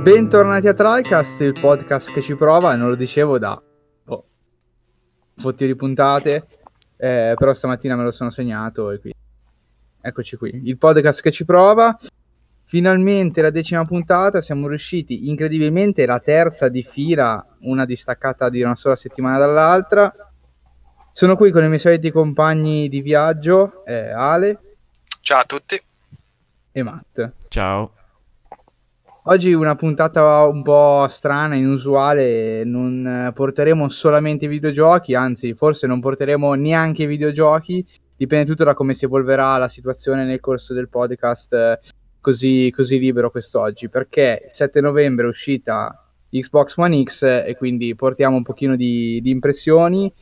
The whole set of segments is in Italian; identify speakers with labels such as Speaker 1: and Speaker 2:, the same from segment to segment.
Speaker 1: Bentornati a TriCast, il podcast che ci prova, non lo dicevo da fottio di puntate, però stamattina me lo sono segnato e quindi eccoci qui, il podcast che ci prova, finalmente la 10ª puntata, siamo riusciti, incredibilmente la terza di fila, una distaccata di una sola settimana dall'altra. Sono qui con i miei soliti compagni di viaggio, Ale.
Speaker 2: Ciao a tutti.
Speaker 1: E Matt.
Speaker 3: Ciao.
Speaker 1: Oggi una puntata un po' strana, inusuale, non porteremo solamente i videogiochi, anzi forse non porteremo neanche i videogiochi, dipende tutto da come si evolverà la situazione nel corso del podcast, così libero quest'oggi, perché il 7 novembre è uscita Xbox One X e quindi portiamo un pochino di impressioni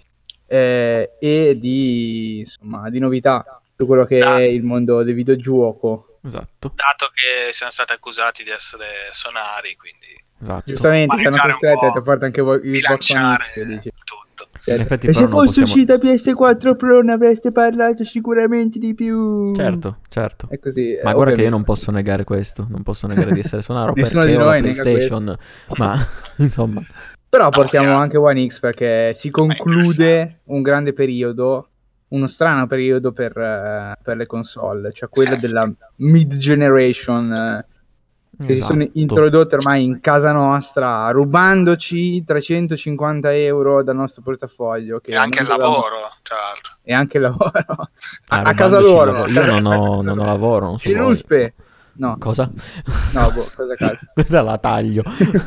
Speaker 1: e di novità su quello che è il mondo del videogioco.
Speaker 3: Esatto.
Speaker 2: Dato che siamo stati accusati di essere sonari, quindi
Speaker 3: Esatto.
Speaker 1: Giustamente ci hanno costretto a portare anche voi il Xbox One X,
Speaker 2: bilanciare
Speaker 1: dici.
Speaker 2: tutto.
Speaker 3: In effetti,
Speaker 1: E
Speaker 3: però,
Speaker 1: se
Speaker 3: non
Speaker 1: fosse
Speaker 3: possiamo...
Speaker 1: uscita PS4 Pro ne avreste parlato sicuramente di più.
Speaker 3: Certo.
Speaker 1: È così.
Speaker 3: Ma guarda che io non posso negare questo, non posso negare di essere sonaro
Speaker 1: Nessuno
Speaker 3: perché
Speaker 1: di
Speaker 3: ho la
Speaker 1: noi nega
Speaker 3: PlayStation, ma insomma...
Speaker 1: Però portiamo anche One X perché si conclude un grande periodo, uno strano periodo per le console, cioè quella della mid-generation che si sono introdotte ormai in casa nostra, rubandoci 350 euro dal nostro portafoglio. Che
Speaker 2: e anche il lavoro, tra l'altro.
Speaker 1: E anche il lavoro. A casa loro.
Speaker 3: Io non ho lavoro, non so
Speaker 1: Il
Speaker 3: voi.
Speaker 1: ruspe. No.
Speaker 3: Cosa?
Speaker 1: No, cosa caso.
Speaker 3: Questa la taglio.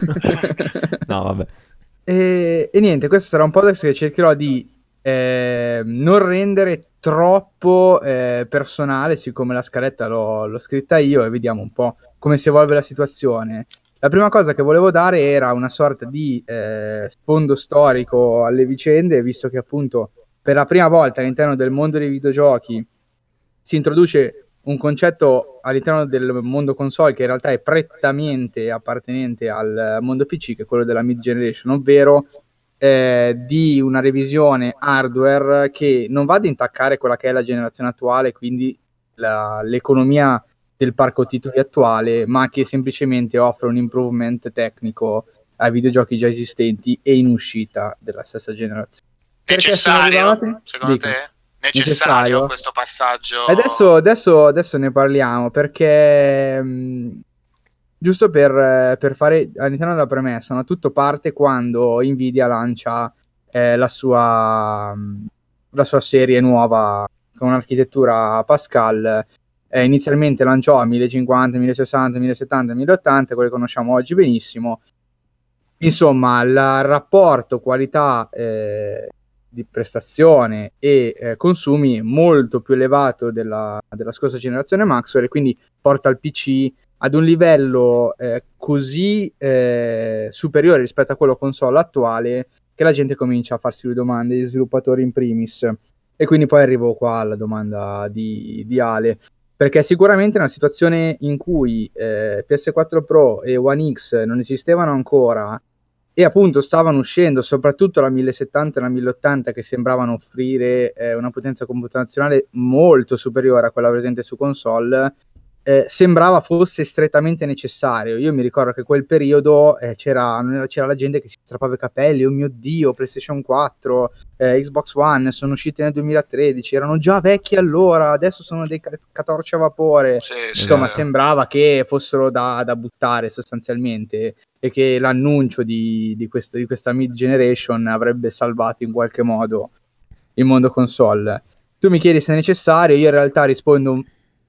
Speaker 3: No, vabbè.
Speaker 1: E niente, questo sarà un podcast che cercherò di non rendere troppo personale, siccome la scaletta l'ho scritta io e vediamo un po' come si evolve la situazione. La prima cosa che volevo dare era una sorta di sfondo storico alle vicende, visto che appunto per la prima volta all'interno del mondo dei videogiochi si introduce un concetto all'interno del mondo console che in realtà è prettamente appartenente al mondo PC, che è quello della mid generation, ovvero di una revisione hardware che non va ad intaccare quella che è la generazione attuale, quindi l'economia del parco titoli attuale, ma che semplicemente offre un improvement tecnico ai videogiochi già esistenti e in uscita della stessa generazione.
Speaker 2: Necessario, secondo te? Necessario questo passaggio?
Speaker 1: Adesso ne parliamo perché giusto per fare all'interno della premessa, no? Tutto parte quando Nvidia lancia la sua serie nuova con un'architettura Pascal. Inizialmente lanciò a 1050, 1060, 1070, 1080, quelli che conosciamo oggi benissimo. Insomma, il rapporto qualità di prestazione e consumi molto più elevato della scorsa generazione Maxwell, e quindi porta il PC ad un livello così superiore rispetto a quello console attuale che la gente comincia a farsi le domande, gli sviluppatori in primis. E quindi poi arrivo qua alla domanda di Ale, perché sicuramente una situazione in cui PS4 Pro e One X non esistevano ancora e appunto stavano uscendo soprattutto la 1070 e la 1080 che sembravano offrire una potenza computazionale molto superiore a quella presente su console, sembrava fosse strettamente necessario. Io mi ricordo che quel periodo c'era la gente che si strappava i capelli, oh mio Dio, PlayStation 4, Xbox One sono usciti nel 2013, erano già vecchi allora, adesso sono dei catorci a vapore. Insomma, sembrava che fossero da buttare sostanzialmente, e che l'annuncio di questa mid generation avrebbe salvato in qualche modo il mondo console. Tu mi chiedi se è necessario, io in realtà rispondo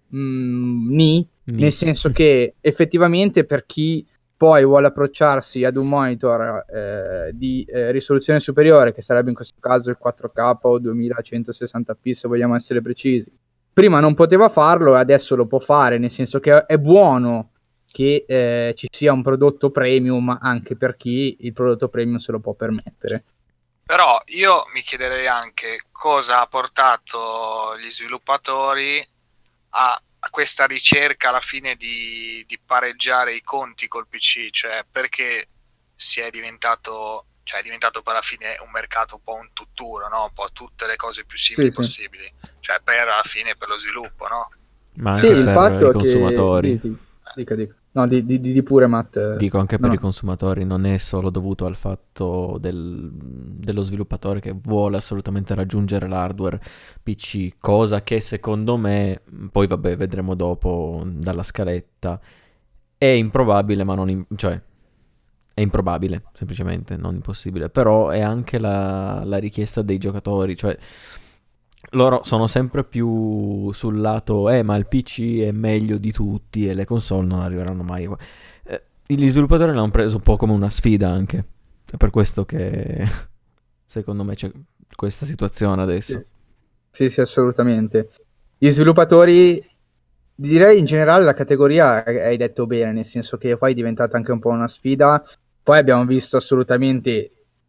Speaker 1: ni, nel senso che effettivamente per chi poi vuole approcciarsi ad un monitor di risoluzione superiore, che sarebbe in questo caso il 4K o 2160p se vogliamo essere precisi, prima non poteva farlo e adesso lo può fare, nel senso che è buono che ci sia un prodotto premium anche per chi il prodotto premium se lo può permettere.
Speaker 2: Però io mi chiederei anche cosa ha portato gli sviluppatori a questa ricerca alla fine di pareggiare i conti col PC, cioè perché è diventato per la fine un mercato un po' un tutt'uno, no? Un po' tutte le cose più simili possibili, cioè per alla fine per lo sviluppo, no?
Speaker 3: Ma anche per i consumatori.
Speaker 1: Dica. No, di pure, Matt.
Speaker 3: Dico anche
Speaker 1: No,
Speaker 3: per i
Speaker 1: no.
Speaker 3: consumatori, non è solo dovuto al fatto dello sviluppatore che vuole assolutamente raggiungere l'hardware PC, cosa che secondo me, poi vabbè, vedremo dopo dalla scaletta, è improbabile, ma non... cioè, è improbabile, semplicemente, non impossibile. Però è anche la richiesta dei giocatori, cioè loro sono sempre più sul lato, ma il PC è meglio di tutti e le console non arriveranno mai. Gli sviluppatori l'hanno preso un po' come una sfida anche. È per questo che secondo me c'è questa situazione
Speaker 1: Sì,
Speaker 3: adesso.
Speaker 1: sì, sì, assolutamente. Gli sviluppatori, direi in generale la categoria hai detto bene, nel senso che poi è diventata anche un po' una sfida. Poi abbiamo visto assolutamente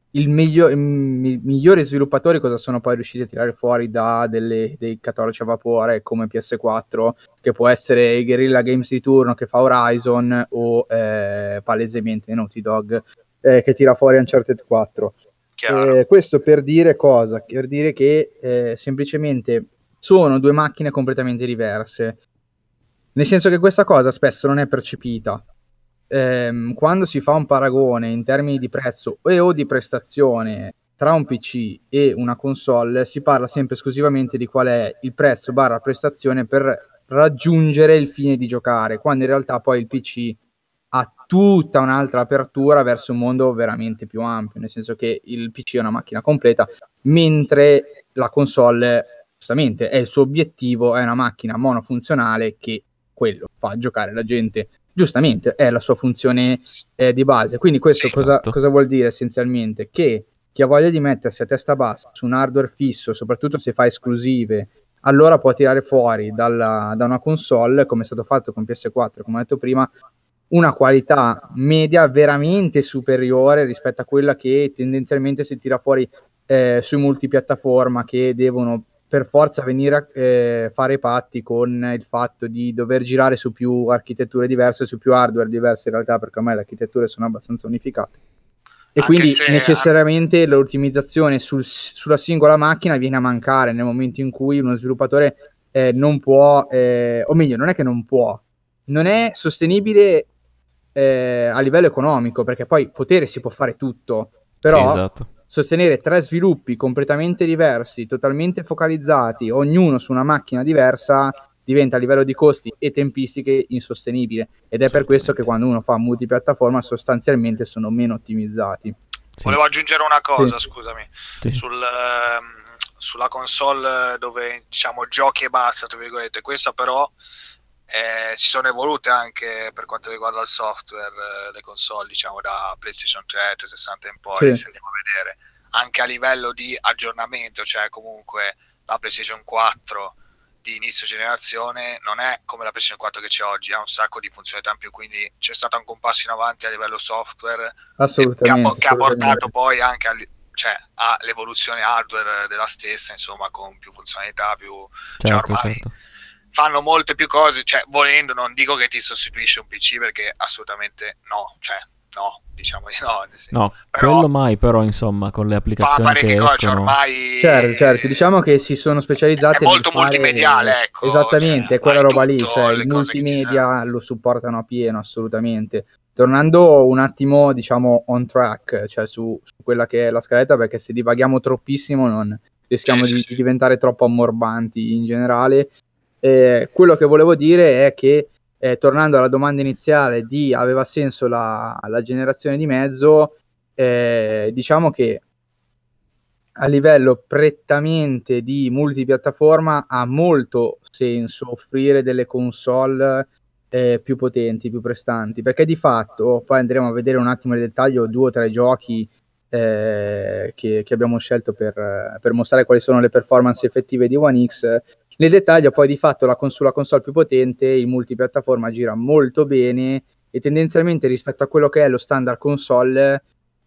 Speaker 1: i migliori sviluppatori cosa sono poi riusciti a tirare fuori dei cataloghi a vapore come PS4, che può essere Guerrilla Games di turno che fa Horizon o palesemente Naughty Dog che tira fuori Uncharted 4.
Speaker 2: Chiaro.
Speaker 1: Questo per dire cosa? Per dire che semplicemente sono due macchine completamente diverse. Nel senso che questa cosa spesso non è percepita. Quando si fa un paragone in termini di prezzo e o di prestazione tra un PC e una console, si parla sempre esclusivamente di qual è il prezzo barra prestazione per raggiungere il fine di giocare, quando in realtà poi il PC ha tutta un'altra apertura verso un mondo veramente più ampio, nel senso che il PC è una macchina completa, mentre la console, giustamente, è il suo obiettivo, è una macchina monofunzionale che quello fa giocare la gente, giustamente, è la sua funzione di base. Quindi questo
Speaker 2: Sì.
Speaker 3: Esatto.
Speaker 1: cosa vuol dire essenzialmente? Che chi ha voglia di mettersi a testa bassa su un hardware fisso, soprattutto se fa esclusive, allora può tirare fuori da una console, come è stato fatto con PS4, come ho detto prima, una qualità media veramente superiore rispetto a quella che tendenzialmente si tira fuori sui multipiattaforma, che devono per forza venire a fare i patti con il fatto di dover girare su più architetture diverse, su più hardware diverse in realtà, perché ormai le architetture sono abbastanza unificate. E
Speaker 2: Anche
Speaker 1: quindi
Speaker 2: se
Speaker 1: necessariamente l'ottimizzazione sulla singola macchina viene a mancare nel momento in cui uno sviluppatore non può, o meglio, non è che non può, non è sostenibile a livello economico, perché poi potere si può fare tutto,
Speaker 3: Sì,
Speaker 1: però
Speaker 3: esatto.
Speaker 1: sostenere tre sviluppi completamente diversi, totalmente focalizzati, ognuno su una macchina diversa, diventa a livello di costi e tempistiche insostenibile. Ed è per questo che
Speaker 3: Assolutamente.
Speaker 1: quando uno fa multipiattaforma sostanzialmente sono meno ottimizzati.
Speaker 3: Sì,
Speaker 2: volevo aggiungere una
Speaker 1: Sì.
Speaker 2: cosa, scusami,
Speaker 3: sì, sì.
Speaker 2: sulla console dove diciamo giochi e basta, tra virgolette. Questa però si sono evolute anche per quanto riguarda il software, le console, diciamo da PlayStation 3, 360 in poi,
Speaker 1: Sì.
Speaker 2: se andiamo a vedere, anche a livello di aggiornamento, cioè comunque la PlayStation 4 di inizio generazione non è come la PlayStation 4 che c'è oggi, ha un sacco di funzionalità in più, quindi c'è stato anche un passo in avanti a livello software
Speaker 1: Assolutamente,
Speaker 2: che ha
Speaker 1: assolutamente.
Speaker 2: portato poi anche all'evoluzione hardware della stessa, insomma, con più funzionalità, cioè
Speaker 3: Certo,
Speaker 2: ormai
Speaker 3: certo.
Speaker 2: fanno molte più cose, cioè volendo, non dico che ti sostituisce un PC perché assolutamente no, cioè no, diciamo di no,
Speaker 3: No,
Speaker 2: però
Speaker 3: quello mai, però insomma, con le
Speaker 2: fa
Speaker 3: applicazioni
Speaker 2: parecchie
Speaker 3: che
Speaker 2: cose, cioè
Speaker 3: escono...
Speaker 1: Certo, certo,
Speaker 2: ormai
Speaker 1: diciamo che si sono
Speaker 2: è
Speaker 1: specializzati nel
Speaker 2: molto
Speaker 1: fare
Speaker 2: multimediale, ecco, cioè
Speaker 1: esattamente quella
Speaker 2: hai
Speaker 1: roba lì,
Speaker 2: tutto,
Speaker 1: cioè il
Speaker 2: le cose che ti servono.
Speaker 1: multimedia lo supportano a pieno, assolutamente. Tornando un attimo, diciamo, on track, cioè su quella che è la scaletta, perché se divaghiamo troppissimo non
Speaker 2: Sì,
Speaker 1: rischiamo
Speaker 2: sì,
Speaker 1: di
Speaker 2: sì.
Speaker 1: diventare troppo ammorbanti in generale. Quello che volevo dire è che, tornando alla domanda iniziale di aveva senso la generazione di mezzo, diciamo che a livello prettamente di multipiattaforma ha molto senso offrire delle console più potenti, più prestanti, perché di fatto, poi andremo a vedere un attimo nel dettaglio 2 o 3 giochi che abbiamo scelto per mostrare quali sono le performance effettive di One X. Nel dettaglio poi di fatto sulla console più potente il multipiattaforma gira molto bene e tendenzialmente rispetto a quello che è lo standard console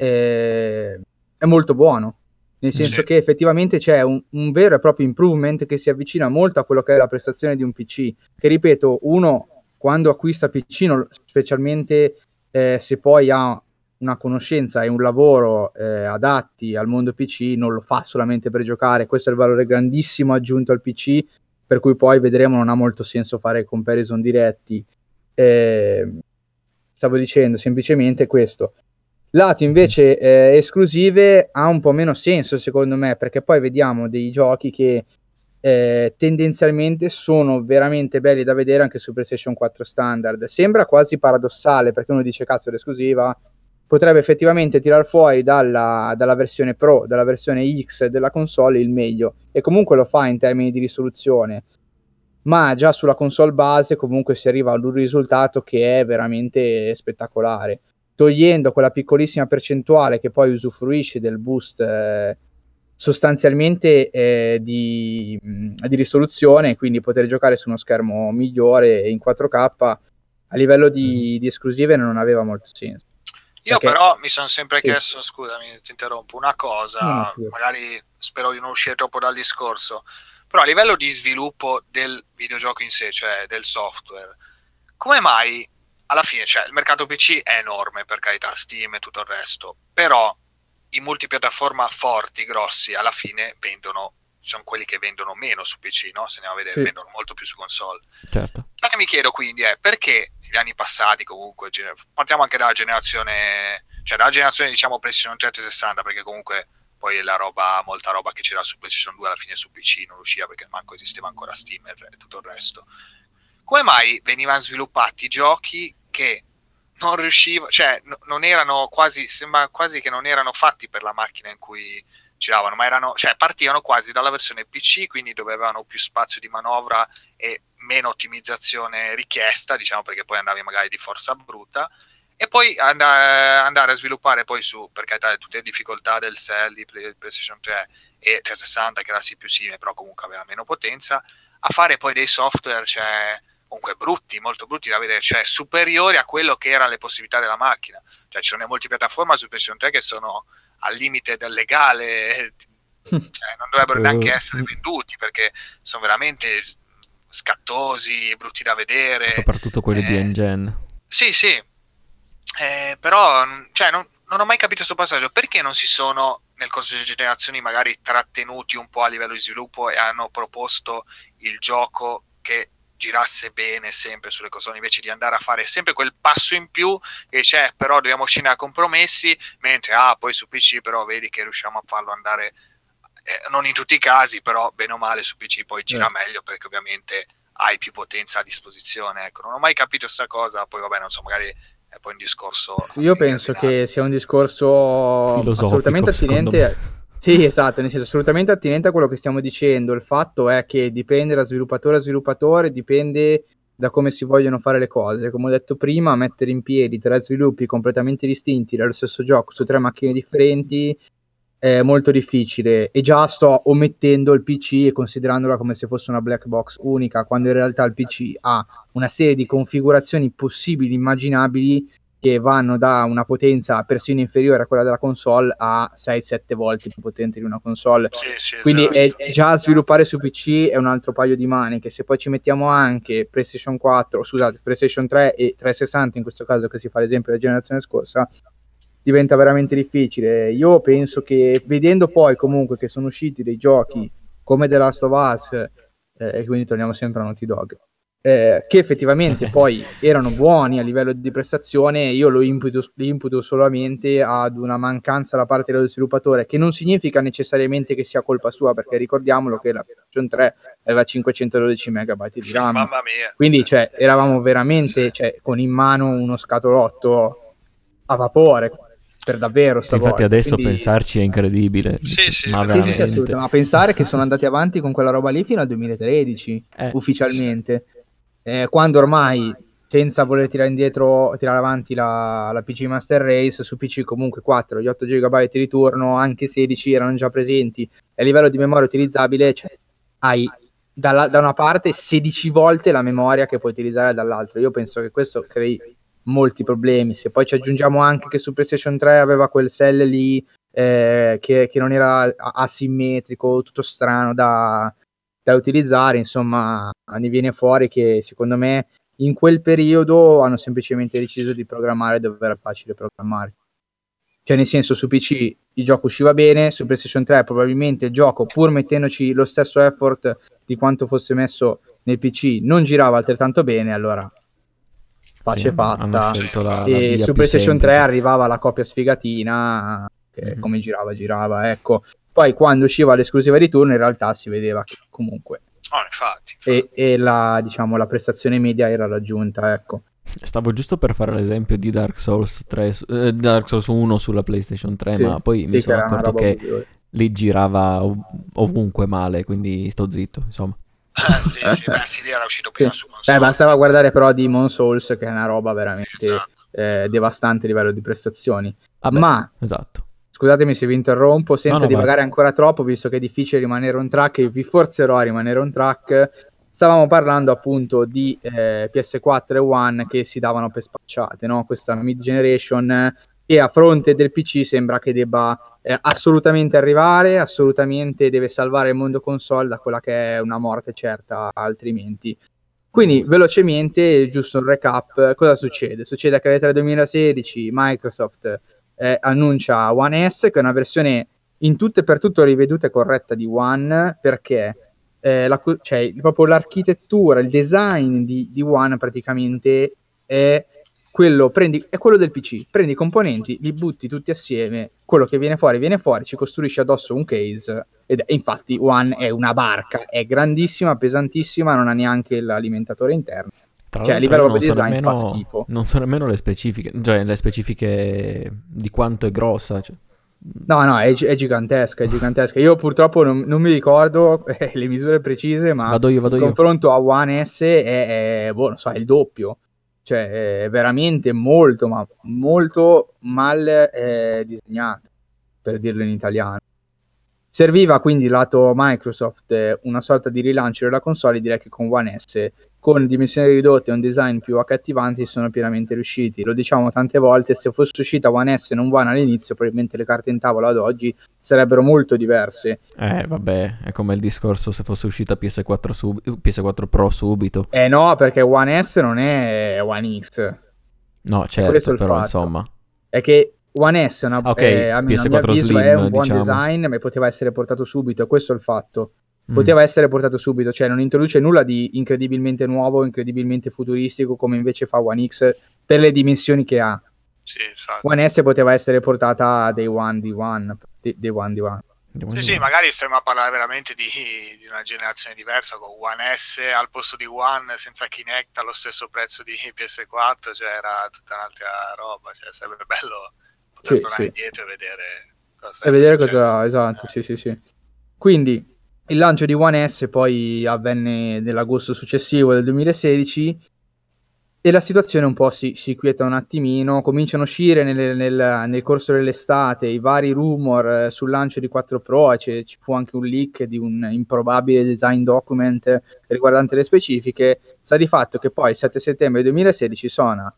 Speaker 1: è molto buono, nel senso
Speaker 2: Sì.
Speaker 1: che effettivamente c'è un vero e proprio improvement che si avvicina molto a quello che è la prestazione di un PC, che ripeto, uno quando acquista PC, specialmente se poi ha una conoscenza e un lavoro adatti al mondo PC, non lo fa solamente per giocare, questo è il valore grandissimo aggiunto al PC, per cui poi vedremo non ha molto senso fare comparison diretti. stavo dicendo semplicemente questo. Lato invece esclusive ha un po' meno senso secondo me, perché poi vediamo dei giochi che tendenzialmente sono veramente belli da vedere anche su PlayStation 4 standard. Sembra quasi paradossale, perché uno dice cazzo l'esclusiva potrebbe effettivamente tirar fuori dalla versione Pro, dalla versione X della console il meglio, e comunque lo fa in termini di risoluzione, ma già sulla console base comunque si arriva ad un risultato che è veramente spettacolare, togliendo quella piccolissima percentuale che poi usufruisce del boost sostanzialmente di risoluzione, quindi poter giocare su uno schermo migliore in 4K a livello di esclusive non aveva molto senso.
Speaker 2: Io
Speaker 1: Perché...
Speaker 2: però mi sono sempre
Speaker 1: sì.
Speaker 2: chiesto, scusami, ti interrompo, una cosa,
Speaker 1: No,
Speaker 2: magari spero di non uscire troppo dal discorso, però a livello di sviluppo del videogioco in sé, cioè del software, come mai alla fine, cioè il mercato PC è enorme, per carità, Steam e tutto il resto, però i multipiattaforma forti, grossi, alla fine vendono, sono quelli che vendono meno su PC, no? Se andiamo a vedere,
Speaker 1: sì,
Speaker 2: vendono molto più su console.
Speaker 3: Certo.
Speaker 2: Ciò che mi chiedo quindi è perché negli anni passati comunque, partiamo anche dalla generazione, cioè dalla generazione diciamo PlayStation 360, perché comunque poi la roba, molta roba che c'era su PlayStation 2 alla fine su PC non usciva perché manco esisteva ancora Steam e tutto il resto. Come mai venivano sviluppati giochi che non riuscivano, cioè non erano quasi, sembra quasi che non erano fatti per la macchina in cui giravano, ma erano, cioè partivano quasi dalla versione PC, quindi dovevano più spazio di manovra e meno ottimizzazione richiesta, diciamo, perché poi andavi magari di forza bruta, e poi andare a sviluppare poi su, per carità, tutte le difficoltà del cell di PlayStation 3 e 360, che era sì più simile, però comunque aveva meno potenza, a fare poi dei software, cioè comunque brutti, molto brutti da vedere, cioè superiori a quello che erano le possibilità della macchina. Cioè ci sono molti piattaforme su PlayStation 3 che sono al limite del legale, cioè non dovrebbero neanche essere venduti perché sono veramente scattosi, brutti da vedere.
Speaker 3: Soprattutto quelli di Engine.
Speaker 2: Sì, sì. Però cioè, non ho mai capito questo passaggio, perché non si sono nel corso delle generazioni magari trattenuti un po' a livello di sviluppo e hanno proposto il gioco che girasse bene sempre sulle console, invece di andare a fare sempre quel passo in più che c'è, però dobbiamo scendere a compromessi, mentre poi su PC però vedi che riusciamo a farlo andare, non in tutti i casi, però bene o male su PC poi gira meglio perché ovviamente hai più potenza a disposizione. Ecco, non ho mai capito sta cosa, poi vabbè, non so, magari è poi un discorso.
Speaker 1: Io penso che sia un discorso
Speaker 3: filosofico,
Speaker 1: assolutamente
Speaker 3: secondo
Speaker 1: attinente.
Speaker 3: me.
Speaker 1: Sì, esatto, nel senso assolutamente attinente a quello che stiamo dicendo. Il fatto è che dipende da sviluppatore a sviluppatore, dipende da come si vogliono fare le cose. Come ho detto prima, mettere in piedi 3 sviluppi completamente distinti dello stesso gioco su 3 macchine differenti è molto difficile, e già sto omettendo il PC e considerandola come se fosse una black box unica, quando in realtà il PC ha una serie di configurazioni possibili, immaginabili, che vanno da una potenza persino inferiore a quella della console a 6-7 volte più potente di una console.
Speaker 2: Sì,
Speaker 1: Quindi
Speaker 2: esatto.
Speaker 1: già sviluppare su PC è un altro paio di maniche. Se poi ci mettiamo anche PlayStation 4, scusate, PlayStation 3 e 360 in questo caso, che si fa l'esempio della generazione scorsa, diventa veramente difficile. Io penso che, vedendo poi comunque che sono usciti dei giochi come The Last of Us, e quindi torniamo sempre a Naughty Dog, che effettivamente poi erano buoni a livello di prestazione, io lo imputo solamente ad una mancanza da parte dello sviluppatore, che non significa necessariamente che sia colpa sua, perché ricordiamolo che la PlayStation 3 aveva 512 megabyte di RAM.
Speaker 2: Mamma mia.
Speaker 1: Quindi cioè, eravamo veramente con in mano uno scatolotto a vapore, per davvero stavolta.
Speaker 3: Infatti adesso
Speaker 1: quindi...
Speaker 3: pensarci è incredibile.
Speaker 2: Sì,
Speaker 3: ma
Speaker 1: Sì,
Speaker 3: veramente.
Speaker 1: assolutamente. Ma pensare che sono andati avanti con quella roba lì fino al 2013, ufficialmente, quando ormai, senza voler tirare avanti la PC Master Race, su PC comunque 4, gli 8 GB di turno, anche 16 erano già presenti, e a livello di memoria utilizzabile, cioè, hai da una parte 16 volte la memoria che puoi utilizzare dall'altra. Io penso che questo crei molti problemi. Se poi ci aggiungiamo anche che su PlayStation 3 aveva quel cell lì che non era asimmetrico, tutto strano da utilizzare, insomma, ne viene fuori che secondo me in quel periodo hanno semplicemente deciso di programmare dove era facile programmare. Cioè, nel senso, su PC il gioco usciva bene, su PlayStation 3 probabilmente il gioco, pur mettendoci lo stesso effort di quanto fosse messo nel PC, non girava altrettanto bene, allora pace
Speaker 3: hanno
Speaker 1: fatta.
Speaker 3: scelto la
Speaker 1: E
Speaker 3: via
Speaker 1: su
Speaker 3: più
Speaker 1: PlayStation 3
Speaker 3: semplice.
Speaker 1: arrivava la copia sfigatina, che
Speaker 3: Mhm.
Speaker 1: come girava, ecco. Poi quando usciva l'esclusiva di turno in realtà si vedeva che comunque
Speaker 2: Infatti.
Speaker 1: e la, diciamo, la prestazione media era raggiunta, ecco.
Speaker 3: Stavo giusto per fare l'esempio di Dark Souls 3, Dark Souls 1 sulla PlayStation 3,
Speaker 1: Sì,
Speaker 3: ma poi mi
Speaker 1: sì, che
Speaker 3: sono
Speaker 1: era una
Speaker 3: accorto
Speaker 1: roba
Speaker 3: che
Speaker 1: curiosa.
Speaker 3: lì girava ovunque male, quindi sto zitto, insomma.
Speaker 2: Sì, beh, sì, lì era uscito
Speaker 1: Sì.
Speaker 2: prima su console.
Speaker 1: Bastava guardare però Demon Souls, che è una roba veramente
Speaker 2: Esatto.
Speaker 1: devastante a livello di prestazioni.
Speaker 3: Vabbè,
Speaker 1: Ma
Speaker 3: esatto.
Speaker 1: scusatemi se vi interrompo, senza
Speaker 3: No, vai.
Speaker 1: divagare ancora troppo, visto che è difficile rimanere on track e vi forzerò a rimanere on track. Stavamo parlando appunto di PS4 e One che si davano per spacciate, no? Questa mid generation che a fronte del PC sembra che debba assolutamente arrivare, assolutamente deve salvare il mondo console da quella che è una morte certa altrimenti. Quindi velocemente, giusto un recap, cosa succede? Succede che alle 3 2016 Microsoft annuncia One S, che è una versione in tutto e per tutto riveduta e corretta di One, perché cioè, proprio l'architettura, il design di One praticamente è è quello del PC. Prendi i componenti, li butti tutti assieme, quello che viene fuori, ci costruisci addosso un case. Ed infatti One è una barca, è grandissima, pesantissima, non ha neanche l'alimentatore interno.
Speaker 3: Tra
Speaker 1: Cioè, a
Speaker 3: l'altro io
Speaker 1: livello proprio di design fa schifo.
Speaker 3: non so nemmeno le specifiche, cioè le specifiche di quanto è grossa. Cioè.
Speaker 1: No, è gigantesca, è gigantesca. Io purtroppo non mi ricordo le misure precise, ma
Speaker 3: Vado
Speaker 1: in
Speaker 3: io.
Speaker 1: confronto a One S boh, non so, è il doppio. Cioè, è veramente molto, ma molto mal disegnato, per dirlo in italiano. Serviva quindi lato Microsoft una sorta di rilancio della console, direi che con One S, con dimensioni ridotte e un design più accattivanti, sono pienamente riusciti. Lo diciamo tante volte, se fosse uscita One S e non One all'inizio, probabilmente le carte in tavola ad oggi sarebbero molto diverse.
Speaker 3: Vabbè, è come il discorso se fosse uscita PS4 Pro subito.
Speaker 1: No, perché One S non è One X.
Speaker 3: No,
Speaker 1: È questo
Speaker 3: certo,
Speaker 1: il
Speaker 3: però
Speaker 1: fatto.
Speaker 3: insomma.
Speaker 1: È che One S,
Speaker 3: Ok,
Speaker 1: almeno a mio
Speaker 3: PS4
Speaker 1: avviso, è
Speaker 3: Slim,
Speaker 1: un buon
Speaker 3: diciamo.
Speaker 1: design, ma poteva essere portato subito, e questo è il fatto. Poteva essere portato subito, cioè non introduce nulla di incredibilmente nuovo, incredibilmente futuristico, come invece fa One X per le dimensioni che ha.
Speaker 2: Sì, infatti.
Speaker 1: One S poteva essere portata Day One di One.
Speaker 2: Sì, magari stiamo a parlare veramente di una generazione diversa, con One S al posto di One senza Kinect allo stesso prezzo di PS4, cioè era tutta un'altra roba, cioè sarebbe bello poter tornare indietro e vedere cosa
Speaker 1: esatto, sì. Quindi il lancio di One S poi avvenne nell'agosto successivo del 2016 e la situazione un po' si quieta un attimino, cominciano a uscire nel corso dell'estate i vari rumor sul lancio di 4 Pro, ci fu anche un leak di un improbabile design document riguardante le specifiche. Sta di fatto che poi il 7 settembre 2016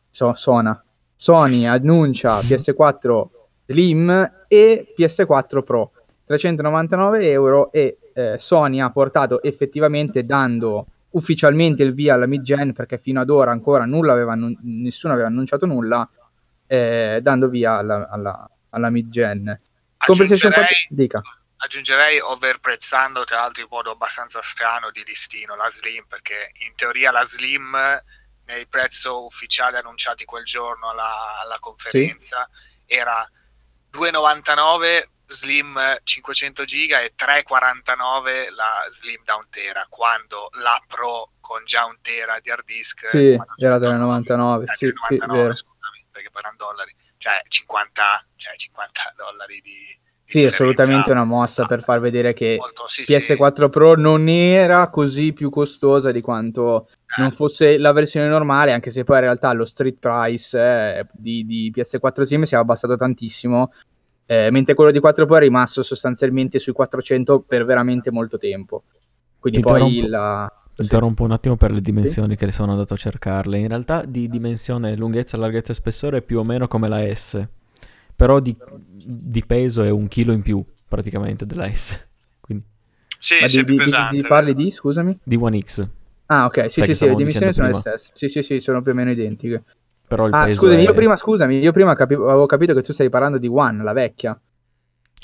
Speaker 1: Sony annuncia PS4 Slim e PS4 Pro, 399 euro, e Sony ha portato effettivamente, dando ufficialmente il via alla mid-gen, perché fino ad ora ancora nessuno aveva annunciato nulla, dando via alla mid-gen. Con PlayStation 4, dica.
Speaker 2: Aggiungerei, overprezzando tra l'altro in modo abbastanza strano di listino la Slim, perché in teoria la Slim nei prezzo ufficiali annunciati quel giorno alla conferenza era 2,99 Slim 500 giga e 3,49 la Slim da 1 tera, quando la Pro con già 1 tera di hard disk
Speaker 1: era 3,99, sì, vero.
Speaker 2: Scusami, perché poi erano dollari, cioè 50 dollari di
Speaker 1: sì, assolutamente una mossa per far vedere che
Speaker 2: molto,
Speaker 1: PS4 Pro non era così più costosa di quanto non fosse la versione normale, anche se poi in realtà lo street price di PS4 Slim si è abbassato tantissimo, mentre quello di 4 Pro è rimasto sostanzialmente sui 400 per veramente molto tempo. Quindi poi
Speaker 3: interrompo un attimo per le dimensioni che sono andato a cercarle. In realtà di dimensione, lunghezza, larghezza e spessore è più o meno come la S, però di peso è 1 chilo in più praticamente della S. Quindi.
Speaker 2: Sì, è più pesante.
Speaker 1: Parli di, scusami?
Speaker 3: Di One X.
Speaker 1: Ah, ok, sì, le dimensioni sono le stesse. Sì, sono più o meno identiche.
Speaker 3: Però il peso
Speaker 1: scusami, io prima avevo capito che tu stavi parlando di One, la vecchia.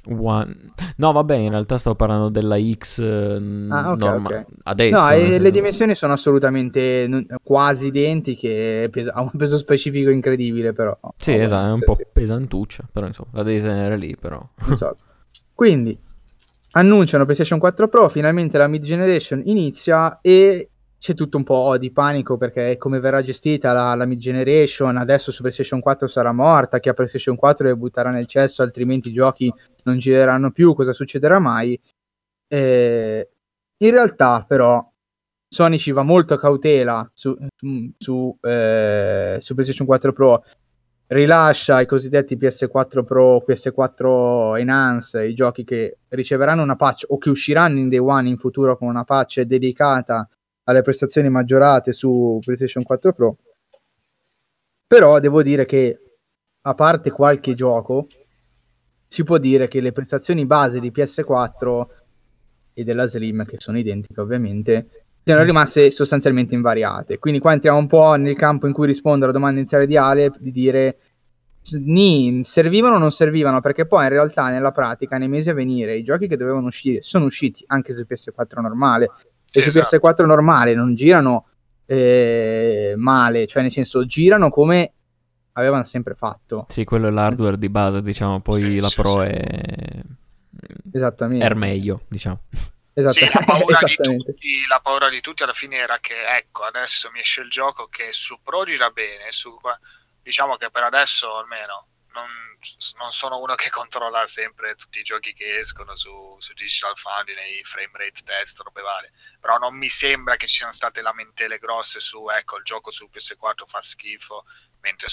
Speaker 3: One. No, vabbè, in realtà stavo parlando della X
Speaker 1: Ok, ok.
Speaker 3: adesso.
Speaker 1: No,
Speaker 3: nel
Speaker 1: e le
Speaker 3: senso-
Speaker 1: dimensioni sono assolutamente quasi identiche, ha un peso specifico incredibile, però
Speaker 3: Sì, esatto, è un
Speaker 1: ovviamente sì,
Speaker 3: po' pesantuccia, però insomma, la devi tenere lì, però.
Speaker 1: esatto. Quindi annunciano PlayStation 4 Pro, finalmente la mid-generation inizia e c'è tutto un po' di panico perché come verrà gestita la mid-generation, adesso su PlayStation 4 sarà morta, chi ha PlayStation 4 le butterà nel cesso, altrimenti i giochi non gireranno più, cosa succederà mai? In realtà però Sony ci va molto a cautela su PlayStation 4 Pro, rilascia i cosiddetti PS4 Pro, PS4 Enhance, i giochi che riceveranno una patch o che usciranno in Day One in futuro con una patch dedicata alle prestazioni maggiorate su PlayStation 4 Pro. Però devo dire che, a parte qualche gioco, si può dire che le prestazioni base di PS4 e della Slim, che sono identiche ovviamente, sono rimaste sostanzialmente invariate. Quindi qua entriamo un po' nel campo in cui rispondo alla domanda iniziale di Ale, di dire servivano o non servivano, perché poi in realtà nella pratica nei mesi a venire i giochi che dovevano uscire sono usciti anche su PS4 normale, e su
Speaker 2: Esatto.
Speaker 1: PS4 normale non girano male, cioè nel senso girano come avevano sempre fatto.
Speaker 3: Sì, quello è l'hardware di base, diciamo, poi
Speaker 2: Sì,
Speaker 3: la
Speaker 2: sì,
Speaker 3: Pro
Speaker 2: sì.
Speaker 3: è
Speaker 1: Esattamente.
Speaker 3: meglio, diciamo.
Speaker 2: Sì, la paura di
Speaker 1: Esattamente.
Speaker 2: tutti, la paura di tutti alla fine era che, ecco, adesso mi esce il gioco che su Pro gira bene, diciamo che per adesso almeno non sono uno che controlla sempre tutti i giochi che escono su Digital Foundry nei frame rate test, robe varie, però non mi sembra che ci siano state lamentele grosse su, ecco, il gioco su PS4 fa schifo, mentre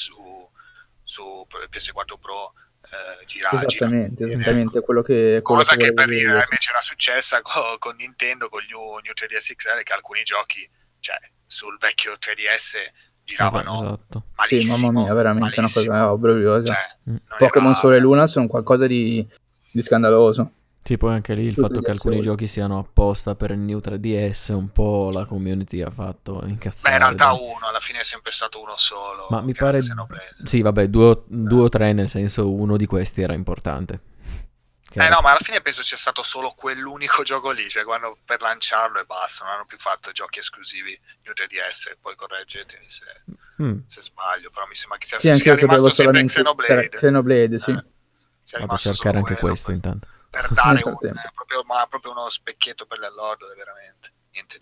Speaker 2: su PS4 Pro gira bene, ecco.
Speaker 1: Esattamente quello che
Speaker 2: Cosa che
Speaker 1: volevo
Speaker 2: per
Speaker 1: dire
Speaker 2: dire
Speaker 1: io, sì.
Speaker 2: invece era successa con Nintendo, con gli New 3DS XL, che alcuni giochi, cioè sul vecchio 3DS, giravano
Speaker 3: Esatto.
Speaker 1: Sì, mamma mia,
Speaker 2: malissimo,
Speaker 1: veramente una
Speaker 2: malissimo.
Speaker 1: cosa obbrobriosa.
Speaker 2: Cioè,
Speaker 3: Mm.
Speaker 2: non
Speaker 1: Pokémon
Speaker 2: era
Speaker 1: Sole e Luna
Speaker 2: veramente...
Speaker 1: sono qualcosa di scandaloso.
Speaker 3: Sì, poi anche lì il
Speaker 1: Su
Speaker 3: fatto che
Speaker 1: 3DS
Speaker 3: alcuni
Speaker 1: All.
Speaker 3: giochi siano apposta per il New 3DS, un po' la community ha fatto
Speaker 2: Beh, in
Speaker 3: incazzare,
Speaker 2: realtà
Speaker 3: dai.
Speaker 2: uno, alla fine è sempre stato uno
Speaker 3: Ma
Speaker 2: solo,
Speaker 3: mi
Speaker 2: che era
Speaker 3: pare,
Speaker 2: Xenoblade.
Speaker 3: sì, vabbè, due o tre, nel senso uno di questi era importante. Che era...
Speaker 2: No, ma alla fine penso sia stato solo quell'unico gioco lì, cioè quando per lanciarlo e basta, non hanno più fatto giochi esclusivi New 3DS, poi correggetemi
Speaker 3: Mm,
Speaker 2: se sbaglio, però mi sembra che
Speaker 1: Sì, anche
Speaker 2: sia
Speaker 1: io sapevo
Speaker 2: rimasto sempre
Speaker 1: solamente
Speaker 2: Xenoblade,
Speaker 1: Xenoblade, sì.
Speaker 2: sia
Speaker 3: vado a
Speaker 2: rimasto solo
Speaker 3: cercare anche
Speaker 2: quello,
Speaker 3: questo intanto.
Speaker 2: per
Speaker 1: Nel
Speaker 2: dare
Speaker 1: frattempo.
Speaker 2: proprio uno specchietto per l'allordo, veramente, niente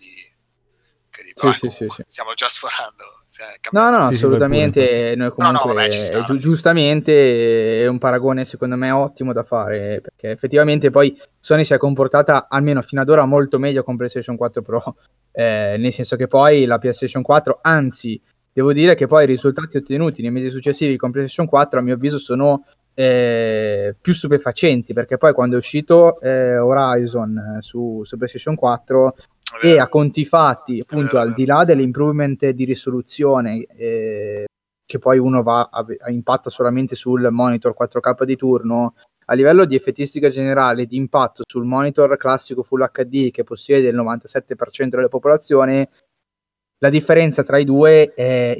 Speaker 1: Sì,
Speaker 2: però
Speaker 1: sì, sì,
Speaker 2: comunque,
Speaker 1: sì.
Speaker 2: stiamo già sforando,
Speaker 1: No,
Speaker 2: cambiamo
Speaker 1: no,
Speaker 3: Sì, sì, vai pure, infatti.
Speaker 1: assolutamente. Noi
Speaker 2: però no, vabbè, ci
Speaker 1: comunque,
Speaker 2: sta alla fine.
Speaker 1: giustamente, è un paragone secondo me ottimo da fare, perché effettivamente poi Sony si è comportata almeno fino ad ora molto meglio con PlayStation 4 Pro, nel senso che poi la PlayStation 4, anzi, devo dire che poi i risultati ottenuti nei mesi successivi con PlayStation 4 a mio avviso sono più stupefacenti, perché poi quando è uscito Horizon su PlayStation 4
Speaker 2: È
Speaker 1: e a
Speaker 2: vero,
Speaker 1: conti fatti,
Speaker 2: è
Speaker 1: appunto,
Speaker 2: vero, è
Speaker 1: al di
Speaker 2: vero.
Speaker 1: là dell'improvement di risoluzione, che poi uno impatta solamente sul monitor 4K di turno, a livello di effettistica generale, di impatto sul monitor classico Full HD che possiede il 97% della popolazione, la differenza tra i due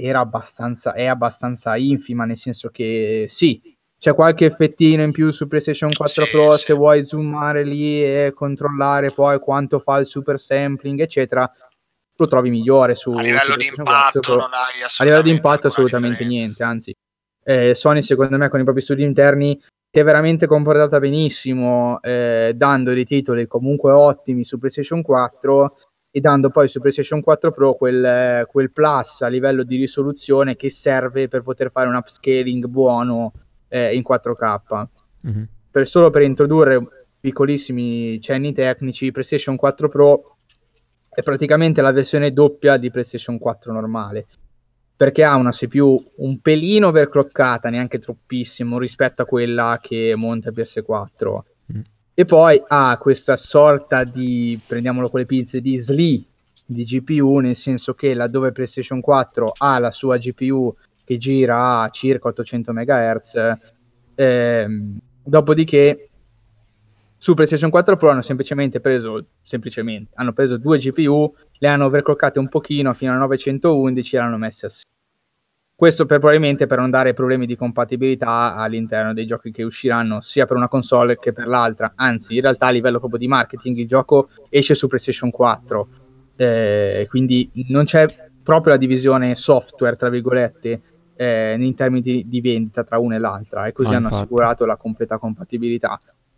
Speaker 1: è abbastanza infima, nel senso che sì, c'è qualche effettino in più su PlayStation 4
Speaker 2: Sì,
Speaker 1: Pro
Speaker 2: sì.
Speaker 1: se vuoi zoomare lì e controllare poi quanto fa il super sampling, eccetera, lo trovi migliore
Speaker 2: A
Speaker 1: su
Speaker 2: livello di
Speaker 1: PlayStation 4
Speaker 2: impatto
Speaker 1: Pro.
Speaker 2: non hai
Speaker 1: A livello di
Speaker 2: assolutamente
Speaker 1: impatto
Speaker 2: alcuna
Speaker 1: assolutamente
Speaker 2: differenza.
Speaker 1: niente, anzi Sony secondo me con i propri studi interni si è veramente comportata benissimo, dando dei titoli comunque ottimi su PlayStation 4 e dando poi su PlayStation 4 Pro quel plus a livello di risoluzione che serve per poter fare un upscaling buono in 4K.
Speaker 3: Mhm.
Speaker 1: Solo per introdurre piccolissimi cenni tecnici, PlayStation 4 Pro è praticamente la versione doppia di PlayStation 4 normale, perché ha una CPU un pelino overclockata, neanche troppissimo, rispetto a quella che monta PS4.
Speaker 3: Mm.
Speaker 1: E poi ha questa sorta di, prendiamolo con le pinze, di SLI di GPU, nel senso che laddove PlayStation 4 ha la sua GPU che gira a circa 800 MHz, dopodiché su PlayStation 4 Pro hanno hanno preso due GPU, le hanno overclockate un pochino fino a 911 e l'hanno messe assieme. Questo probabilmente per non dare problemi di compatibilità all'interno dei giochi che usciranno sia per una console che per l'altra. Anzi, in realtà a livello proprio di marketing il gioco esce su PlayStation 4, quindi non c'è proprio la divisione software, tra virgolette, in termini di vendita tra una e l'altra, e così
Speaker 3: No,
Speaker 1: hanno
Speaker 3: infatti.
Speaker 1: assicurato la completa compatibilità.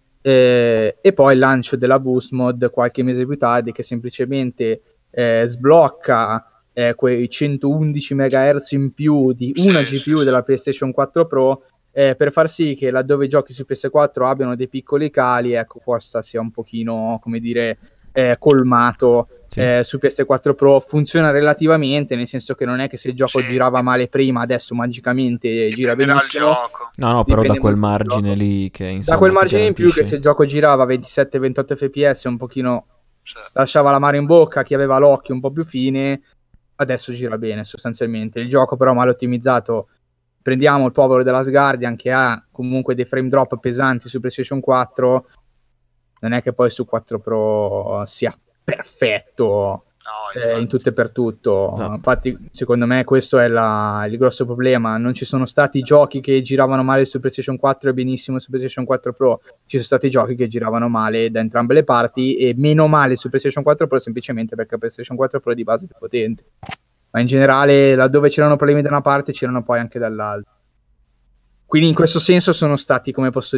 Speaker 1: E poi il lancio della Boost Mod qualche mese più tardi, che semplicemente sblocca quei 111 MHz in più di una GPU della PlayStation 4 Pro, per far sì che laddove i giochi su PS4 abbiano dei piccoli cali, ecco, questo sia un pochino, come dire, colmato.
Speaker 3: Sì.
Speaker 1: Su PS4 Pro funziona relativamente, nel senso che non è che se il gioco girava male prima, adesso magicamente gira benissimo.
Speaker 3: No, però da
Speaker 1: Dipende
Speaker 3: quel
Speaker 1: molto dal
Speaker 3: margine
Speaker 1: gioco.
Speaker 3: lì che
Speaker 1: Da
Speaker 3: insomma
Speaker 1: quel
Speaker 3: ti
Speaker 1: margine in più che
Speaker 3: garantisce.
Speaker 1: se il gioco girava a 27-28 fps un pochino lasciava l'amaro in bocca, chi aveva l'occhio un po' più fine, adesso gira bene sostanzialmente. Il gioco però male ottimizzato, prendiamo il povero della Asgardian che ha comunque dei frame drop pesanti su PlayStation 4, non è che poi su 4 Pro sia perfetto in tutto e per tutto.
Speaker 3: Esatto.
Speaker 1: Infatti secondo me questo è il grosso problema. Non ci sono stati giochi che giravano male su PlayStation 4 e benissimo su PlayStation 4 Pro, ci sono stati giochi che giravano male da entrambe le parti e meno male su PlayStation 4 Pro semplicemente perché PlayStation 4 Pro è di base più potente, ma in generale laddove c'erano problemi da una parte c'erano poi anche dall'altra. Quindi in questo senso sono stati, come posso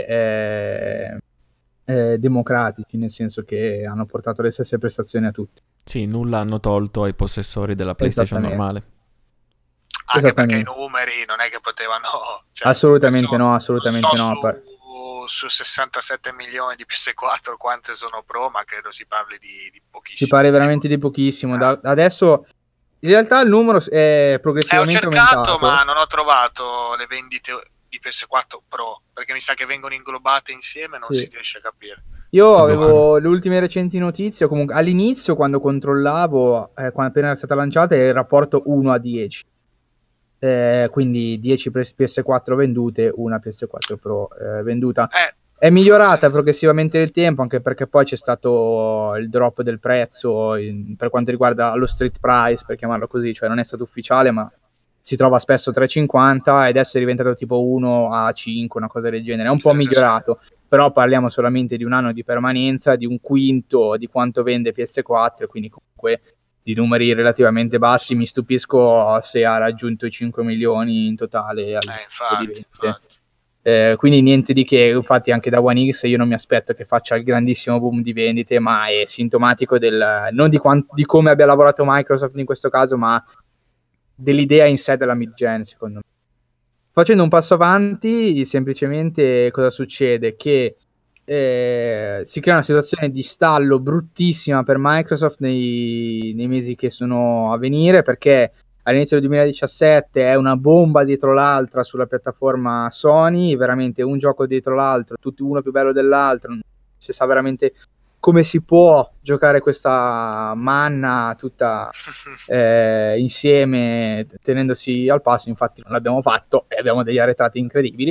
Speaker 1: dire, democratici, nel senso che hanno portato le stesse prestazioni a tutti.
Speaker 3: Sì, nulla hanno tolto ai possessori della PlayStation normale.
Speaker 2: Anche perché i numeri non è che potevano... Cioè,
Speaker 1: assolutamente no.
Speaker 2: Su 67 milioni di PS4 quante sono Pro, ma credo si parli di pochissimo.
Speaker 1: Si parli veramente di pochissimo. Adesso in realtà il numero è progressivamente aumentato.
Speaker 2: Ho cercato, ma non ho trovato le vendite di PS4 Pro, perché mi sa che vengono inglobate insieme, non si riesce a capire.
Speaker 1: Io avevo le ultime recenti notizie, comunque all'inizio quando controllavo, quando appena era stata lanciata, era il rapporto 1 a 10. Quindi 10 PS4 vendute, una PS4 Pro venduta. È migliorata progressivamente nel tempo, anche perché poi c'è stato il drop del prezzo per quanto riguarda lo street price, per chiamarlo così, cioè non è stato ufficiale, ma si trova spesso 3,50 e adesso è diventato tipo 1 a 5, una cosa del genere. È un po' migliorato, però parliamo solamente di un anno di permanenza, di un quinto di quanto vende PS4, quindi comunque di numeri relativamente bassi. Mi stupisco se ha raggiunto i 5 milioni in totale quindi niente di che. Infatti anche da One X io non mi aspetto che faccia il grandissimo boom di vendite, ma è sintomatico non di come abbia lavorato Microsoft in questo caso, ma dell'idea in sé della mid-gen, secondo me. Facendo un passo avanti, semplicemente cosa succede? Che si crea una situazione di stallo bruttissima per Microsoft nei mesi che sono a venire, perché all'inizio del 2017 è una bomba dietro l'altra sulla piattaforma Sony, veramente un gioco dietro l'altro, tutti uno più bello dell'altro, non si sa veramente come si può giocare questa manna tutta insieme, tenendosi al passo. Infatti non l'abbiamo fatto e abbiamo degli arretrati incredibili.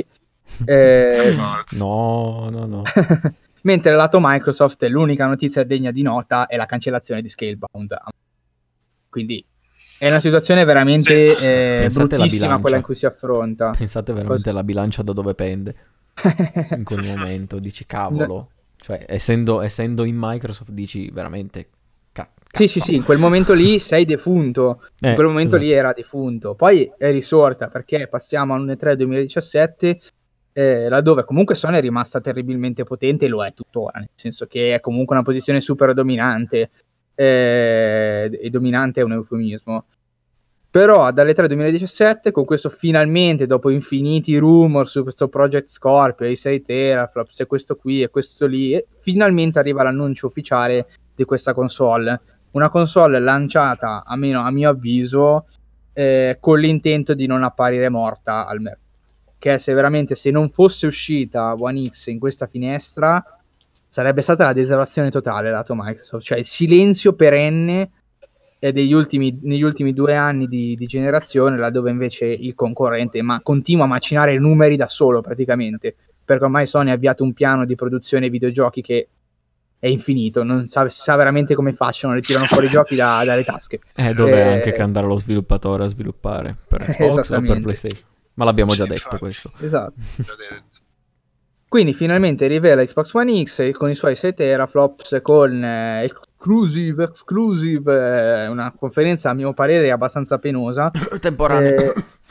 Speaker 3: No.
Speaker 1: Mentre dal lato Microsoft l'unica notizia degna di nota è la cancellazione di Scalebound. Quindi è una situazione veramente bruttissima quella in cui si affronta.
Speaker 3: Pensate veramente alla bilancia da dove pende in quel momento. Dici cavolo. Cioè essendo in Microsoft dici veramente
Speaker 1: sì, in quel momento lì sei defunto. In quel momento lì era defunto. Poi è risorta perché passiamo a un E3 2017 laddove comunque Sony è rimasta terribilmente potente e lo è tuttora, nel senso che è comunque una posizione super dominante, e dominante è un eufemismo. Però dall'E3 2017, con questo finalmente, dopo infiniti rumor su questo Project Scorpio, i 6 teraflops e questo qui e questo lì, finalmente arriva l'annuncio ufficiale di questa console. Una console lanciata, a mio avviso, con l'intento di non apparire morta al mercato. Che se non fosse uscita One X in questa finestra, sarebbe stata la desolazione totale lato Microsoft, cioè il silenzio perenne negli ultimi 2 anni di generazione, laddove invece il concorrente continua a macinare numeri da solo praticamente, perché ormai Sony ha avviato un piano di produzione videogiochi che è infinito, non sa, si sa veramente come facciano, le tirano fuori i giochi dalle tasche.
Speaker 3: Dove anche che andare allo sviluppatore a sviluppare per Xbox o per PlayStation. Ma l'abbiamo già detto
Speaker 2: infatti.
Speaker 3: questo.
Speaker 1: Esatto.
Speaker 2: Già detto.
Speaker 1: Quindi finalmente rivela Xbox One X con i suoi 6 teraflops con exclusive, una conferenza a mio parere abbastanza penosa.
Speaker 3: Temporanea.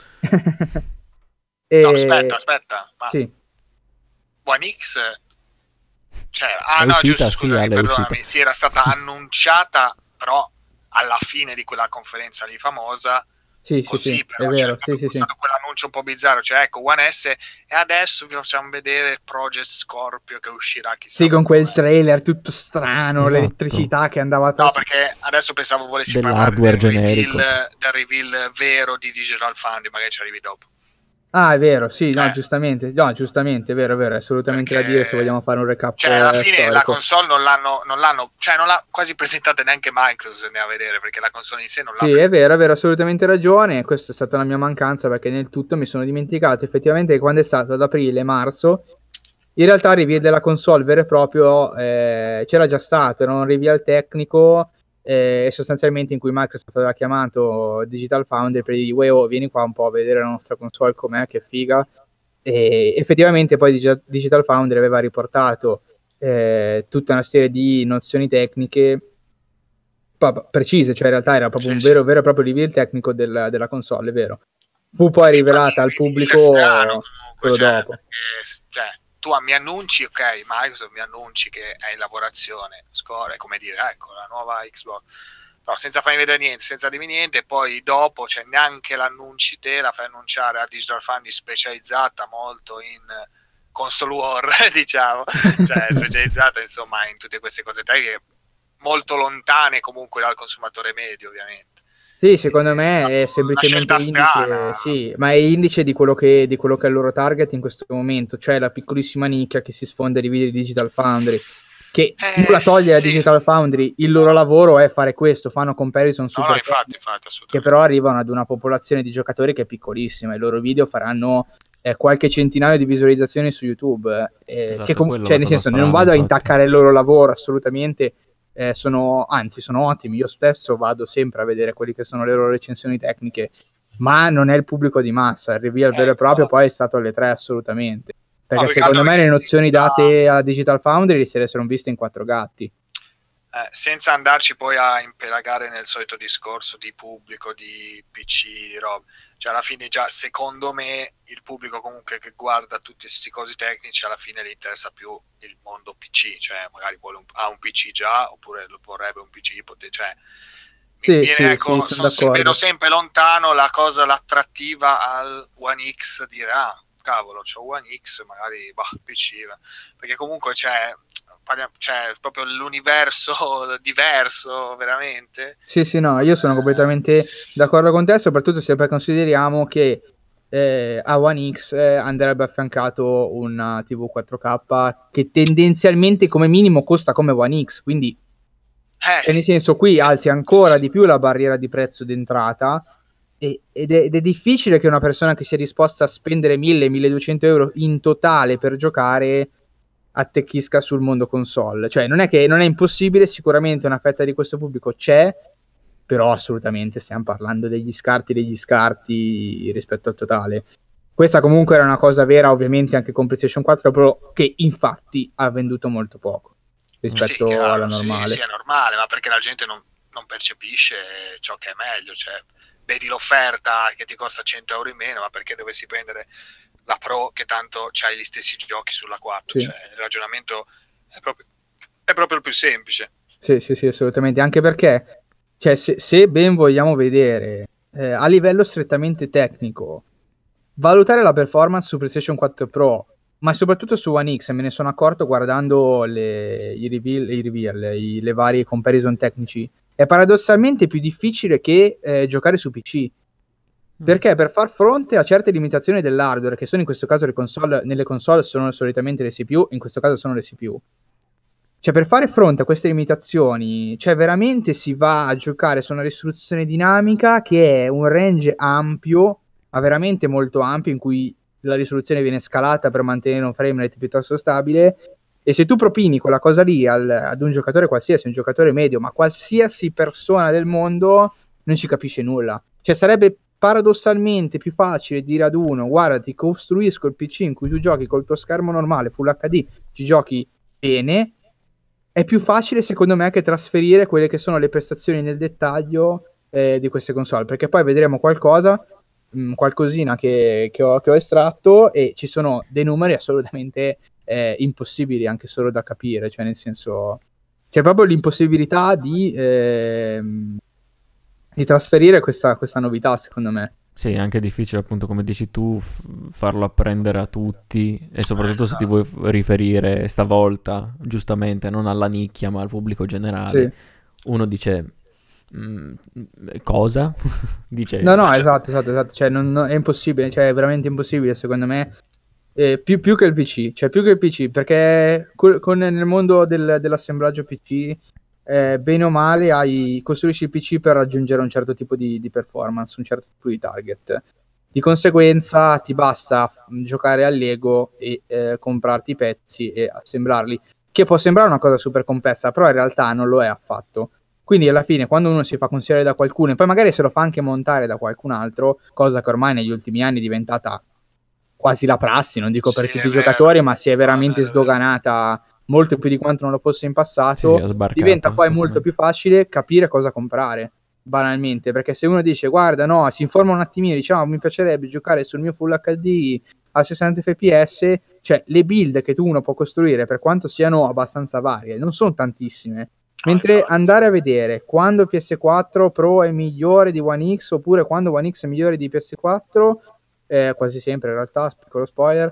Speaker 2: No, aspetta. Ma
Speaker 1: Sì.
Speaker 2: One X... Cioè,
Speaker 3: È
Speaker 2: no,
Speaker 3: uscita,
Speaker 2: giusto,
Speaker 3: sì,
Speaker 2: scusami,
Speaker 3: Ale, è
Speaker 2: perdonami,
Speaker 3: uscita.
Speaker 2: sì, era stata annunciata, però alla fine di quella conferenza lì famosa,
Speaker 1: Sì,
Speaker 2: così
Speaker 1: sì,
Speaker 2: però
Speaker 1: è
Speaker 2: c'è
Speaker 1: vero,
Speaker 2: stato,
Speaker 1: sì.
Speaker 2: stato quell'annuncio un po' bizzarro, cioè ecco One S e adesso vi facciamo vedere Project Scorpio che uscirà chissà
Speaker 1: Sì, con quel
Speaker 2: quando.
Speaker 1: trailer tutto strano,
Speaker 3: Esatto.
Speaker 1: l'elettricità che andava
Speaker 2: No, perché adesso pensavo volessi parlare
Speaker 3: Dell'hardware
Speaker 2: del
Speaker 3: generico.
Speaker 2: reveal vero di Digital Foundry, magari ci arrivi dopo.
Speaker 1: Ah, è vero, sì, no, giustamente, è vero, è assolutamente da dire se vogliamo fare un recap
Speaker 2: cioè alla fine
Speaker 1: storico.
Speaker 2: la console non l'hanno cioè non l'ha quasi presentata neanche Microsoft, se andiamo a vedere, perché la console in sé non l'ha
Speaker 1: Sì, è vero, assolutamente ragione. Questa è stata una mia mancanza perché nel tutto mi sono dimenticato effettivamente che quando è stato ad aprile-marzo, in realtà il reveal della console vero e proprio c'era già stato, era un reveal tecnico e sostanzialmente in cui Microsoft aveva chiamato Digital Foundry per dire oh, vieni qua un po' a vedere la nostra console com'è, che figa. E effettivamente poi Digital Foundry aveva riportato tutta una serie di nozioni tecniche precise, cioè in realtà era proprio un vero e proprio reveal tecnico della console, è vero. Fu poi rivelata al pubblico
Speaker 2: strano, comunque,
Speaker 1: solo dopo.
Speaker 2: Perché, cioè, tu mi annunci, ok, Microsoft mi annunci che è in lavorazione, score, è come dire, ecco, la nuova Xbox, però senza farmi vedere niente, senza dirmi niente, e poi dopo, cioè neanche l'annunci te, la fai annunciare a Digital Foundry specializzata molto in console war, diciamo, cioè specializzata insomma in tutte queste cose tecniche molto lontane comunque dal consumatore medio, ovviamente.
Speaker 1: Sì, secondo me è semplicemente indice, sì, ma è indice di quello che è il loro target in questo momento, cioè la piccolissima nicchia che si sfonda di video di Digital Foundry, che nulla toglie a Digital Foundry, il loro lavoro è fare questo, fanno comparison super
Speaker 2: infatti,
Speaker 1: che però arrivano ad una popolazione di giocatori che è piccolissima, i loro video faranno qualche centinaio di visualizzazioni su YouTube,
Speaker 3: Esatto,
Speaker 1: cioè nel senso non vado a intaccare il loro lavoro assolutamente. Sono ottimi, io stesso vado sempre a vedere quelli che sono le loro recensioni tecniche, ma non è il pubblico di massa, il reveal vero e proprio poi è stato alle 3 assolutamente, perché secondo me le nozioni date a Digital Foundry se le sono viste in quattro gatti.
Speaker 2: Senza andarci poi a impelagare nel solito discorso di pubblico, di PC, di roba, cioè alla fine già secondo me il pubblico comunque che guarda tutti questi cosi tecnici alla fine gli interessa più il mondo PC, cioè magari ha un PC già oppure lo vorrebbe un PC, cioè vedo sempre lontano la cosa, l'attrattiva al One X, dire cavolo c'ho One X, magari PC, perché comunque c'è proprio l'universo diverso veramente.
Speaker 1: Sì, no, io sono completamente d'accordo con te, soprattutto se poi consideriamo che a One X andrebbe affiancato una TV 4K che tendenzialmente come minimo costa come One X, quindi nel senso qui alzi ancora di più la barriera di prezzo d'entrata ed è difficile che una persona che sia disposta a spendere 1.000-1.200 euro in totale per giocare attecchisca sul mondo console, cioè non è impossibile, sicuramente una fetta di questo pubblico c'è, però assolutamente stiamo parlando degli scarti rispetto al totale. Questa comunque era una cosa vera ovviamente anche con PlayStation 4 Pro, che infatti ha venduto molto poco rispetto alla normale.
Speaker 2: Sì, è normale, ma perché la gente non percepisce ciò che è meglio, cioè vedi l'offerta che ti costa 100 euro in meno, ma perché dovessi prendere la Pro che tanto c'hai gli stessi giochi sulla 4, cioè il ragionamento è proprio il più semplice.
Speaker 1: Sì, assolutamente, anche perché cioè, se ben vogliamo vedere a livello strettamente tecnico, valutare la performance su PlayStation 4 Pro, ma soprattutto su One X, me ne sono accorto guardando le varie comparison tecnici, è paradossalmente più difficile che giocare su PC. Perché per far fronte a certe limitazioni dell'hardware, che sono in questo caso nelle console sono solitamente le CPU, in questo caso sono le CPU. Cioè per fare fronte a queste limitazioni, cioè veramente si va a giocare su una risoluzione dinamica che è un range ampio, ma veramente molto ampio, in cui la risoluzione viene scalata per mantenere un frame rate piuttosto stabile, E se tu propini quella cosa lì ad un giocatore qualsiasi, un giocatore medio, ma qualsiasi persona del mondo, non ci capisce nulla. Cioè sarebbe paradossalmente più facile dire ad uno: guarda, ti costruisco il PC in cui tu giochi col tuo schermo normale Full HD, ci giochi bene. È più facile secondo me che trasferire quelle che sono le prestazioni nel dettaglio di queste console, perché poi vedremo qualcosina che ho estratto, e ci sono dei numeri assolutamente impossibili anche solo da capire, cioè nel senso c'è proprio l'impossibilità di trasferire questa novità, secondo me.
Speaker 3: Sì, è anche difficile, appunto, come dici tu, farlo apprendere a tutti, e soprattutto se ti vuoi riferire stavolta, giustamente, non alla nicchia, ma al pubblico generale.
Speaker 1: Sì.
Speaker 3: Uno dice, cosa? Dice,
Speaker 1: No, esatto, cioè è impossibile, cioè è veramente impossibile secondo me, più che il PC, cioè più che il PC, perché nel mondo dell'assemblaggio PC, bene o male costruisci il PC per raggiungere un certo tipo di performance, un certo tipo di target. Di conseguenza ti basta giocare al Lego e comprarti i pezzi e assemblarli, che può sembrare una cosa super complessa, però in realtà non lo è affatto. Quindi alla fine, quando uno si fa consigliare da qualcuno e poi magari se lo fa anche montare da qualcun altro, cosa che ormai negli ultimi anni è diventata quasi la prassi, non dico per
Speaker 2: Sì,
Speaker 1: tutti
Speaker 2: è
Speaker 1: i
Speaker 2: vero.
Speaker 1: giocatori, ma si è veramente
Speaker 2: No, è vero.
Speaker 1: sdoganata molto più di quanto non lo fosse in passato,
Speaker 3: Sì, ha sbarcato,
Speaker 1: diventa poi molto
Speaker 3: assolutamente.
Speaker 1: più facile capire cosa comprare, banalmente, perché se uno dice guarda, no, si informa un attimino, dice mi piacerebbe giocare sul mio Full HD a 60 fps, cioè le build che uno può costruire, per quanto siano abbastanza varie, non sono tantissime. Mentre
Speaker 2: infatti.
Speaker 1: andare a vedere quando PS4 Pro è migliore di One X, oppure quando One X è migliore di PS4, quasi sempre in realtà, piccolo spoiler,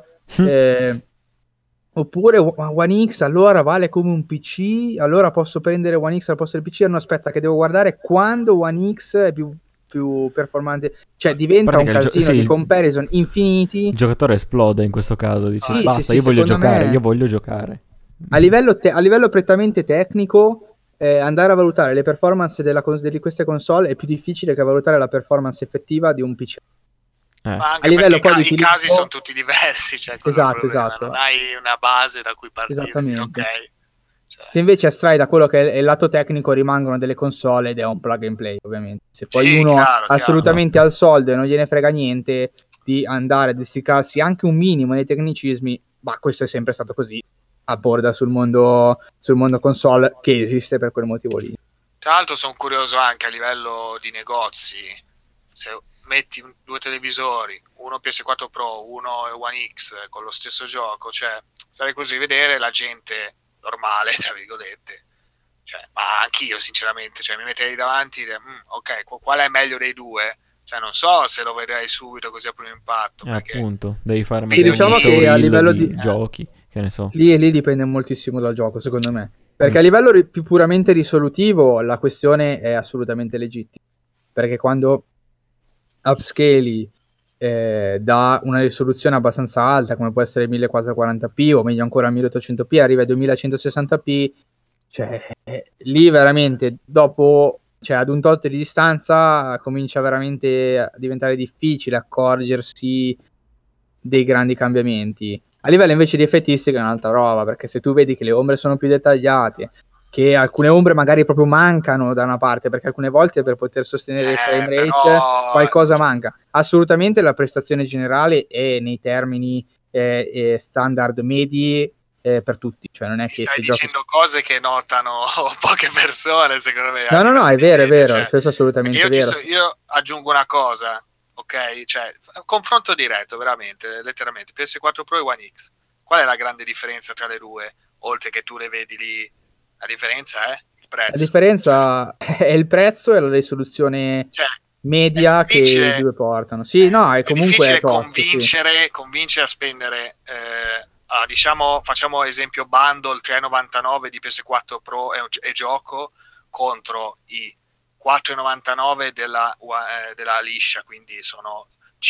Speaker 1: oppure One X allora vale come un PC, allora posso prendere One X al posto del PC, no aspetta che devo guardare quando One X è più performante, cioè diventa un casino di comparison infiniti.
Speaker 3: Il giocatore esplode in questo caso, dice
Speaker 1: Sì,
Speaker 3: basta,
Speaker 1: sì,
Speaker 3: io voglio
Speaker 1: secondo
Speaker 3: giocare,
Speaker 1: me
Speaker 3: io voglio giocare.
Speaker 1: a livello prettamente tecnico, andare a valutare le performance di queste console è più difficile che valutare la performance effettiva di un PC.
Speaker 2: Ma
Speaker 1: A
Speaker 2: anche
Speaker 1: livello
Speaker 2: perché
Speaker 1: poi di
Speaker 2: i casi
Speaker 1: utilizzo,
Speaker 2: sono tutti diversi, cioè quello è il problema.
Speaker 1: esatto,
Speaker 2: Non hai una base da cui partire e dire
Speaker 1: esattamente.
Speaker 2: ok. Cioè,
Speaker 1: Se invece astrai da quello che è il lato tecnico, rimangono delle console ed è un plug and play, ovviamente. Se poi
Speaker 2: sì,
Speaker 1: uno
Speaker 2: chiaro.
Speaker 1: assolutamente al soldo e non gliene frega niente di andare a disticarsi anche un minimo nei tecnicismi, ma questo è sempre stato così, a borda sul mondo console, che esiste per quel motivo lì.
Speaker 2: Tra l'altro sono curioso anche a livello di negozi, se metti due televisori, uno PS4 Pro, uno One X con lo stesso gioco, cioè sarei così vedere la gente normale, tra virgolette, cioè, ma anch'io sinceramente, cioè mi metterei davanti e dire, ok, qual è meglio dei due? Cioè non so se lo vedrei subito così a primo impatto, perché
Speaker 3: appunto, devi fare
Speaker 1: Sì,
Speaker 3: magari un
Speaker 1: diciamo che a
Speaker 3: showreel
Speaker 1: livello
Speaker 3: di giochi, che ne so.
Speaker 1: lì dipende moltissimo dal gioco, secondo me. Perché a livello più puramente risolutivo la questione è assolutamente legittima. Perché quando upscali da una risoluzione abbastanza alta, come può essere 1440p o meglio ancora 1800p, arriva ai 2160p, cioè lì veramente dopo, cioè ad un tot di distanza, comincia veramente a diventare difficile accorgersi dei grandi cambiamenti. A livello invece di effettistica è un'altra roba, perché se tu vedi che le ombre sono più dettagliate, che alcune ombre magari proprio mancano da una parte, perché alcune volte per poter sostenere il frame rate
Speaker 2: però
Speaker 1: qualcosa manca. Assolutamente la prestazione generale è nei termini standard medi per tutti, cioè non è
Speaker 2: mi
Speaker 1: che
Speaker 2: stai
Speaker 1: se giochi...
Speaker 2: dicendo cose che notano poche persone, secondo me.
Speaker 1: No, è vero,
Speaker 2: Cioè,
Speaker 1: questo è assolutamente vero.
Speaker 2: Io aggiungo una cosa, ok? Cioè, confronto diretto, veramente, letteralmente, PS4 Pro e One X. Qual è la grande differenza tra le due? Oltre che tu le vedi lì, la differenza è il prezzo.
Speaker 1: La differenza è il prezzo e la risoluzione media che i due portano. Sì, no, è comunque
Speaker 2: difficile
Speaker 1: tosto,
Speaker 2: convincere a spendere, diciamo, facciamo esempio bundle 3,99 di PS4 Pro e gioco contro i 4,99 della liscia, quindi sono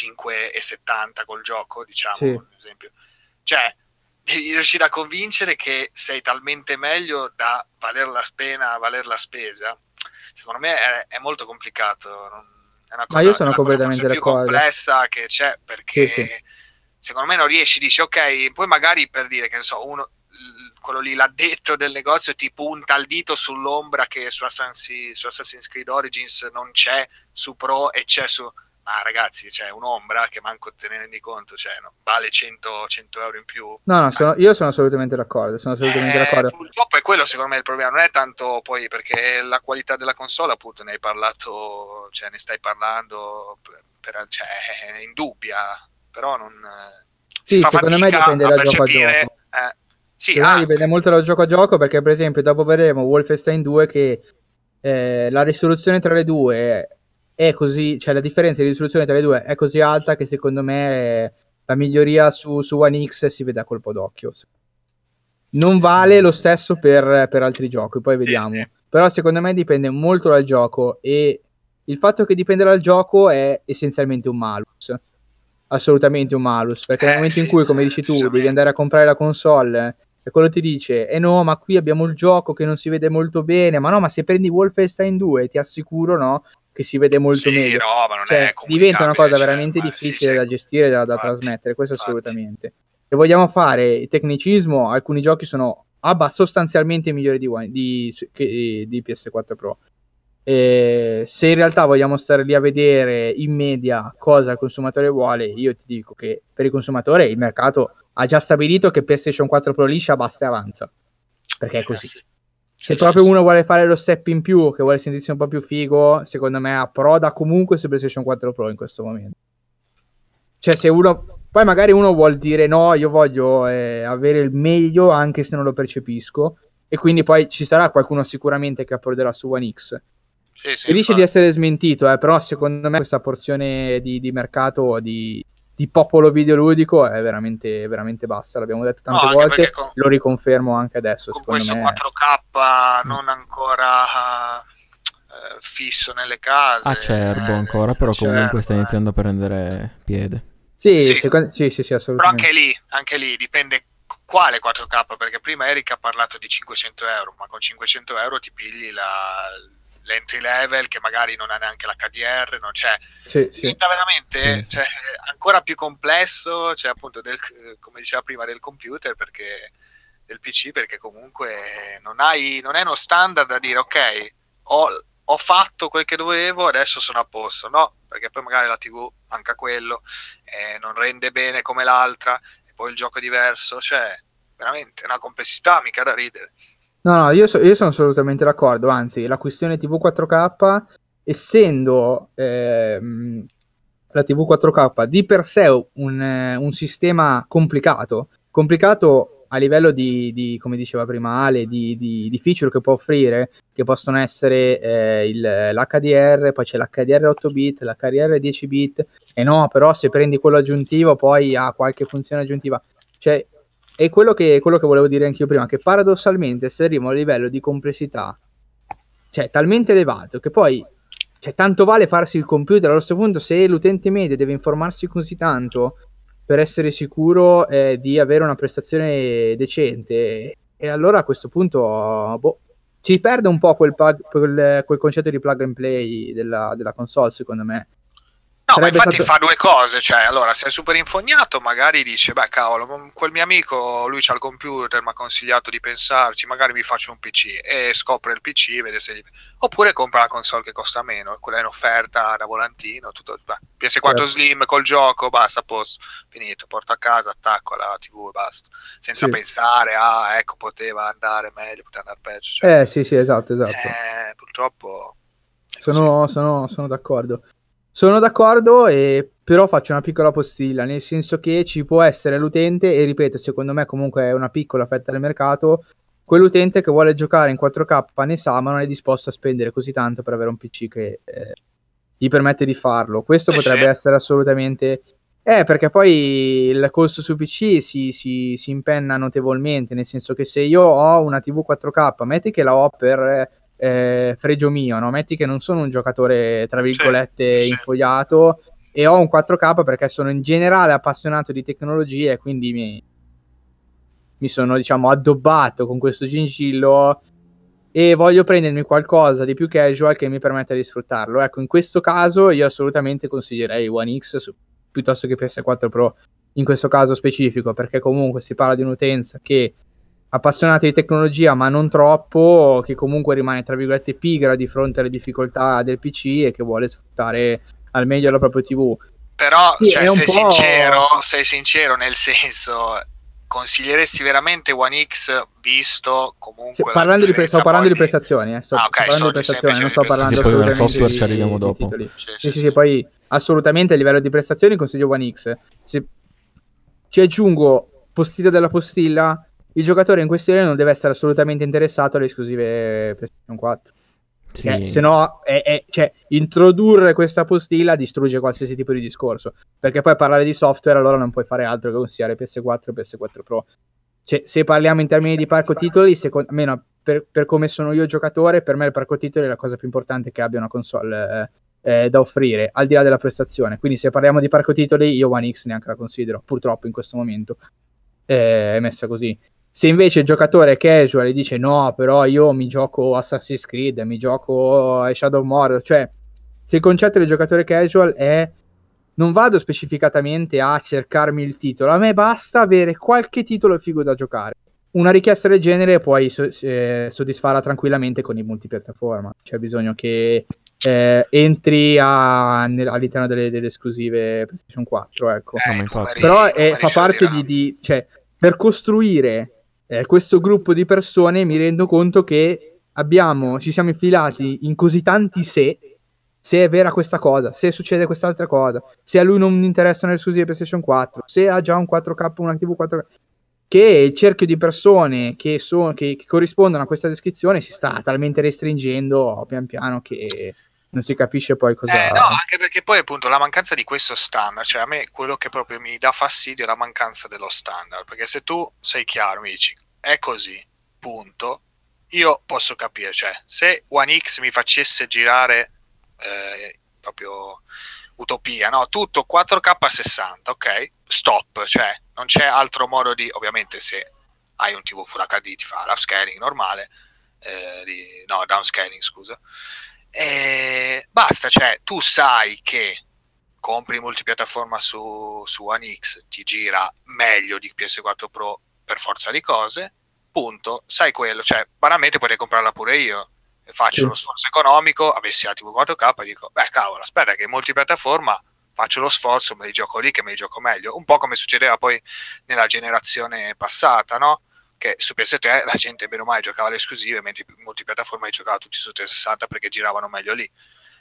Speaker 2: 5,70 col gioco, diciamo, ad esempio. Cioè, devi riuscire a convincere che sei talmente meglio da valer la spesa. Secondo me è molto complicato. È una cosa,
Speaker 1: io sono completamente
Speaker 2: forse più complessa che c'è, perché secondo me non riesci, dici ok, poi magari per dire che ne so, uno quello lì, l'addetto del negozio, ti punta il dito sull'ombra che su Assassin's Creed Origins non c'è, su Pro e c'è su... Ah ragazzi, c'è un'ombra che manco te ne rendi conto, cioè no, vale 100 euro in più.
Speaker 1: No, io sono assolutamente d'accordo,
Speaker 2: Purtroppo è quello secondo me il problema, non è tanto poi perché la qualità della console, appunto, ne hai parlato, cioè ne stai parlando, cioè, è indubbia, però non...
Speaker 1: Sì, secondo me dipende da gioco a gioco.
Speaker 2: Sì,
Speaker 1: secondo me dipende molto dal gioco a gioco, perché per esempio dopo vedremo Wolfenstein 2 che la risoluzione tra le due è così, cioè la differenza di risoluzione tra le due è così alta che secondo me la miglioria su One X si vede a colpo d'occhio. Non vale lo stesso per altri giochi, poi vediamo.
Speaker 2: Sì.
Speaker 1: Però secondo me dipende molto dal gioco, e il fatto che dipende dal gioco è essenzialmente un malus. Assolutamente un malus, perché nel momento in cui, come dici tu, devi andare a comprare la console e quello ti dice no, ma qui abbiamo il gioco che non si vede molto bene, ma no, ma se prendi Wolfenstein 2 ti assicuro, no, che si vede molto meglio.
Speaker 2: No, ma non
Speaker 1: cioè,
Speaker 2: è
Speaker 1: diventa una cosa veramente difficile da gestire, da trasmettere, questo assolutamente. Se vogliamo fare il tecnicismo, alcuni giochi sono sostanzialmente migliori di PS4 Pro. Se in realtà vogliamo stare lì a vedere in media cosa il consumatore vuole, io ti dico che per il consumatore il mercato ha già stabilito che PlayStation 4 Pro liscia basta e avanza, perché è così. Se proprio uno vuole fare lo step in più, che vuole sentirsi un po' più figo, secondo me approda comunque su PlayStation 4 Pro in questo momento. Cioè, se uno poi magari uno vuol dire no, io voglio avere il meglio anche se non lo percepisco, e quindi poi ci sarà qualcuno sicuramente che approderà su One X.
Speaker 2: Sì,
Speaker 1: Riesce di essere smentito, però secondo me questa porzione di mercato di popolo videoludico è veramente, veramente bassa. L'abbiamo detto tante volte, lo riconfermo anche adesso.
Speaker 2: Con
Speaker 1: secondo
Speaker 2: questo
Speaker 1: me
Speaker 2: 4K non ancora fisso nelle case,
Speaker 3: acerbo ancora, però comunque sta iniziando a prendere piede.
Speaker 1: Sì, assolutamente.
Speaker 2: Però anche lì dipende quale 4K, perché prima Eric ha parlato di 500 euro, ma con 500 euro ti pigli l'entry level che magari non ha neanche l'HDR, non c'è. Diventa veramente cioè, ancora più complesso, cioè appunto come diceva prima del computer, perché del PC, perché comunque non è uno standard da dire ok, ho fatto quel che dovevo, adesso sono a posto, no, perché poi magari la TV, anche a quello, non rende bene come l'altra, e poi il gioco è diverso, cioè veramente una complessità mica da ridere.
Speaker 1: No, io sono assolutamente d'accordo, anzi la questione TV 4K, essendo la TV 4K di per sé un sistema complicato a livello di come diceva prima Ale, di feature che può offrire, che possono essere l'HDR, poi c'è l'HDR 8 bit, l'HDR 10 bit, e no, però se prendi quello aggiuntivo poi ha qualche funzione aggiuntiva, cioè è quello che volevo dire anch'io prima, che paradossalmente se arriviamo a un livello di complessità cioè talmente elevato che poi tanto vale farsi il computer. A questo punto, se l'utente medio deve informarsi così tanto per essere sicuro di avere una prestazione decente, e allora a questo punto ci perde un po' quel concetto di plug and play della console, secondo me.
Speaker 2: No, ma infatti fa due cose, cioè allora se è super infognato magari dice beh cavolo, quel mio amico lui c'ha il computer, mi ha consigliato di pensarci, magari mi faccio un PC, e scopre il PC, vede se oppure compra la console che costa meno, quella in offerta da volantino, tutto, PS4 Slim col gioco, basta, a posto, finito, porto a casa, attacco alla TV e basta, senza pensare ecco poteva andare meglio, poteva andare peggio, cioè,
Speaker 1: sì, esatto.
Speaker 2: Purtroppo
Speaker 1: sono d'accordo. Sono d'accordo, però faccio una piccola postilla, nel senso che ci può essere l'utente, e ripeto, secondo me comunque è una piccola fetta del mercato, quell'utente che vuole giocare in 4K ne sa, ma non è disposto a spendere così tanto per avere un PC che gli permette di farlo. Questo potrebbe essere assolutamente... perché poi il costo su PC si impenna notevolmente, nel senso che se io ho una TV 4K, metti che la ho per... fregio mio, no? Metti che non sono un giocatore tra virgolette infogliato e ho un 4K perché sono in generale appassionato di tecnologie, e quindi mi sono diciamo addobbato con questo gingillo e voglio prendermi qualcosa di più casual che mi permetta di sfruttarlo. Ecco, in questo caso io assolutamente consiglierei One X piuttosto che PS4 Pro in questo caso specifico, perché comunque si parla di un'utenza che appassionata di tecnologia ma non troppo, che comunque rimane tra virgolette pigra di fronte alle difficoltà del PC e che vuole sfruttare al meglio la propria TV.
Speaker 2: Però
Speaker 1: Sì, è un
Speaker 2: sei sincero nel senso, consiglieresti veramente One X visto comunque
Speaker 1: sto parlando di prestazioni, sto
Speaker 2: ok,
Speaker 1: parlando di prestazioni, non sto parlando
Speaker 3: Sì, poi al
Speaker 1: assolutamente
Speaker 3: software ci arriviamo
Speaker 1: di
Speaker 3: dopo.
Speaker 1: titoli.
Speaker 2: Sì,
Speaker 1: Sì, poi assolutamente a livello di prestazioni consiglio One X. Se ci aggiungo postilla della postilla, il giocatore in questione non deve essere assolutamente interessato alle esclusive PlayStation 4.
Speaker 3: Sì.
Speaker 1: Se no, cioè, introdurre questa postilla distrugge qualsiasi tipo di discorso. Perché poi parlare di software allora non puoi fare altro che consigliare PS4 e PS4 Pro. Cioè, se parliamo in termini di parco titoli, almeno per come sono io giocatore, per me il parco titoli è la cosa più importante che abbia una console da offrire, al di là della prestazione. Quindi se parliamo di parco titoli, io One X neanche la considero, purtroppo in questo momento. È messa così. Se invece il giocatore casual dice no, però io mi gioco Assassin's Creed, mi gioco Shadow of Mordor, cioè se il concetto del giocatore casual è non vado specificatamente a cercarmi il titolo, a me basta avere qualche titolo figo da giocare. Una richiesta del genere puoi soddisfarla tranquillamente con i multipiattaforma, c'è bisogno che entri all'interno delle esclusive PlayStation 4, ecco.
Speaker 3: No, ma infatti.
Speaker 1: Però fa parte cioè, per costruire questo gruppo di persone mi rendo conto che ci siamo infilati in così tanti se è vera questa cosa, se succede quest'altra cosa, se a lui non interessano le esclusive PlayStation 4, se ha già un 4K, una TV 4K, che il cerchio di persone che corrispondono a questa descrizione si sta talmente restringendo pian piano che non si capisce poi cosa...
Speaker 2: No, anche perché poi appunto la mancanza di questo standard, cioè a me quello che proprio mi dà fastidio è la mancanza dello standard, perché se tu sei chiaro, mi dici è così, punto, io posso capire, cioè se One X mi facesse girare proprio utopia, no? Tutto 4K a 60, ok? Stop, cioè non c'è altro modo di, ovviamente se hai un TV Full HD ti fa l'upscaling normale, no, downscaling scusa, basta, cioè tu sai che compri multipiattaforma su One X, ti gira meglio di PS4 Pro per forza di cose, punto, sai quello, cioè banalmente potrei comprarla pure io, faccio lo sforzo economico, avessi la TV 4K e dico, beh cavolo, aspetta che in multipiattaforma faccio lo sforzo, me li gioco lì che me li gioco meglio, un po' come succedeva poi nella generazione passata, no? Che su PS3 la gente bene o male giocava le esclusive, mentre in multipiattaforma li giocava tutti su 360 perché giravano meglio lì.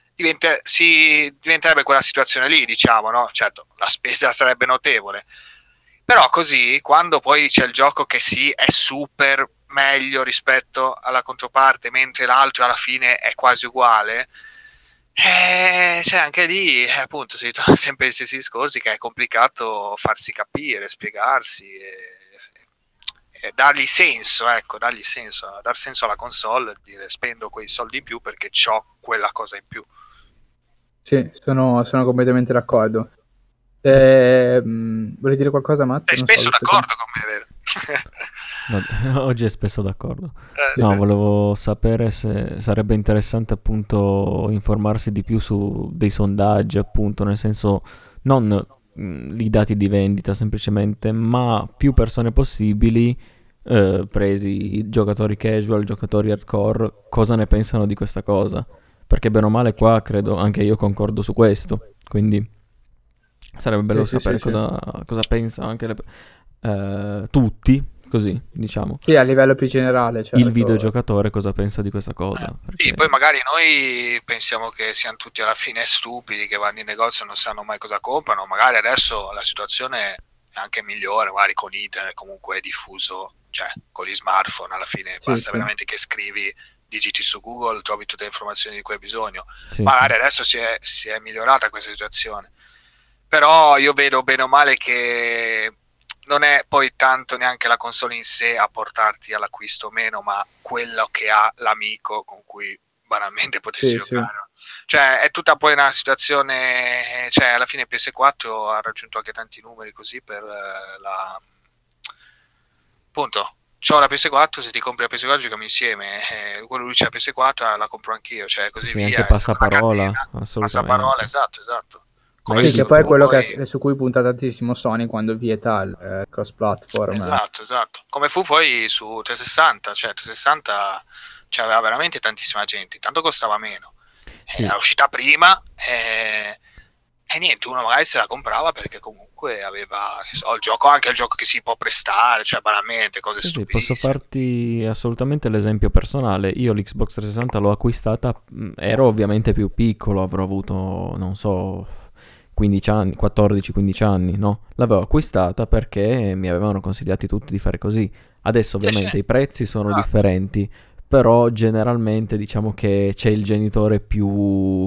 Speaker 2: Diventerebbe quella situazione lì, diciamo, no? Certo, la spesa sarebbe notevole, però così, quando poi c'è il gioco che sì, è super meglio rispetto alla controparte, mentre l'altro alla fine è quasi uguale, cioè anche lì, appunto, si ritorna sempre agli stessi discorsi, che è complicato farsi capire, spiegarsi e dargli senso, ecco, dar senso alla console, dire spendo quei soldi in più perché c'ho quella cosa in più.
Speaker 1: Sì, sono completamente d'accordo. Vuoi dire qualcosa, Matt?
Speaker 2: Sei spesso d'accordo con me, vero?
Speaker 3: No, oggi è spesso d'accordo. No, volevo sapere se sarebbe interessante appunto informarsi di più su dei sondaggi, appunto, nel senso non i dati di vendita semplicemente, ma più persone possibili, presi i giocatori casual, giocatori hardcore, cosa ne pensano di questa cosa. Perché bene o male qua credo anche io concordo su questo, quindi sarebbe bello sapere cosa pensa anche tutti, così diciamo.
Speaker 1: Sì, a livello più generale, certo.
Speaker 3: Il videogiocatore cosa pensa di questa cosa. Perché...
Speaker 2: Sì, poi magari noi pensiamo che siano tutti alla fine stupidi, che vanno in negozio e non sanno mai cosa comprano, magari adesso la situazione è anche migliore, magari con internet comunque è diffuso, cioè con gli smartphone alla fine basta veramente che scrivi, digiti su Google, trovi tutte le informazioni di cui hai bisogno. Magari adesso si è migliorata questa situazione, però io vedo bene o male che non è poi tanto neanche la console in sé a portarti all'acquisto o meno, ma quello che ha l'amico con cui banalmente potessi giocare. Cioè è tutta poi una situazione, cioè alla fine PS4 ha raggiunto anche tanti numeri così per la... appunto, c'ho la PS4, se ti compri la PS4 giochiamo insieme, quello lui c'ha la PS4, la compro anch'io, cioè così via.
Speaker 3: Anche passaparola, assolutamente.
Speaker 2: Passaparola, esatto.
Speaker 1: Sì, che poi è quello su cui punta tantissimo Sony quando vieta il cross-platform.
Speaker 2: Esatto. Come fu poi su 360, cioè 360 c'aveva veramente tantissima gente, intanto costava meno.
Speaker 3: Sì.
Speaker 2: Era uscita prima e niente, uno magari se la comprava perché comunque aveva il gioco, anche il gioco che si può prestare, cioè banalmente cose
Speaker 3: Sì,
Speaker 2: stupidissime.
Speaker 3: posso farti assolutamente l'esempio personale. Io l'Xbox 360 l'ho acquistata, ero ovviamente più piccolo, avrò avuto, non so, 15 anni, 14-15 anni, no? L'avevo acquistata perché mi avevano consigliati tutti di fare così. Adesso ovviamente i prezzi sono differenti, però generalmente diciamo che c'è il genitore più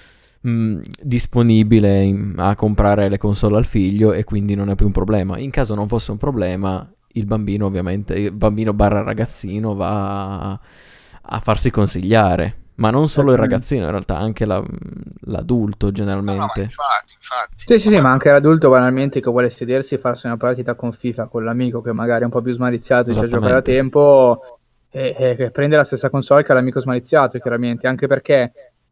Speaker 3: disponibile a comprare le console al figlio e quindi non è più un problema. In caso non fosse un problema, il bambino ovviamente, il bambino barra ragazzino va a farsi consigliare. Ma non solo il ragazzino, in realtà anche l'adulto generalmente.
Speaker 2: No, infatti.
Speaker 1: Sì, ma anche l'adulto banalmente che vuole sedersi e farsi una partita con FIFA con l'amico che magari è un po' più smaliziato, dice giocare da tempo, e prende la stessa console che l'amico smaliziato, chiaramente, anche perché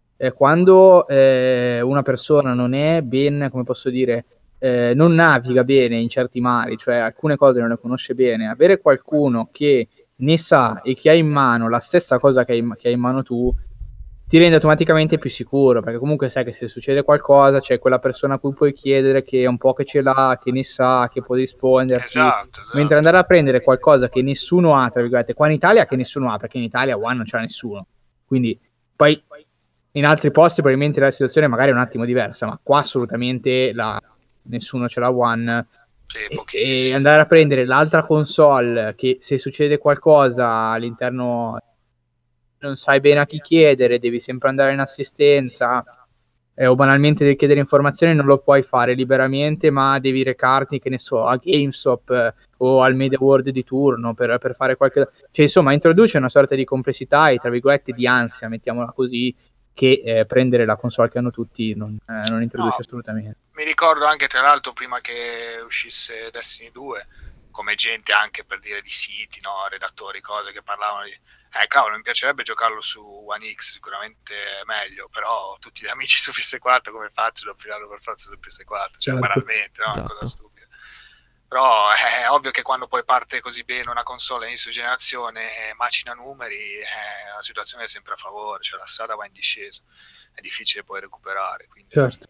Speaker 1: quando una persona non è ben, come posso dire, non naviga bene in certi mari, cioè alcune cose non le conosce bene, avere qualcuno che ne sa e che ha in mano la stessa cosa che hai in mano tu, ti rende automaticamente più sicuro, perché comunque sai che se succede qualcosa c'è quella persona a cui puoi chiedere che è un po' che ce l'ha, che ne sa, che può risponderti.
Speaker 2: Esatto.
Speaker 1: Mentre andare a prendere qualcosa che nessuno ha, tra virgolette, qua in Italia che nessuno ha, perché in Italia One non c'era nessuno, quindi poi in altri posti probabilmente la situazione magari è un attimo diversa, ma qua assolutamente nessuno ce l'ha One. E andare a prendere l'altra console che se succede qualcosa all'interno non sai bene a chi chiedere, devi sempre andare in assistenza o banalmente devi chiedere informazioni, non lo puoi fare liberamente, ma devi recarti, che ne so, a GameStop o al Media World di turno per fare qualche... Cioè insomma introduce una sorta di complessità e tra virgolette di ansia, mettiamola così, che prendere la console che hanno tutti non introduce assolutamente.
Speaker 2: Mi ricordo anche tra l'altro prima che uscisse Destiny 2 come gente anche per dire di siti, no? Redattori, cose che parlavano di cavolo, mi piacerebbe giocarlo su One X, sicuramente è meglio, però tutti gli amici su PS4 come faccio a filarlo per forza su PS4, cioè banalmente, no? Esatto. Cosa stupida. Però è ovvio che quando poi parte così bene una console inizio generazione macina numeri, la situazione è sempre a favore, cioè la strada va in discesa, è difficile poi recuperare. Quindi...
Speaker 1: Certo.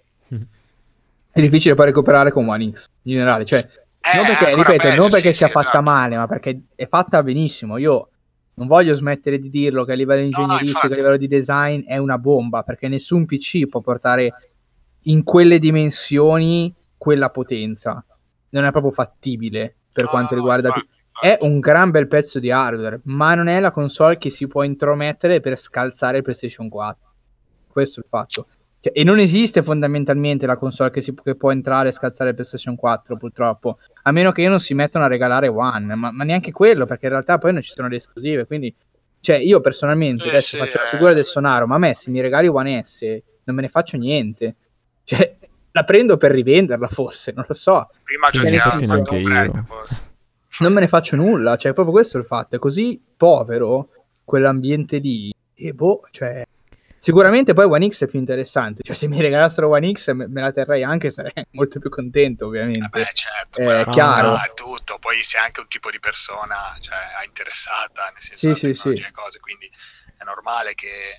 Speaker 1: È difficile poi recuperare con One X in generale, cioè non perché, ripeto,
Speaker 2: meglio,
Speaker 1: non perché sia fatta
Speaker 2: esatto.
Speaker 1: male, ma perché è fatta benissimo. Io non voglio smettere di dirlo che a livello ingegneristico, a livello di design è una bomba, perché nessun PC può portare in quelle dimensioni quella potenza. Non è proprio fattibile per quanto riguarda... È un gran bel pezzo di hardware, ma non è la console che si può intromettere per scalzare il PlayStation 4. Questo è il fatto. Cioè, e non esiste fondamentalmente la console che può entrare e scalzare il PlayStation 4, purtroppo, a meno che io non si mettano a regalare One, ma neanche quello, perché in realtà poi non ci sono le esclusive, quindi cioè io personalmente adesso faccio la figura del Sonaro, ma a me se mi regali One S non me ne faccio niente, cioè la prendo per rivenderla forse, non lo so.
Speaker 2: Prima
Speaker 3: neanche io.
Speaker 1: Non me ne faccio nulla, cioè proprio questo è il fatto, è così povero quell'ambiente lì, e cioè... Sicuramente poi One X è più interessante, cioè se mi regalassero One X me la terrei anche, sarei molto più contento ovviamente.
Speaker 2: Certo,
Speaker 1: è chiaro.
Speaker 2: Tutto, poi sei anche un tipo di persona, cioè interessata, nel senso
Speaker 1: sì.
Speaker 2: Cose, quindi è normale che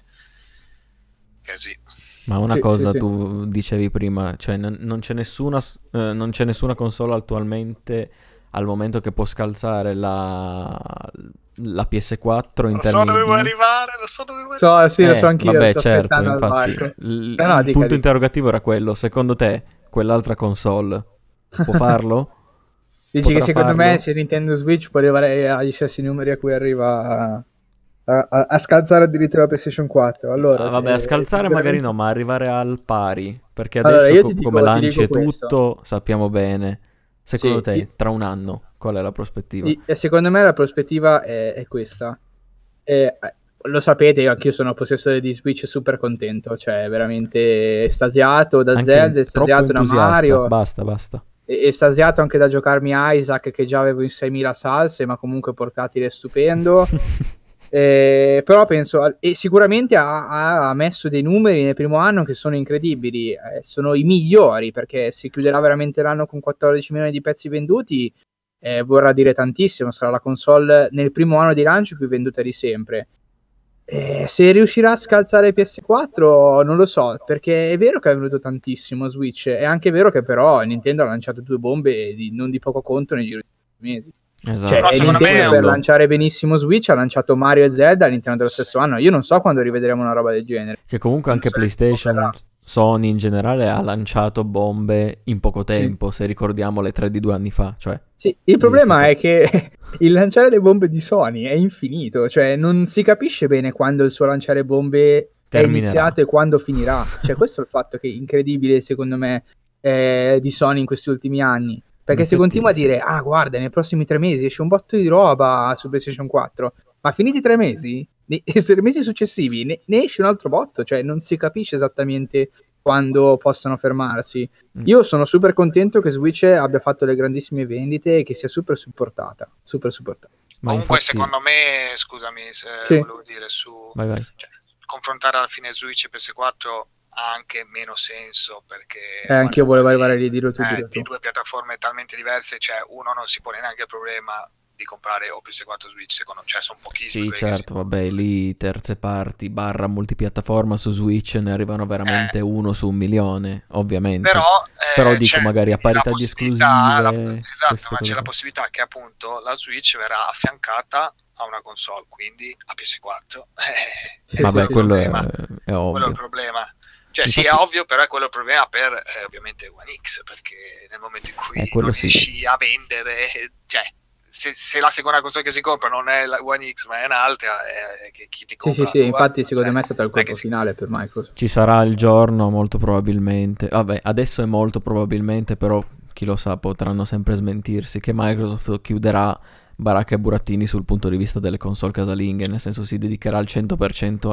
Speaker 2: sì.
Speaker 3: Ma una cosa tu dicevi prima, cioè non c'è nessuna console attualmente al momento che può scalzare la PS4 in termini
Speaker 2: Lo
Speaker 1: so anch'io.
Speaker 3: Vabbè, certo, infatti il punto interrogativo era quello. Secondo te quell'altra console può farlo?
Speaker 1: Dici che secondo me se Nintendo Switch può arrivare agli stessi numeri a cui arriva a scalzare addirittura la PlayStation 4. Allora,
Speaker 3: vabbè, a scalzare magari no, ma arrivare al pari, perché adesso come lanci tutto sappiamo bene. Secondo te, tra un anno, qual è la prospettiva?
Speaker 1: Secondo me la prospettiva è questa. Lo sapete, anch'io sono possessore di Switch, super contento, cioè veramente estasiato da anche Zelda, estasiato da Mario.
Speaker 3: Basta.
Speaker 1: Estasiato anche da giocarmi Isaac, che già avevo in 6000 salse, ma comunque portatile stupendo. Però penso, e sicuramente ha messo dei numeri nel primo anno che sono incredibili, sono i migliori, perché se chiuderà veramente l'anno con 14 milioni di pezzi venduti, vorrà dire tantissimo, sarà la console nel primo anno di lancio più venduta di sempre. Se riuscirà a scalzare PS4 non lo so, perché è vero che è venuto tantissimo Switch, è anche vero che però Nintendo ha lanciato due bombe non di poco conto nel giro di mesi.
Speaker 3: Esatto.
Speaker 1: Cioè,
Speaker 2: Però secondo me
Speaker 1: Nintendo
Speaker 2: è
Speaker 1: per
Speaker 2: un-
Speaker 1: lanciare benissimo Switch ha lanciato Mario e Zelda all'interno dello stesso anno. Io non so quando rivedremo una roba del genere.
Speaker 3: Che comunque anche
Speaker 1: Non so se
Speaker 3: PlayStation,
Speaker 1: verrà.
Speaker 3: Sony in generale ha lanciato bombe in poco
Speaker 1: Sì.
Speaker 3: tempo, se ricordiamo le 3 di 2 anni fa, cioè
Speaker 1: Sì, il problema
Speaker 3: stato-
Speaker 1: è che il lanciare le bombe di Sony è infinito, cioè non si capisce bene quando il suo lanciare bombe è
Speaker 3: Terminerà.
Speaker 1: iniziato e quando finirà. Cioè questo è il fatto che è incredibile secondo me di Sony in questi ultimi anni. Perché se
Speaker 3: Infatti,
Speaker 1: continua a
Speaker 3: sì.
Speaker 1: dire, ah guarda, nei prossimi 3 mesi esce un botto di roba su PlayStation 4, ma finiti 3 mesi, nei 3 mesi successivi ne esce un altro botto, cioè non si capisce esattamente quando possano fermarsi. Io sono super contento che Switch abbia fatto le grandissime vendite e che sia super supportata. Super supportata.
Speaker 3: Ma
Speaker 2: Comunque,
Speaker 3: infatti,
Speaker 2: secondo me, scusami se
Speaker 1: Sì.
Speaker 2: volevo dire
Speaker 3: vai.
Speaker 2: cioè, confrontare alla fine Switch e PS4 ha anche meno senso perché
Speaker 1: Anch'io volevo arrivare lì, dirlo tu.
Speaker 2: di due piattaforme talmente diverse, cioè uno non si pone neanche il problema di comprare o PS4 Switch, secondo me, cioè sono pochissimi.
Speaker 3: Sì,
Speaker 2: quelli che
Speaker 3: certo, vabbè, lì terze parti barra multipiattaforma su Switch ne arrivano veramente uno su 1 milione, ovviamente. Però dico
Speaker 2: c'è
Speaker 3: magari a parità
Speaker 2: la
Speaker 3: di
Speaker 2: possibilità,
Speaker 3: esclusive,
Speaker 2: esatto,
Speaker 3: queste
Speaker 2: ma
Speaker 3: cose
Speaker 2: c'è la
Speaker 3: qua.
Speaker 2: possibilità che appunto la Switch verrà affiancata a una console, quindi a PS4.
Speaker 1: Sì,
Speaker 3: Vabbè,
Speaker 1: sì, sì,
Speaker 3: quello
Speaker 2: problema.
Speaker 3: è
Speaker 2: Quello è il
Speaker 3: ovvio.
Speaker 2: problema. Cioè sì, è
Speaker 3: Infatti-
Speaker 2: ovvio, però è quello il problema per ovviamente One X, perché nel momento in cui
Speaker 3: quello
Speaker 2: non
Speaker 3: sì.
Speaker 2: riesci a vendere, cioè se la seconda console che si compra non è la One X ma è un'altra, che chi ti
Speaker 1: Sì,
Speaker 2: compra
Speaker 1: sì, sì,
Speaker 2: la tua?
Speaker 1: infatti secondo
Speaker 2: Cioè,
Speaker 1: me è stato il
Speaker 2: non è
Speaker 1: colpo
Speaker 2: che si-
Speaker 1: finale per Microsoft.
Speaker 3: Ci sarà il giorno, molto probabilmente. Vabbè, adesso è molto probabilmente, però chi lo sa, potranno sempre smentirsi, che Microsoft chiuderà baracca e burattini sul punto di vista delle console casalinghe, nel senso si dedicherà al 100%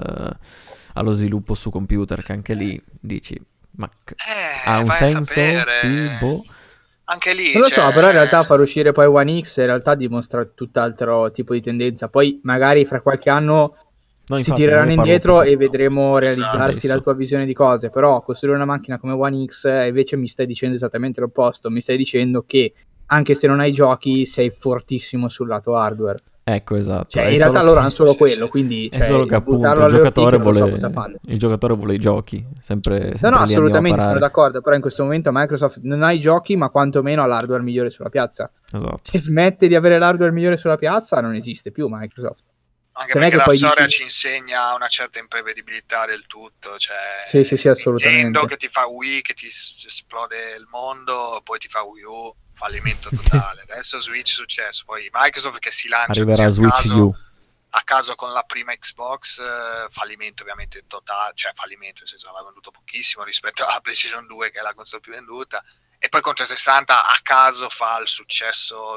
Speaker 3: allo sviluppo su computer, che anche lì dici, ma ha un
Speaker 2: vai a
Speaker 3: senso?
Speaker 2: sapere.
Speaker 3: Sì, boh.
Speaker 2: Anche lì,
Speaker 1: Non lo
Speaker 2: cioè,
Speaker 1: so, però in realtà far uscire poi One X in realtà dimostra tutt'altro tipo di tendenza. Poi magari fra qualche anno
Speaker 3: No,
Speaker 1: si
Speaker 3: infatti, ma
Speaker 1: tireranno
Speaker 3: io parlo
Speaker 1: indietro
Speaker 3: proprio
Speaker 1: e vedremo realizzarsi
Speaker 3: adesso.
Speaker 1: la tua visione di cose. Però costruire una macchina come One X invece mi stai dicendo esattamente l'opposto. Mi stai dicendo che anche se non hai giochi sei fortissimo sul lato hardware.
Speaker 3: Ecco, esatto.
Speaker 1: Cioè,
Speaker 3: È
Speaker 1: in
Speaker 3: solo
Speaker 1: realtà
Speaker 3: che-
Speaker 1: loro hanno solo quello, quindi
Speaker 3: È solo che appunto
Speaker 1: buttarlo
Speaker 3: il
Speaker 1: alle ortiche
Speaker 3: giocatore
Speaker 1: non so
Speaker 3: vuole,
Speaker 1: cosa fanno.
Speaker 3: il giocatore vuole i giochi, sempre
Speaker 1: No, no,
Speaker 3: lì andiamo a
Speaker 1: assolutamente, sono
Speaker 3: parare.
Speaker 1: d'accordo, però in questo momento Microsoft non ha i giochi, ma quantomeno ha l'hardware migliore sulla piazza.
Speaker 3: Esatto.
Speaker 1: Se smette di avere l'hardware migliore sulla piazza, non esiste più Microsoft.
Speaker 2: anche
Speaker 1: Non è
Speaker 2: perché
Speaker 1: che
Speaker 2: la
Speaker 1: poi
Speaker 2: storia
Speaker 1: dici-
Speaker 2: ci insegna una certa imprevedibilità del tutto, cioè
Speaker 1: Sì, sì, sì, assolutamente.
Speaker 2: Nintendo che ti fa Wii, che ti esplode il mondo, poi ti fa Wii U, fallimento totale. Adesso Switch è successo, poi Microsoft che si lancia
Speaker 3: Arriverà
Speaker 2: così
Speaker 3: Switch U.
Speaker 2: a caso con la prima Xbox, fallimento ovviamente totale, cioè fallimento nel senso aveva venduto pochissimo rispetto alla PlayStation 2 che è la console più venduta, e poi con 360 a caso fa il successo,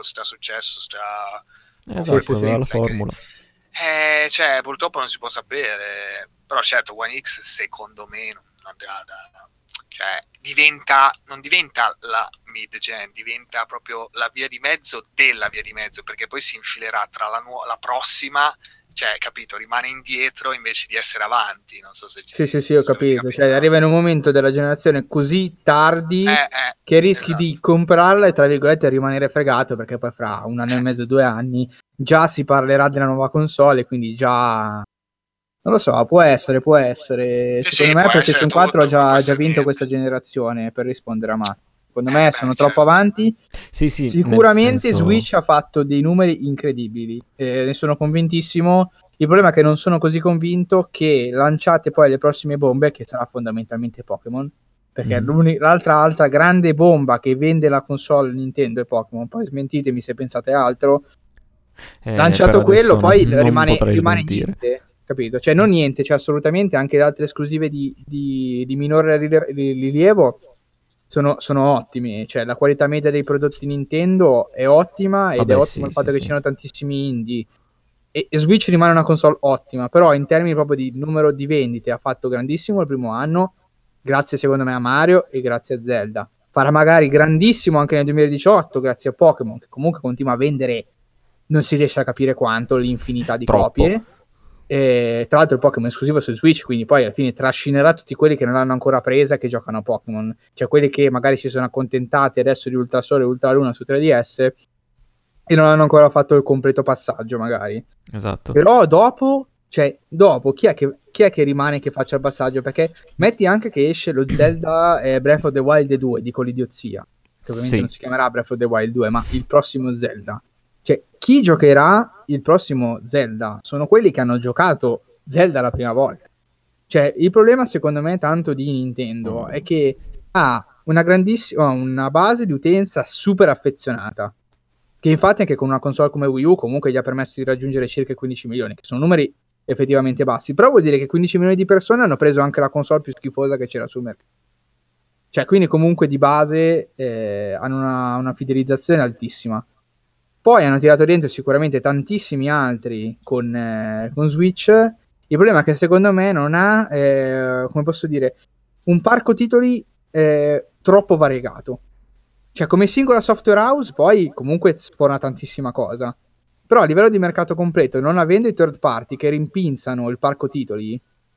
Speaker 3: Esatto,
Speaker 1: sì, sì.
Speaker 3: aveva la formula.
Speaker 2: cioè purtroppo non si può sapere, però certo One X secondo me cioè non diventa la mid gen, diventa proprio la via di mezzo della via di mezzo, perché poi si infilerà tra la prossima, cioè capito, rimane indietro invece di essere avanti, non so se
Speaker 1: Sì, sì, sì, ho
Speaker 2: se avete
Speaker 1: capito. Cioè, arriva in un momento della generazione così tardi che rischi
Speaker 2: esatto.
Speaker 1: di comprarla e, tra virgolette, rimanere fregato, perché poi fra un anno e mezzo, 2 anni, già si parlerà della nuova console, quindi già... Non lo so, può essere.
Speaker 2: Sì,
Speaker 1: Secondo
Speaker 2: sì,
Speaker 1: me
Speaker 2: può
Speaker 1: PlayStation
Speaker 2: essere
Speaker 1: 4 ha
Speaker 2: tutto, può
Speaker 1: già
Speaker 2: essere
Speaker 1: vinto
Speaker 2: niente.
Speaker 1: questa generazione, per rispondere a Matt. Secondo me sono troppo
Speaker 2: certo.
Speaker 1: avanti.
Speaker 3: Sì, sì,
Speaker 1: Sicuramente
Speaker 3: nel senso-
Speaker 1: Switch ha fatto dei numeri incredibili, ne sono convintissimo. Il problema è che non sono così convinto che lanciate poi le prossime bombe, che sarà fondamentalmente Pokémon, perché l'altra grande bomba che vende la console Nintendo è Pokémon. Poi smentitemi se pensate altro. Lanciato
Speaker 3: per
Speaker 1: quello,
Speaker 3: adesso
Speaker 1: poi
Speaker 3: non
Speaker 1: rimane
Speaker 3: potrei smentire.
Speaker 1: niente, capito? Cioè non niente, cioè assolutamente anche le altre esclusive di minore rilievo sono ottimi, cioè la qualità media dei prodotti Nintendo è ottima, ed
Speaker 3: Vabbè,
Speaker 1: è ottimo
Speaker 3: sì,
Speaker 1: il fatto
Speaker 3: sì,
Speaker 1: che
Speaker 3: sì.
Speaker 1: ci siano tantissimi indie, e Switch rimane una console ottima, però in termini proprio di numero di vendite ha fatto grandissimo il primo anno, grazie secondo me a Mario e grazie a Zelda. Farà magari grandissimo anche nel 2018 grazie a Pokémon, che comunque continua a vendere non si riesce a capire quanto, l'infinità di
Speaker 3: Troppo.
Speaker 1: copie. E, tra l'altro il Pokémon è esclusivo su Switch, quindi poi alla fine trascinerà tutti quelli che non l'hanno ancora presa e che giocano a Pokémon, cioè quelli che magari si sono accontentati adesso di Ultrasole e Ultraluna su 3DS e non hanno ancora fatto il completo passaggio magari.
Speaker 3: Esatto.
Speaker 1: Però dopo chi è che rimane che faccia il passaggio? Perché metti anche che esce lo Zelda Breath of the Wild 2, dico l'idiozia, che ovviamente
Speaker 3: Sì.
Speaker 1: non si chiamerà Breath of the Wild 2, ma il prossimo Zelda. Cioè, chi giocherà il prossimo Zelda sono quelli che hanno giocato Zelda la prima volta. Cioè, il problema secondo me tanto di Nintendo è che ha una base di utenza super affezionata, che infatti anche con una console come Wii U comunque gli ha permesso di raggiungere circa 15 milioni, che sono numeri effettivamente bassi, però vuol dire che 15 milioni di persone hanno preso anche la console più schifosa che c'era sul mercato. Cioè, quindi comunque di base hanno una fidelizzazione altissima. Poi hanno tirato dentro sicuramente tantissimi altri con Switch. Il problema è che secondo me non ha, come posso dire, un parco titoli troppo variegato. Cioè, come singola software house, poi comunque sforna tantissima cosa. Però a livello di mercato completo, non avendo i third party che rimpinzano il parco titoli,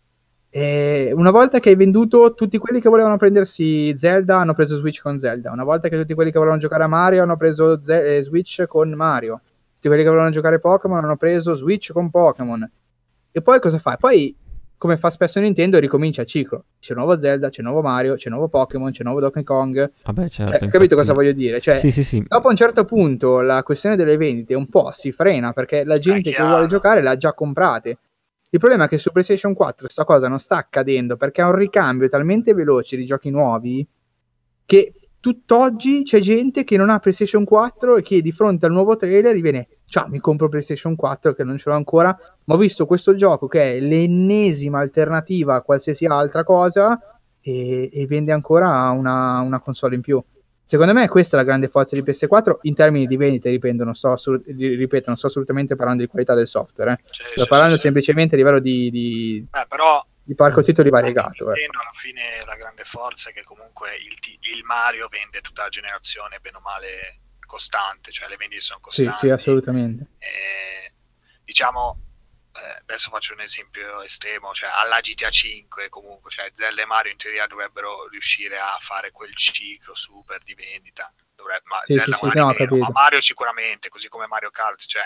Speaker 1: una volta che hai venduto tutti quelli che volevano prendersi Zelda, hanno preso Switch con Zelda. Una volta che tutti quelli che volevano giocare a Mario hanno preso Switch con Mario. Tutti quelli che volevano giocare Pokémon hanno preso Switch con Pokémon. E poi cosa fai? Poi, come fa spesso Nintendo, ricomincia il ciclo. C'è un nuovo Zelda, c'è un nuovo Mario, c'è un nuovo Pokémon, c'è un nuovo Donkey Kong.
Speaker 3: Vabbè, certo,
Speaker 1: Cioè, capito
Speaker 3: infatti...
Speaker 1: cosa voglio dire? Cioè,
Speaker 3: Sì.
Speaker 1: dopo un certo punto la questione delle vendite un po' si frena perché la gente che vuole giocare l'ha già comprate. Il problema è che su PlayStation 4 sta cosa non sta accadendo perché ha un ricambio talmente veloce di giochi nuovi che tutt'oggi c'è gente che non ha PlayStation 4 e che di fronte al nuovo trailer viene, ciao, mi compro PlayStation 4 che non ce l'ho ancora, ma ho visto questo gioco che è l'ennesima alternativa a qualsiasi altra cosa e vende ancora una console in più. Secondo me questa è la grande forza di PS4 in termini di vendite, ripeto, non sto assolutamente parlando di qualità del software, sto parlando semplicemente a livello di parco titoli variegato.
Speaker 2: Nintendo alla fine la grande forza è che comunque il Mario vende tutta la generazione bene o male costante, cioè le vendite sono costanti.
Speaker 1: Sì, assolutamente.
Speaker 2: Diciamo, adesso faccio un esempio estremo, cioè alla GTA 5 comunque, cioè Zelda e Mario in teoria dovrebbero riuscire a fare quel ciclo super di vendita, ma Zelda ma Mario sicuramente, così come Mario Kart, cioè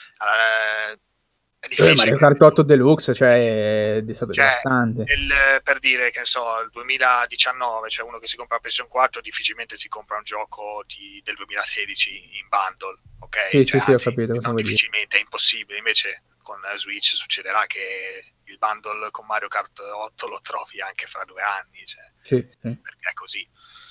Speaker 2: è difficile.
Speaker 1: Mario Kart 8 Deluxe, cioè è stato devastante.
Speaker 2: Per dire che il 2019, cioè uno che si compra la PlayStation 4 difficilmente si compra un gioco del 2016 in bundle, ok?
Speaker 1: Sì, ho capito cosa vuoi dire.
Speaker 2: Difficilmente, è impossibile, invece con Switch succederà che il bundle con Mario Kart 8 lo trovi anche fra 2 anni, cioè,
Speaker 1: sì.
Speaker 2: Perché è così.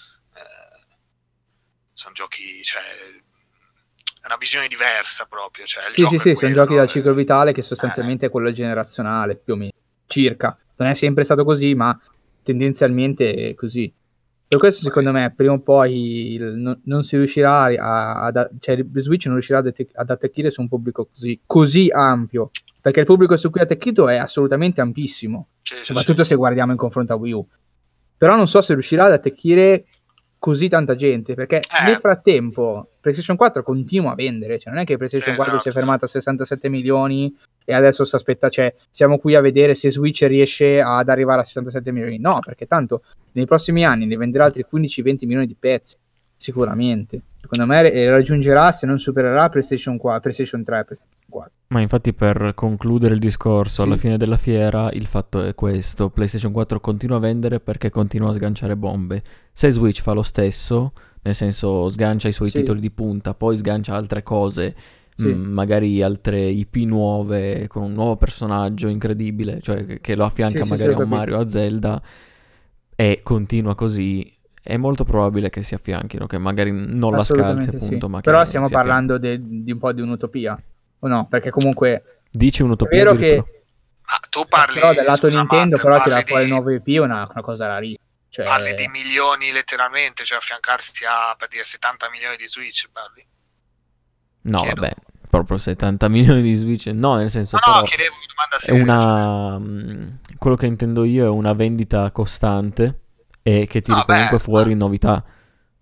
Speaker 2: Sono giochi, cioè è una visione diversa proprio, cioè
Speaker 1: sì, sono giochi da ciclo vitale che sostanzialmente è quello generazionale, più o meno, circa. Non è sempre stato così, ma tendenzialmente è così. Per questo secondo me prima o poi non si riuscirà cioè Switch non riuscirà ad attecchire su un pubblico così ampio, perché il pubblico su cui è attecchito è assolutamente ampissimo, soprattutto se guardiamo in confronto a Wii U. Però non so se riuscirà ad attecchire così tanta gente, perché nel frattempo PlayStation 4 continua a vendere, cioè non è che PlayStation 4 si è fermata a 67 milioni e adesso si aspetta, cioè siamo qui a vedere se Switch riesce ad arrivare a 67 milioni, no, perché tanto nei prossimi anni ne venderà altri 15-20 milioni di pezzi, sicuramente. Secondo me raggiungerà, se non supererà PlayStation 3, PlayStation 4.
Speaker 3: Ma infatti, per concludere il discorso, alla fine della fiera il fatto è questo: PlayStation 4 continua a vendere perché continua a sganciare bombe. Se Switch fa lo stesso, nel senso sgancia i suoi titoli di punta, poi sgancia altre cose, magari altre IP nuove con un nuovo personaggio incredibile, cioè che lo affianca magari a un Mario, a Zelda, e continua così, è molto probabile che si affianchino, che magari non la scalzi appunto, ma
Speaker 1: però stiamo parlando di un po' di un'utopia, o no? Perché comunque
Speaker 3: dici un'utopia,
Speaker 1: è vero che
Speaker 2: tu parli,
Speaker 1: però dal lato Nintendo però tirare fuori il nuovo IP è una cosa rarissima, cioè...
Speaker 2: parli di milioni letteralmente, cioè affiancarsi a, per dire, 70 milioni di Switch, parli?
Speaker 3: No, chiedo. Vabbè, proprio 70 milioni di Switch, no, nel senso,
Speaker 2: no,
Speaker 3: però
Speaker 2: chiedevo una domanda
Speaker 3: seria, quello che intendo io è una vendita costante e che tiri comunque fuori novità.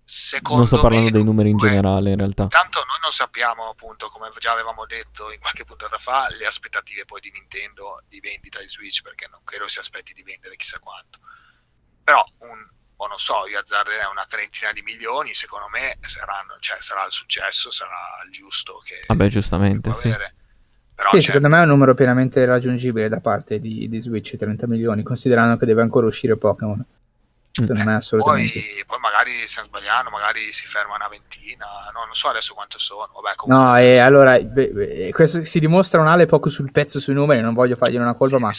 Speaker 2: secondo
Speaker 3: Non sto parlando
Speaker 2: me
Speaker 3: dei numeri in
Speaker 2: dunque,
Speaker 3: generale, in realtà.
Speaker 2: tanto noi non sappiamo, appunto, come già avevamo detto in qualche puntata fa, le aspettative poi di Nintendo di vendita di Switch, perché non credo si aspetti di vendere chissà quanto. Però o non so, io azzarderei una trentina di milioni, secondo me sarà il successo, sarà il giusto che
Speaker 3: Vabbè, giustamente,
Speaker 2: può
Speaker 3: sì.
Speaker 2: avere. Però
Speaker 1: Sì,
Speaker 2: certo,
Speaker 1: secondo me è un numero pienamente raggiungibile da parte di Switch, 30 milioni, considerando che deve ancora uscire Pokémon. Secondo me assolutamente sì.
Speaker 2: poi magari stiamo sbagliando, magari si ferma una ventina, no, non so adesso quanto sono. Vabbè,
Speaker 1: No,
Speaker 2: comunque
Speaker 1: e allora questo si dimostra un Ale poco sul pezzo sui numeri, non voglio fargliene una colpa,
Speaker 2: sì,
Speaker 1: ma
Speaker 2: mi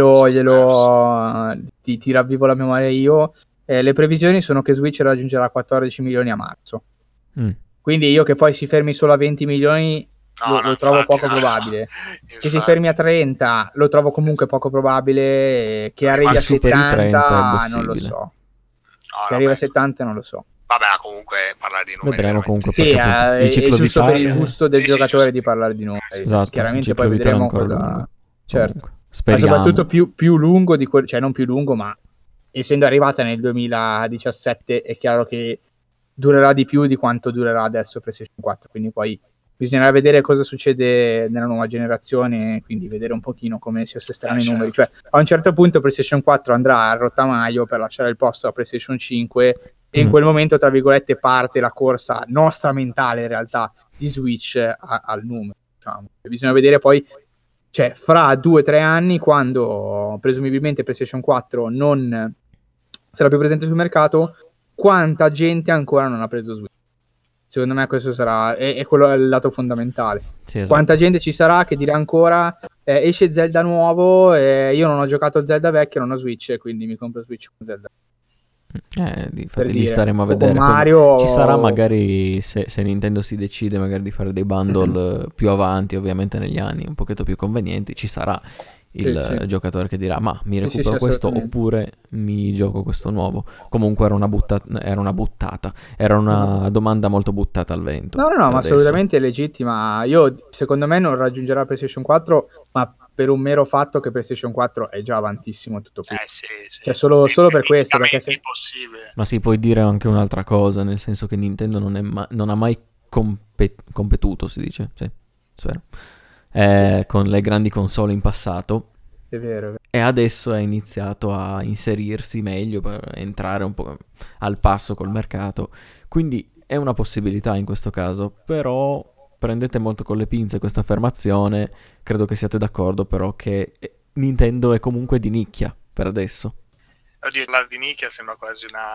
Speaker 2: sono perso.
Speaker 1: ti ravvivo la memoria io. Le previsioni sono che Switch raggiungerà 14 milioni a marzo.
Speaker 3: Mm.
Speaker 1: Quindi io che poi si fermi solo a 20 milioni
Speaker 2: No,
Speaker 1: lo trovo
Speaker 2: infatti,
Speaker 1: poco
Speaker 2: no,
Speaker 1: probabile. Che si
Speaker 2: infatti.
Speaker 1: fermi a 30 lo trovo comunque poco probabile. Che arrivi
Speaker 3: Che
Speaker 1: a
Speaker 3: superi i 30 è
Speaker 1: 70 non lo
Speaker 3: possibile.
Speaker 1: so.
Speaker 2: No,
Speaker 1: Che arrivi a
Speaker 2: vabbè.
Speaker 1: 70 non lo so.
Speaker 2: Vabbè, comunque parlare di numeri
Speaker 3: Vedremo
Speaker 2: veramente.
Speaker 3: comunque,
Speaker 1: Sì,
Speaker 3: perché appunto il
Speaker 1: è
Speaker 3: ciclo
Speaker 1: giusto per il
Speaker 3: vitale...
Speaker 1: gusto del
Speaker 2: Sì,
Speaker 1: giocatore
Speaker 2: giusto.
Speaker 1: di parlare di numeri.
Speaker 3: Esatto, il
Speaker 1: Chiaramente
Speaker 3: ciclo
Speaker 1: poi
Speaker 3: vitale è
Speaker 1: vedremo
Speaker 3: ancora
Speaker 1: cosa...
Speaker 3: lungo.
Speaker 1: Certo.
Speaker 3: Comunque,
Speaker 1: Ma
Speaker 3: speriamo.
Speaker 1: soprattutto più lungo di cioè non più lungo, ma essendo arrivata nel 2017 è chiaro che durerà di più di quanto durerà adesso PlayStation 4, quindi poi bisognerà vedere cosa succede nella nuova generazione, quindi vedere un pochino come si assesteranno i numeri. Cioè, a un certo punto PlayStation 4 andrà a rottamaio per lasciare il posto a PlayStation 5 e in quel momento, tra virgolette, parte la corsa nostra mentale in realtà di Switch al numero. Diciamo. Bisogna vedere poi, cioè, fra 2-3 anni, quando presumibilmente PlayStation 4 non sarà più presente sul mercato, quanta gente ancora non ha preso Switch. Secondo me questo sarà è quello è il lato fondamentale.
Speaker 3: Sì, esatto.
Speaker 1: Quanta gente ci sarà che dirà ancora esce Zelda nuovo, io non ho giocato il Zelda vecchio, non ho Switch, quindi mi compro Switch con Zelda.
Speaker 3: Infatti lì
Speaker 1: dire.
Speaker 3: staremo a
Speaker 1: O con
Speaker 3: vedere.
Speaker 1: Mario
Speaker 3: Ci sarà magari, se Nintendo si decide magari di fare dei bundle più avanti, ovviamente negli anni un pochetto più convenienti, ci sarà il giocatore che dirà ma mi recupero questo oppure mi gioco questo nuovo. Comunque era una domanda molto buttata al vento.
Speaker 1: No, ma
Speaker 3: adesso.
Speaker 1: assolutamente legittima. Io, secondo me, non raggiungerà PlayStation 4, ma per un mero fatto che PlayStation 4 è già avantissimo tutto qui.
Speaker 2: Sì.
Speaker 1: Cioè, solo per questo, perché se...
Speaker 2: impossibile.
Speaker 3: Ma sì, puoi dire anche un'altra cosa, nel senso che Nintendo non ha mai competuto, si dice, sì, spero, con le grandi console in passato.
Speaker 1: È vero.
Speaker 3: E adesso ha iniziato a inserirsi meglio per entrare un po' al passo col mercato. Quindi è una possibilità in questo caso, però prendete molto con le pinze questa affermazione. Credo che siate d'accordo però che Nintendo è comunque di nicchia per adesso.
Speaker 2: Oddio, parlare di nicchia sembra quasi una...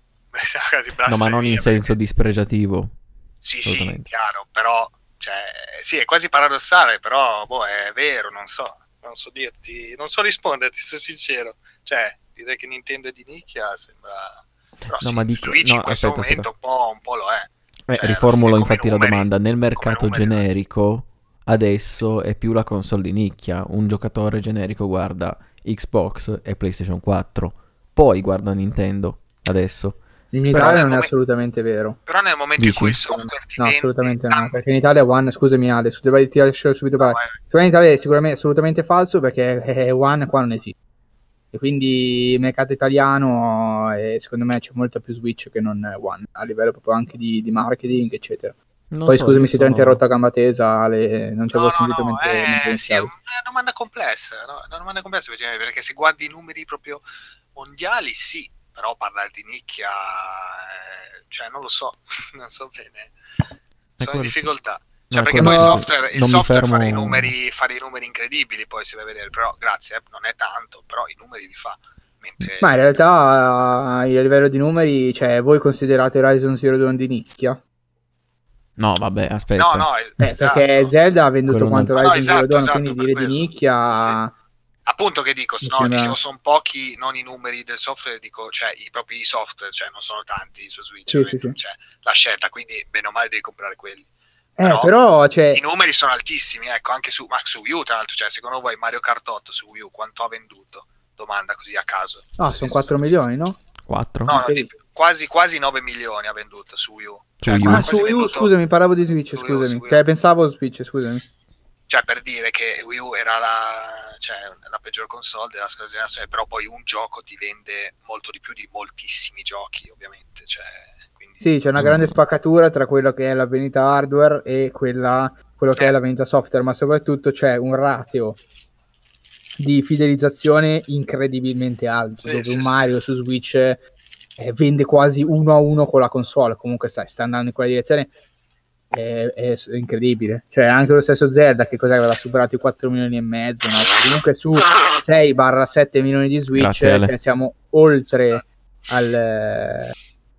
Speaker 2: quasi
Speaker 3: No, ma non in senso dispregiativo.
Speaker 2: Sì, chiaro, però... Cioè, sì, è quasi paradossale, però è vero, non so dirti, non so risponderti, sono sincero. Cioè, dire che Nintendo è di nicchia sembra... Però
Speaker 3: No,
Speaker 2: sì,
Speaker 3: ma dico,
Speaker 2: Luigi
Speaker 3: no,
Speaker 2: in questo
Speaker 3: aspetta.
Speaker 2: momento un po' lo è. Cioè,
Speaker 3: Riformulo
Speaker 2: alla fine,
Speaker 3: infatti
Speaker 2: come
Speaker 3: la domanda. Nel mercato
Speaker 2: come numeri,
Speaker 3: generico adesso è più la console di nicchia. Un giocatore generico guarda Xbox e PlayStation 4, poi guarda Nintendo adesso.
Speaker 1: In Italia non è assolutamente vero.
Speaker 2: Però nel momento in cui il software ti
Speaker 1: No,
Speaker 2: vende...
Speaker 1: assolutamente no, perché in Italia One, scusami Ale, ti lascio subito parlare. In Italia è sicuramente assolutamente falso perché One qua non esiste. E quindi il mercato italiano, secondo me c'è molta più Switch che non One, a livello proprio anche di marketing, eccetera. Poi scusami se ti ho interrotto a gamba tesa, Ale, non ti avevo sentito mentre
Speaker 2: sì, è
Speaker 1: iniziavi.
Speaker 2: una domanda complessa, no? Una domanda complessa perché se guardi i numeri proprio mondiali, sì, però parlare di nicchia, cioè non lo so, non so bene, sono in difficoltà. Cioè, perché poi il software fa dei numeri incredibili, poi si va a vedere, però grazie, non è tanto, però i numeri li fa.
Speaker 1: Ma in realtà a livello di numeri, cioè voi considerate Horizon Zero Dawn di nicchia?
Speaker 3: No, vabbè, aspetta.
Speaker 2: No,
Speaker 1: esatto. Perché Zelda ha venduto quanto Horizon Zero Dawn, quindi dire di nicchia...
Speaker 2: Sì. Appunto che dico, dicevo, sono pochi, non i numeri del software, dico, cioè i propri software, cioè non sono tanti su Switch,
Speaker 1: sì.
Speaker 2: Cioè, la scelta, quindi bene o male devi comprare quelli.
Speaker 1: Però cioè...
Speaker 2: i numeri sono altissimi, ecco, anche su Wii U, tra l'altro, cioè secondo voi Mario Kart 8 su Wii U quanto ha venduto? Domanda così a caso.
Speaker 1: No, sono 4 milioni, no?
Speaker 3: 4?
Speaker 2: No, quasi 9 milioni ha venduto su Wii U.
Speaker 1: Su Wii U, scusami, parlavo di Switch, scusami. Cioè, pensavo Switch, scusami.
Speaker 2: Cioè, per dire che Wii U era la peggior console della scorsa generazione, però poi un gioco ti vende molto di più di moltissimi giochi, ovviamente. Cioè, quindi
Speaker 1: Sì, c'è una grande spaccatura tra quello che è la vendita hardware e quello che è la vendita software, ma soprattutto c'è un ratio di fidelizzazione incredibilmente alto, dove un Mario su Switch vende quasi 1-1 con la console. Comunque sta andando in quella direzione, è incredibile. Cioè anche lo stesso Zelda, che cos'è, aveva superato i 4 milioni e mezzo, no? Comunque su 6-7 milioni di Switch, cioè siamo oltre al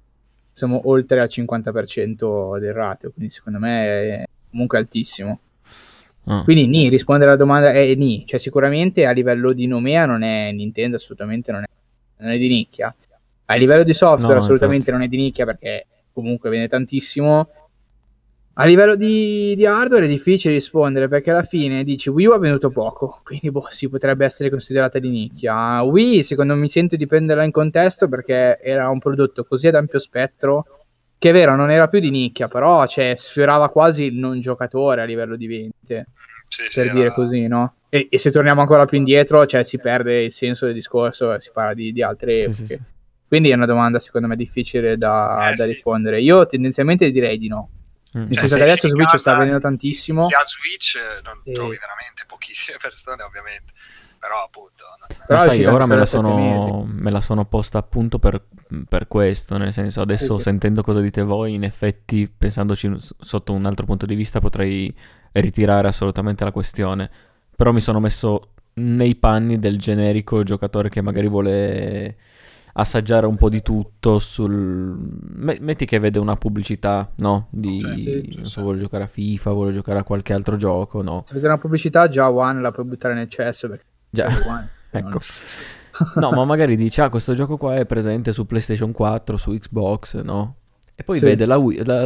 Speaker 1: 50% del ratio, quindi secondo me è comunque altissimo. Quindi rispondere alla domanda è ni, cioè sicuramente a livello di nomea non è Nintendo, assolutamente non è di nicchia. A livello di software assolutamente non è di nicchia, perché comunque vende tantissimo. A livello di hardware è difficile rispondere, perché alla fine dici Wii U ha venuto poco, quindi si potrebbe essere considerata di nicchia. Wii secondo me sento di prenderla in contesto, perché era un prodotto così ad ampio spettro che è vero non era più di nicchia, però sfiorava quasi il non giocatore a livello di vendite, per dire così, no? E se torniamo ancora più indietro, si perde il senso del discorso, si parla di altre epoche. Sì. Quindi è una domanda secondo me difficile da rispondere. Io tendenzialmente direi di no. Nel senso che adesso Switch sta vendendo tantissimo.
Speaker 2: Chi ha Switch non trovi veramente pochissime persone, ovviamente, però appunto
Speaker 3: però sai, ora me la sono posta appunto per questo, nel senso adesso sentendo cosa dite voi, in effetti pensandoci sotto un altro punto di vista potrei ritirare assolutamente la questione, però mi sono messo nei panni del generico giocatore che magari vuole assaggiare un po' di tutto metti che vede una pubblicità, no? Non so, vuole giocare a FIFA, vuole giocare a qualche altro gioco, no?
Speaker 1: Se vede una pubblicità già One la puoi buttare nel cesso, perché
Speaker 3: già One, ecco. No, ma magari dice questo gioco qua è presente su PlayStation 4, su Xbox, no? E poi vede la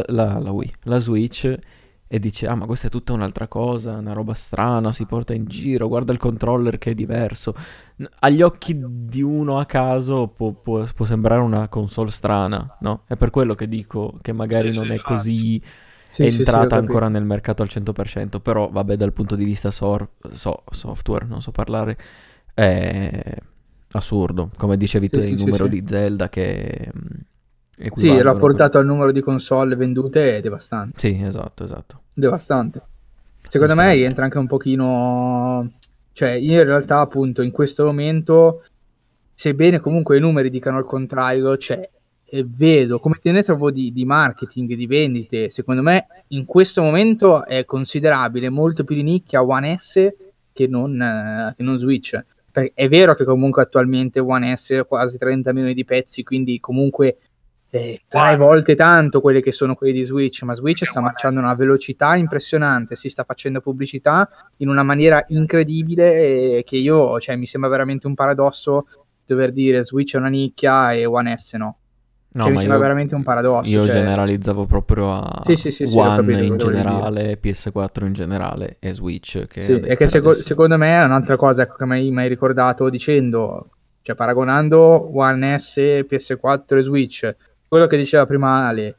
Speaker 3: Switch e dice ma questa è tutta un'altra cosa, una roba strana, si porta in giro, guarda il controller che è diverso. Agli occhi di uno a caso può sembrare una console strana, no? È per quello che dico che magari non è così entrata ancora nel mercato al 100%, però vabbè, dal punto di vista software, non so parlare, è assurdo, come dicevi tu, il numero di Zelda che
Speaker 1: sì, l'ha portato al numero di console vendute, è devastante.
Speaker 3: Sì, esatto.
Speaker 1: Devastante. Secondo me entra anche un pochino, cioè io in realtà appunto in questo momento, sebbene comunque i numeri dicano il contrario, e vedo come tendenza proprio di marketing, di vendite, secondo me in questo momento è considerabile molto più di nicchia One S che non Switch. Perché è vero che comunque attualmente One S ha quasi 30 milioni di pezzi, quindi comunque 3 volte tanto quelle che sono quelli di Switch, ma Switch sta marciando a una velocità impressionante, si sta facendo pubblicità in una maniera incredibile, che io, mi sembra veramente un paradosso dover dire Switch è una nicchia e One S no.
Speaker 3: No,
Speaker 1: mi sembra veramente un paradosso.
Speaker 3: Io generalizzavo proprio a One in generale, PS4 in generale e Switch.
Speaker 1: Che secondo me è un'altra cosa che mi hai ricordato dicendo, paragonando One S, PS4 e Switch, quello che diceva prima Ale,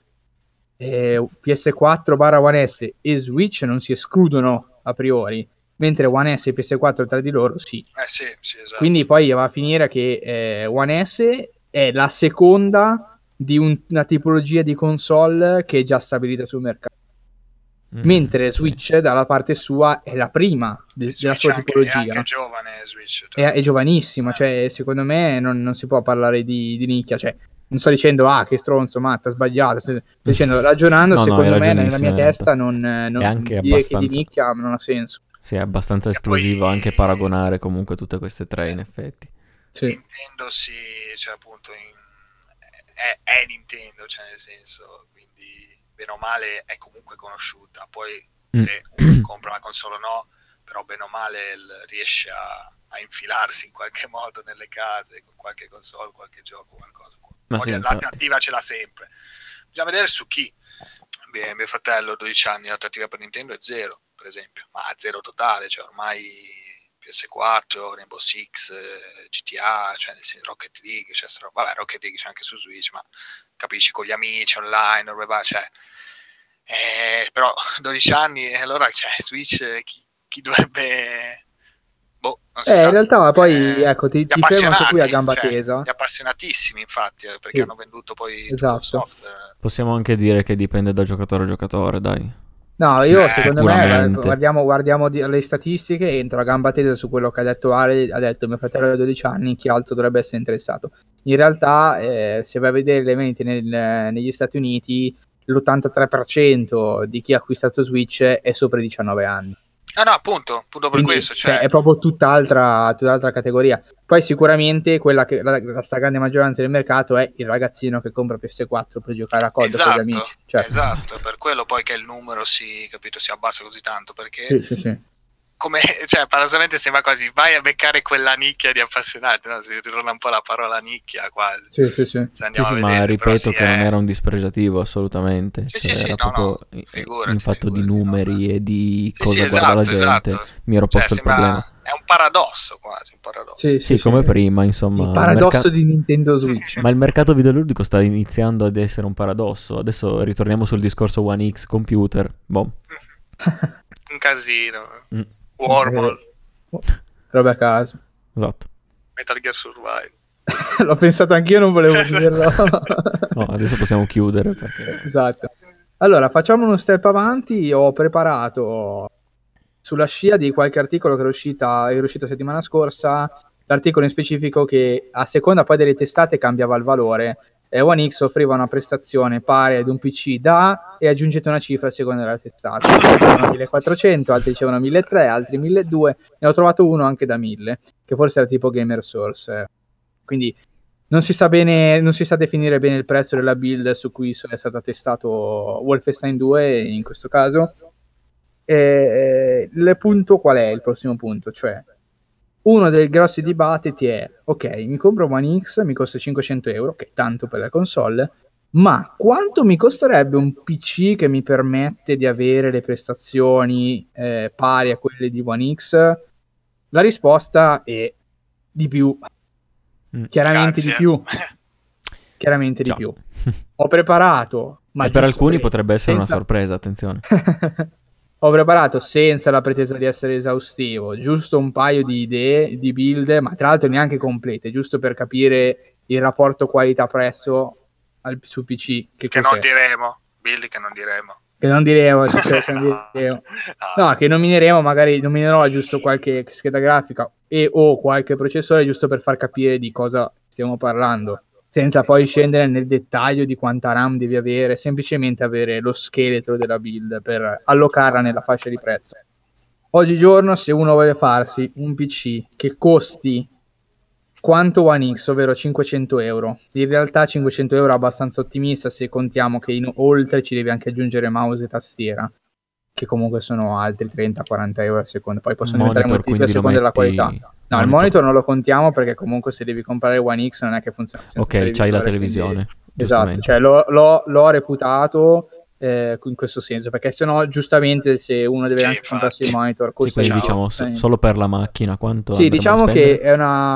Speaker 1: PS4/One S e Switch non si escludono a priori, mentre One S e PS4 tra di loro sì.
Speaker 2: Sì, esatto.
Speaker 1: Quindi poi va a finire che One S è la seconda di una tipologia di console che è già stabilita sul mercato. Mentre Switch dalla parte sua è la prima della sua tipologia.
Speaker 2: È anche giovane Switch.
Speaker 1: È giovanissima, secondo me non si può parlare di nicchia, non sto dicendo che stronzo, matta, sbagliato, sto dicendo, ragionando, secondo me nella mia testa non
Speaker 3: è anche
Speaker 1: dire abbastanza... che di nicchia non ha senso.
Speaker 3: Sì, è abbastanza esplosivo anche paragonare comunque tutte queste tre in effetti.
Speaker 2: Sì. Nintendo appunto è Nintendo, nel senso, quindi bene o male è comunque conosciuta, poi se uno compra una console o no, però bene o male riesce a infilarsi in qualche modo nelle case con qualche console, qualche gioco, qualcosa. L'alternativa ce l'ha sempre. Bisogna vedere su chi. Mio fratello 12 anni, l'alternativa per Nintendo è 0, per esempio, ma 0 totale, ormai PS4, Rainbow Six, GTA, nel senso Rocket League, vabbè, Rocket League c'è anche su Switch, ma capisci, con gli amici online, però 12 anni, allora Switch chi dovrebbe boh, non si sa.
Speaker 1: In realtà poi, ecco, ti fermo anche qui a gamba
Speaker 2: cioè,
Speaker 1: tesa.
Speaker 2: gli appassionatissimi, infatti, perché
Speaker 1: Sì,
Speaker 2: hanno venduto poi tutto il
Speaker 1: esatto.
Speaker 2: software.
Speaker 3: Possiamo anche dire che dipende da giocatore a giocatore, dai.
Speaker 1: No,
Speaker 3: Sì,
Speaker 1: io secondo me
Speaker 3: sicuramente.
Speaker 1: guardiamo le statistiche, entro a gamba tesa su quello che ha detto Ale, ha detto mio fratello ha 12 anni, chi altro dovrebbe essere interessato. In realtà, se vai a vedere le vendite negli Stati Uniti, l'83% di chi ha acquistato Switch è sopra i 19 anni.
Speaker 2: Ah no, appunto per
Speaker 1: Quindi
Speaker 2: questo, cioè,
Speaker 1: è proprio tutt'altra categoria. Poi sicuramente quella che la stragrande maggioranza del mercato è il ragazzino che compra PS4 per giocare a COD con gli amici. Certo.
Speaker 2: esatto, per quello poi che il numero si abbassa così tanto, perché
Speaker 1: Sì.
Speaker 2: come, cioè, paradossalmente sembra quasi vai a beccare quella nicchia di appassionati, no? Si ritorna un po' la parola nicchia quasi.
Speaker 1: Sì.
Speaker 2: Se
Speaker 3: Sì,
Speaker 2: andiamo a
Speaker 3: ma
Speaker 2: vedere,
Speaker 3: ripeto che non
Speaker 2: è...
Speaker 3: era un dispregiativo assolutamente,
Speaker 2: Sì,
Speaker 3: cioè
Speaker 2: sì,
Speaker 3: era
Speaker 2: no,
Speaker 3: proprio in fatto di numeri e di
Speaker 2: Sì,
Speaker 3: cosa guarda la gente,
Speaker 2: esatto.
Speaker 3: mi ero
Speaker 2: Cioè,
Speaker 3: posto il problema.
Speaker 2: è un paradosso quasi, un paradosso.
Speaker 3: Sì, come prima, insomma,
Speaker 1: il paradosso di Nintendo Switch.
Speaker 3: ma il mercato videoludico sta iniziando ad essere un paradosso. Adesso ritorniamo sul discorso One X computer. Boh.
Speaker 2: Un casino.
Speaker 3: Mm.
Speaker 2: Wormhole,
Speaker 1: Roba a caso.
Speaker 3: Esatto.
Speaker 2: Metal Gear Survive.
Speaker 1: L'ho pensato anch'io, non volevo dirlo.
Speaker 3: No, adesso possiamo chiudere perché...
Speaker 1: Esatto. Allora, facciamo uno step avanti. Ho preparato sulla scia di qualche articolo che è uscito settimana scorsa, l'articolo in specifico che a seconda poi delle testate cambiava il valore. One X offriva una prestazione pari ad un PC da A e aggiungete una cifra a seconda della testata. Alcuni dicevano 1400, altri dicevano 1300, altri 1200. Ne ho trovato uno anche da 1000, che forse era tipo Gamer Source. Quindi non si sa bene, non si sa definire bene il prezzo della build su cui è stato testato Wolfenstein 2 in questo caso. Il punto qual è il prossimo punto? Cioè, uno dei grossi dibattiti è: ok, mi compro One X, mi costa 500 euro, che è tanto per la console, ma quanto mi costerebbe un PC che mi permette di avere le prestazioni pari a quelle di One X? La risposta è di più. Chiaramente
Speaker 2: Grazie.
Speaker 1: di più. Chiaramente di
Speaker 3: Ciao.
Speaker 1: più. Ho preparato, ma
Speaker 3: E per
Speaker 1: giusto
Speaker 3: alcuni potrebbe essere
Speaker 1: senza-
Speaker 3: una sorpresa, attenzione.
Speaker 1: Ho preparato senza la pretesa di essere esaustivo, giusto un paio di idee, di build, ma tra l'altro neanche complete, giusto per capire il rapporto qualità-prezzo su PC. Che
Speaker 2: Che
Speaker 1: cos'è?
Speaker 2: non diremo. Billy che non diremo.
Speaker 1: Che non diremo, che non diremo. No, che nomineremo, magari nominerò giusto qualche scheda grafica o qualche processore, giusto per far capire di cosa stiamo parlando, senza poi scendere nel dettaglio di quanta RAM devi avere, semplicemente avere lo scheletro della build per allocarla nella fascia di prezzo. Oggigiorno, se uno vuole farsi un PC che costi quanto One X, ovvero 500 euro, in realtà 500 euro è abbastanza ottimista se contiamo che oltre ci devi anche aggiungere mouse e tastiera, che comunque sono altri 30-40 euro a seconda, poi possono diventare
Speaker 3: Monitor,
Speaker 1: moltipli a
Speaker 3: quindi lo
Speaker 1: seconda della
Speaker 3: metti...
Speaker 1: qualità. No, il monitor non lo contiamo perché comunque se devi comprare One X non è che funziona senza
Speaker 3: Ok, c'hai la
Speaker 1: televisore,
Speaker 3: televisione,
Speaker 1: quindi... Esatto,
Speaker 3: giustamente.
Speaker 1: cioè l'ho reputato in questo senso, perché sennò giustamente se uno deve
Speaker 2: Sì,
Speaker 1: anche comprarsi il monitor
Speaker 3: Sì,
Speaker 1: costa
Speaker 3: quindi
Speaker 1: di
Speaker 3: diciamo
Speaker 1: più.
Speaker 3: solo per la macchina quanto
Speaker 1: Sì,
Speaker 3: andremo a
Speaker 1: diciamo che
Speaker 3: spendere?
Speaker 1: è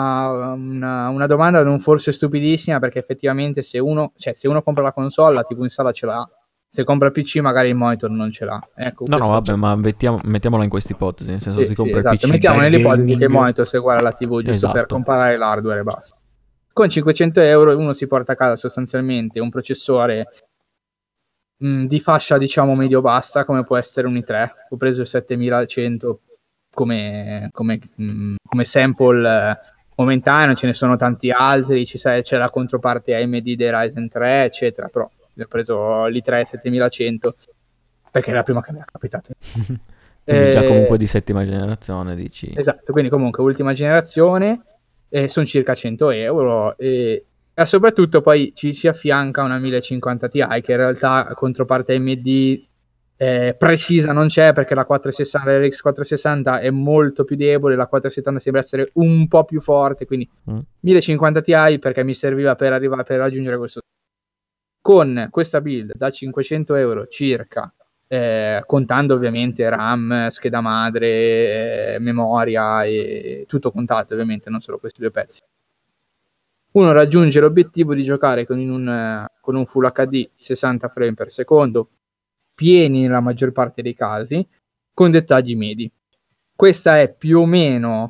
Speaker 1: una domanda non forse stupidissima, perché effettivamente se uno compra la console, la TV in sala ce l'ha, se compra il PC magari il monitor non ce l'ha. Ecco,
Speaker 3: No,
Speaker 1: questo
Speaker 3: vabbè, ma mettiamola in questa ipotesi, nel senso
Speaker 1: sì,
Speaker 3: si
Speaker 1: sì,
Speaker 3: compra il
Speaker 1: esatto.
Speaker 3: PC da
Speaker 1: Mettiamo nell'ipotesi che il
Speaker 3: gaming.
Speaker 1: monitor sia uguale alla TV, giusto per
Speaker 3: Esatto.
Speaker 1: comparare l'hardware e basta. Con 500 euro uno si porta a casa sostanzialmente un processore di fascia diciamo medio-bassa, come può essere un i3. Ho preso il 7100 come sample momentaneo, ce ne sono tanti altri, c'è la controparte AMD dei Ryzen 3 eccetera, però ho preso l'i3 7100 perché è la prima che mi è capitata.
Speaker 3: Quindi già comunque di settima generazione, dici?
Speaker 1: Esatto, quindi comunque ultima generazione, sono circa 100 euro e soprattutto poi ci si affianca una 1050 Ti che in realtà controparte AMD precisa non c'è, perché la 460, l'RX 460 è molto più debole, la 470 sembra essere un po' più forte, quindi 1050 Ti perché mi serviva per raggiungere questo. Con questa build da 500 euro circa, contando ovviamente RAM, scheda madre, memoria e tutto contato ovviamente, non solo questi due pezzi, uno raggiunge l'obiettivo di giocare con un Full HD 60 frame per secondo, pieni nella maggior parte dei casi, con dettagli medi. Questa è più o meno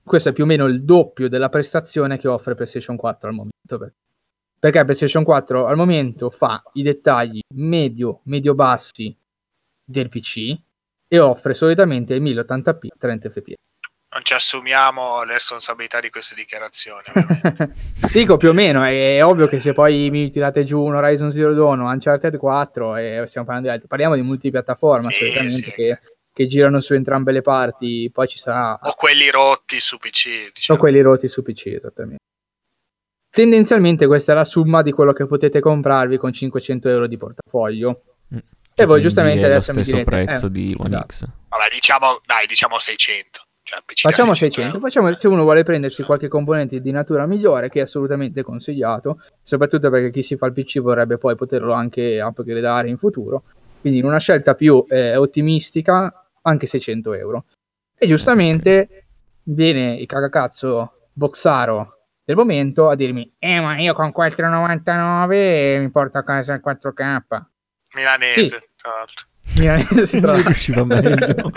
Speaker 1: questo è più o meno il doppio della prestazione che offre PlayStation 4 al momento, perché PlayStation 4 al momento fa i dettagli medio-bassi del PC e offre solitamente 1080p 30 fps.
Speaker 2: Non ci assumiamo le responsabilità di queste dichiarazioni.
Speaker 1: Dico più o meno, è ovvio che se poi mi tirate giù un Horizon Zero Dawn o Uncharted 4 e stiamo parlando di altri, parliamo di multipiattaforma solitamente che girano su entrambe le parti, poi ci sarà...
Speaker 2: O quelli rotti su PC, diciamo.
Speaker 1: O quelli rotti su PC, esattamente. Tendenzialmente questa è la somma di quello che potete comprarvi con 500 euro di portafoglio. E voi giustamente adesso mi direte...
Speaker 3: lo stesso prezzo di One X.
Speaker 2: Vabbè, diciamo 600. Cioè,
Speaker 1: facciamo 600, se uno vuole prendersi qualche componente di natura migliore, che è assolutamente consigliato, soprattutto perché chi si fa il PC vorrebbe poi poterlo anche upgradare in futuro, quindi in una scelta più ottimistica anche 600 euro. E giustamente viene il cagacazzo boxaro del momento a dirmi ma io con 4,99 mi porto a casa il 4K
Speaker 2: milanese,
Speaker 1: sì.
Speaker 2: Tra l'altro
Speaker 1: milanese tra l'altro
Speaker 3: riusciva meglio.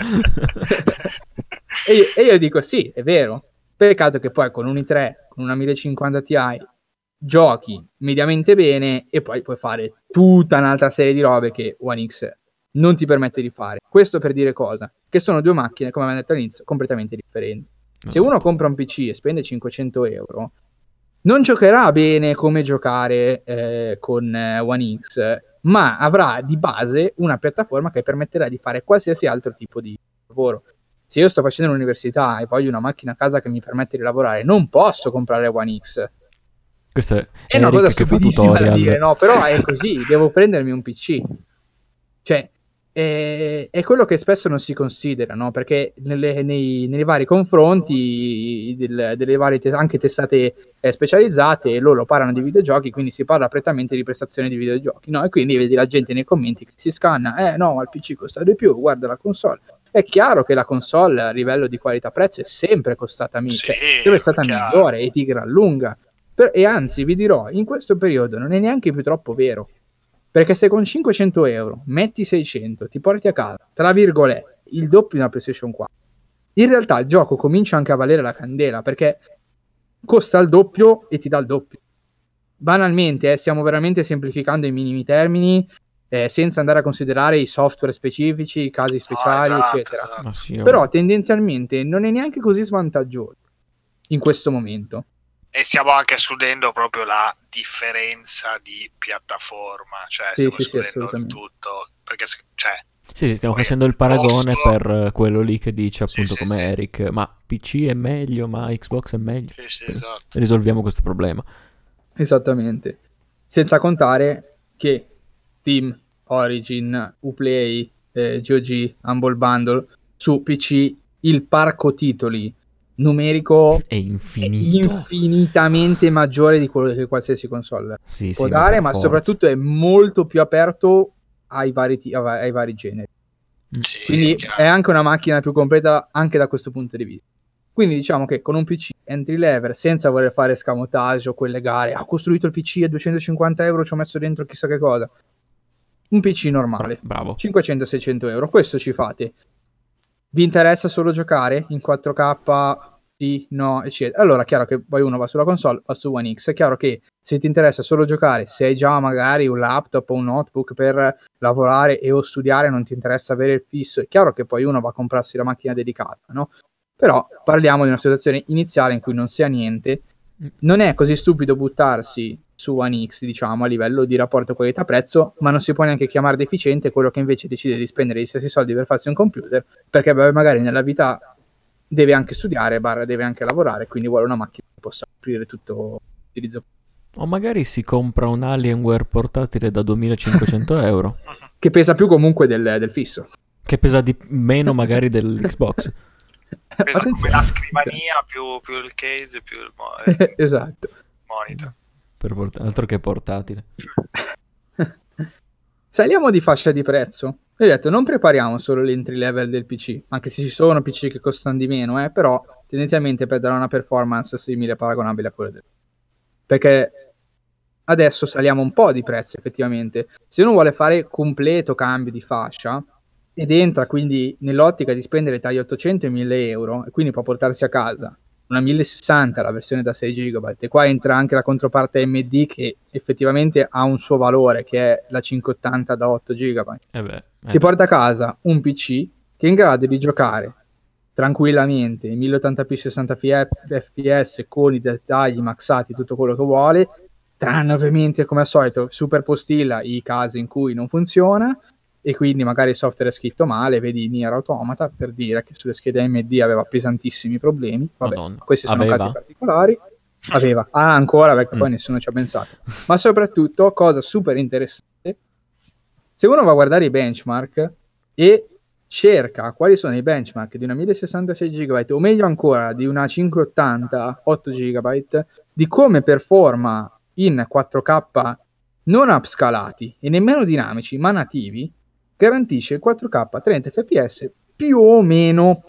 Speaker 1: E io dico sì, è vero. Peccato che poi con un i3, con una 1050 Ti, giochi mediamente bene e poi puoi fare tutta un'altra serie di robe che One X non ti permette di fare. Questo per dire cosa? Che sono due macchine, come abbiamo detto all'inizio, completamente differenti. Se uno compra un PC e spende 500 euro, non giocherà bene come giocare con One X, ma avrà di base una piattaforma che permetterà di fare qualsiasi altro tipo di lavoro. Se io sto facendo l'università e voglio una macchina a casa che mi permette di lavorare, non posso comprare One X.
Speaker 3: Questa
Speaker 1: è una cosa stupidissima da dire, no? Però è così, devo prendermi un PC. Cioè, è quello che spesso non si considera, no? Perché nei vari confronti delle varie anche testate specializzate, loro parlano di videogiochi, quindi si parla prettamente di prestazioni di videogiochi, no? E quindi vedi la gente nei commenti che si scanna, no, ma il PC costa di più, guarda la console. È chiaro che la console a livello di qualità-prezzo è sempre costata sempre stata migliore e di gran lunga. E anzi, vi dirò, in questo periodo non è neanche più troppo vero. Perché se con 500 euro metti 600, ti porti a casa, tra virgolette, il doppio di una PlayStation 4, in realtà il gioco comincia anche a valere la candela, perché costa il doppio e ti dà il doppio. Banalmente, stiamo veramente semplificando i minimi termini, senza andare a considerare i software specifici, i casi speciali, eccetera.
Speaker 2: Esatto.
Speaker 3: Sì,
Speaker 1: però tendenzialmente non è neanche così svantaggioso in questo momento.
Speaker 2: E stiamo anche escludendo proprio la differenza di piattaforma, cioè stiamo escludendo il tutto, perché
Speaker 3: sì, stiamo facendo il paragone per quello lì che dice appunto come Eric, ma PC è meglio, ma Xbox è meglio.
Speaker 2: Esatto.
Speaker 3: Risolviamo questo problema.
Speaker 1: Esattamente. Senza contare che Steam, Origin, Uplay, GOG, Humble Bundle, su PC il parco titoli numerico
Speaker 3: è
Speaker 1: infinitamente maggiore di quello che qualsiasi console può dare, ma
Speaker 3: forza.
Speaker 1: Soprattutto è molto più aperto ai vari generi. Quindi è anche una macchina più completa anche da questo punto di vista. Quindi diciamo che con un PC entry level, senza voler fare escamotage o quelle gare, ho costruito il PC a 250 euro, ci ho messo dentro chissà che cosa, un PC normale,
Speaker 3: bravo,
Speaker 1: 500-600 euro, questo ci fate. Vi interessa solo giocare in 4K? Sì, no, eccetera. Allora, chiaro che poi uno va sulla console, va su One X. È chiaro che se ti interessa solo giocare, se hai già magari un laptop o un notebook per lavorare e o studiare, non ti interessa avere il fisso, è chiaro che poi uno va a comprarsi la macchina dedicata, no? Però parliamo di una situazione iniziale in cui non si ha niente. Non è così stupido buttarsi su One X, diciamo, a livello di rapporto qualità-prezzo, ma non si può neanche chiamare deficiente quello che invece decide di spendere gli stessi soldi per farsi un computer, perché magari nella vita deve anche studiare, deve anche lavorare, quindi vuole una macchina che possa aprire tutto l'utilizzo.
Speaker 3: O magari si compra un Alienware portatile da 2500 euro.
Speaker 1: Che pesa più comunque del fisso.
Speaker 3: Che pesa di meno magari dell'Xbox.
Speaker 2: Pesa come la scrivania più il case più il
Speaker 1: esatto.
Speaker 2: monitor.
Speaker 3: Altro che portatile.
Speaker 1: Saliamo di fascia di prezzo. Ho detto, non prepariamo solo l'entry level del PC, anche se ci sono PC che costano di meno, però tendenzialmente per dare una performance simile, paragonabile a quella del... Perché adesso saliamo un po' di prezzo, effettivamente. Se uno vuole fare completo cambio di fascia ed entra quindi nell'ottica di spendere tra gli 800 e 1000 euro, e quindi può portarsi a casa una 1060, la versione da 6 GB, e qua entra anche la controparte AMD che effettivamente ha un suo valore, che è la 580 da 8 GB. Ti porta a casa un PC che è in grado di giocare tranquillamente in 1080p 60 fps con i dettagli maxati, tutto quello che vuole, tranne ovviamente, come al solito, super postilla i casi in cui non funziona, e quindi magari il software è scritto male. Vedi Nier Automata, per dire, che sulle schede AMD aveva pesantissimi problemi. Vabbè, questi sono casi particolari. Ha ancora, perché poi nessuno ci ha pensato. Ma soprattutto, cosa super interessante, se uno va a guardare i benchmark e cerca quali sono i benchmark di una 1066 GB, o meglio ancora di una 580 8 GB, di come performa in 4K non upscalati e nemmeno dinamici, ma nativi, garantisce il 4K 30 fps più o meno,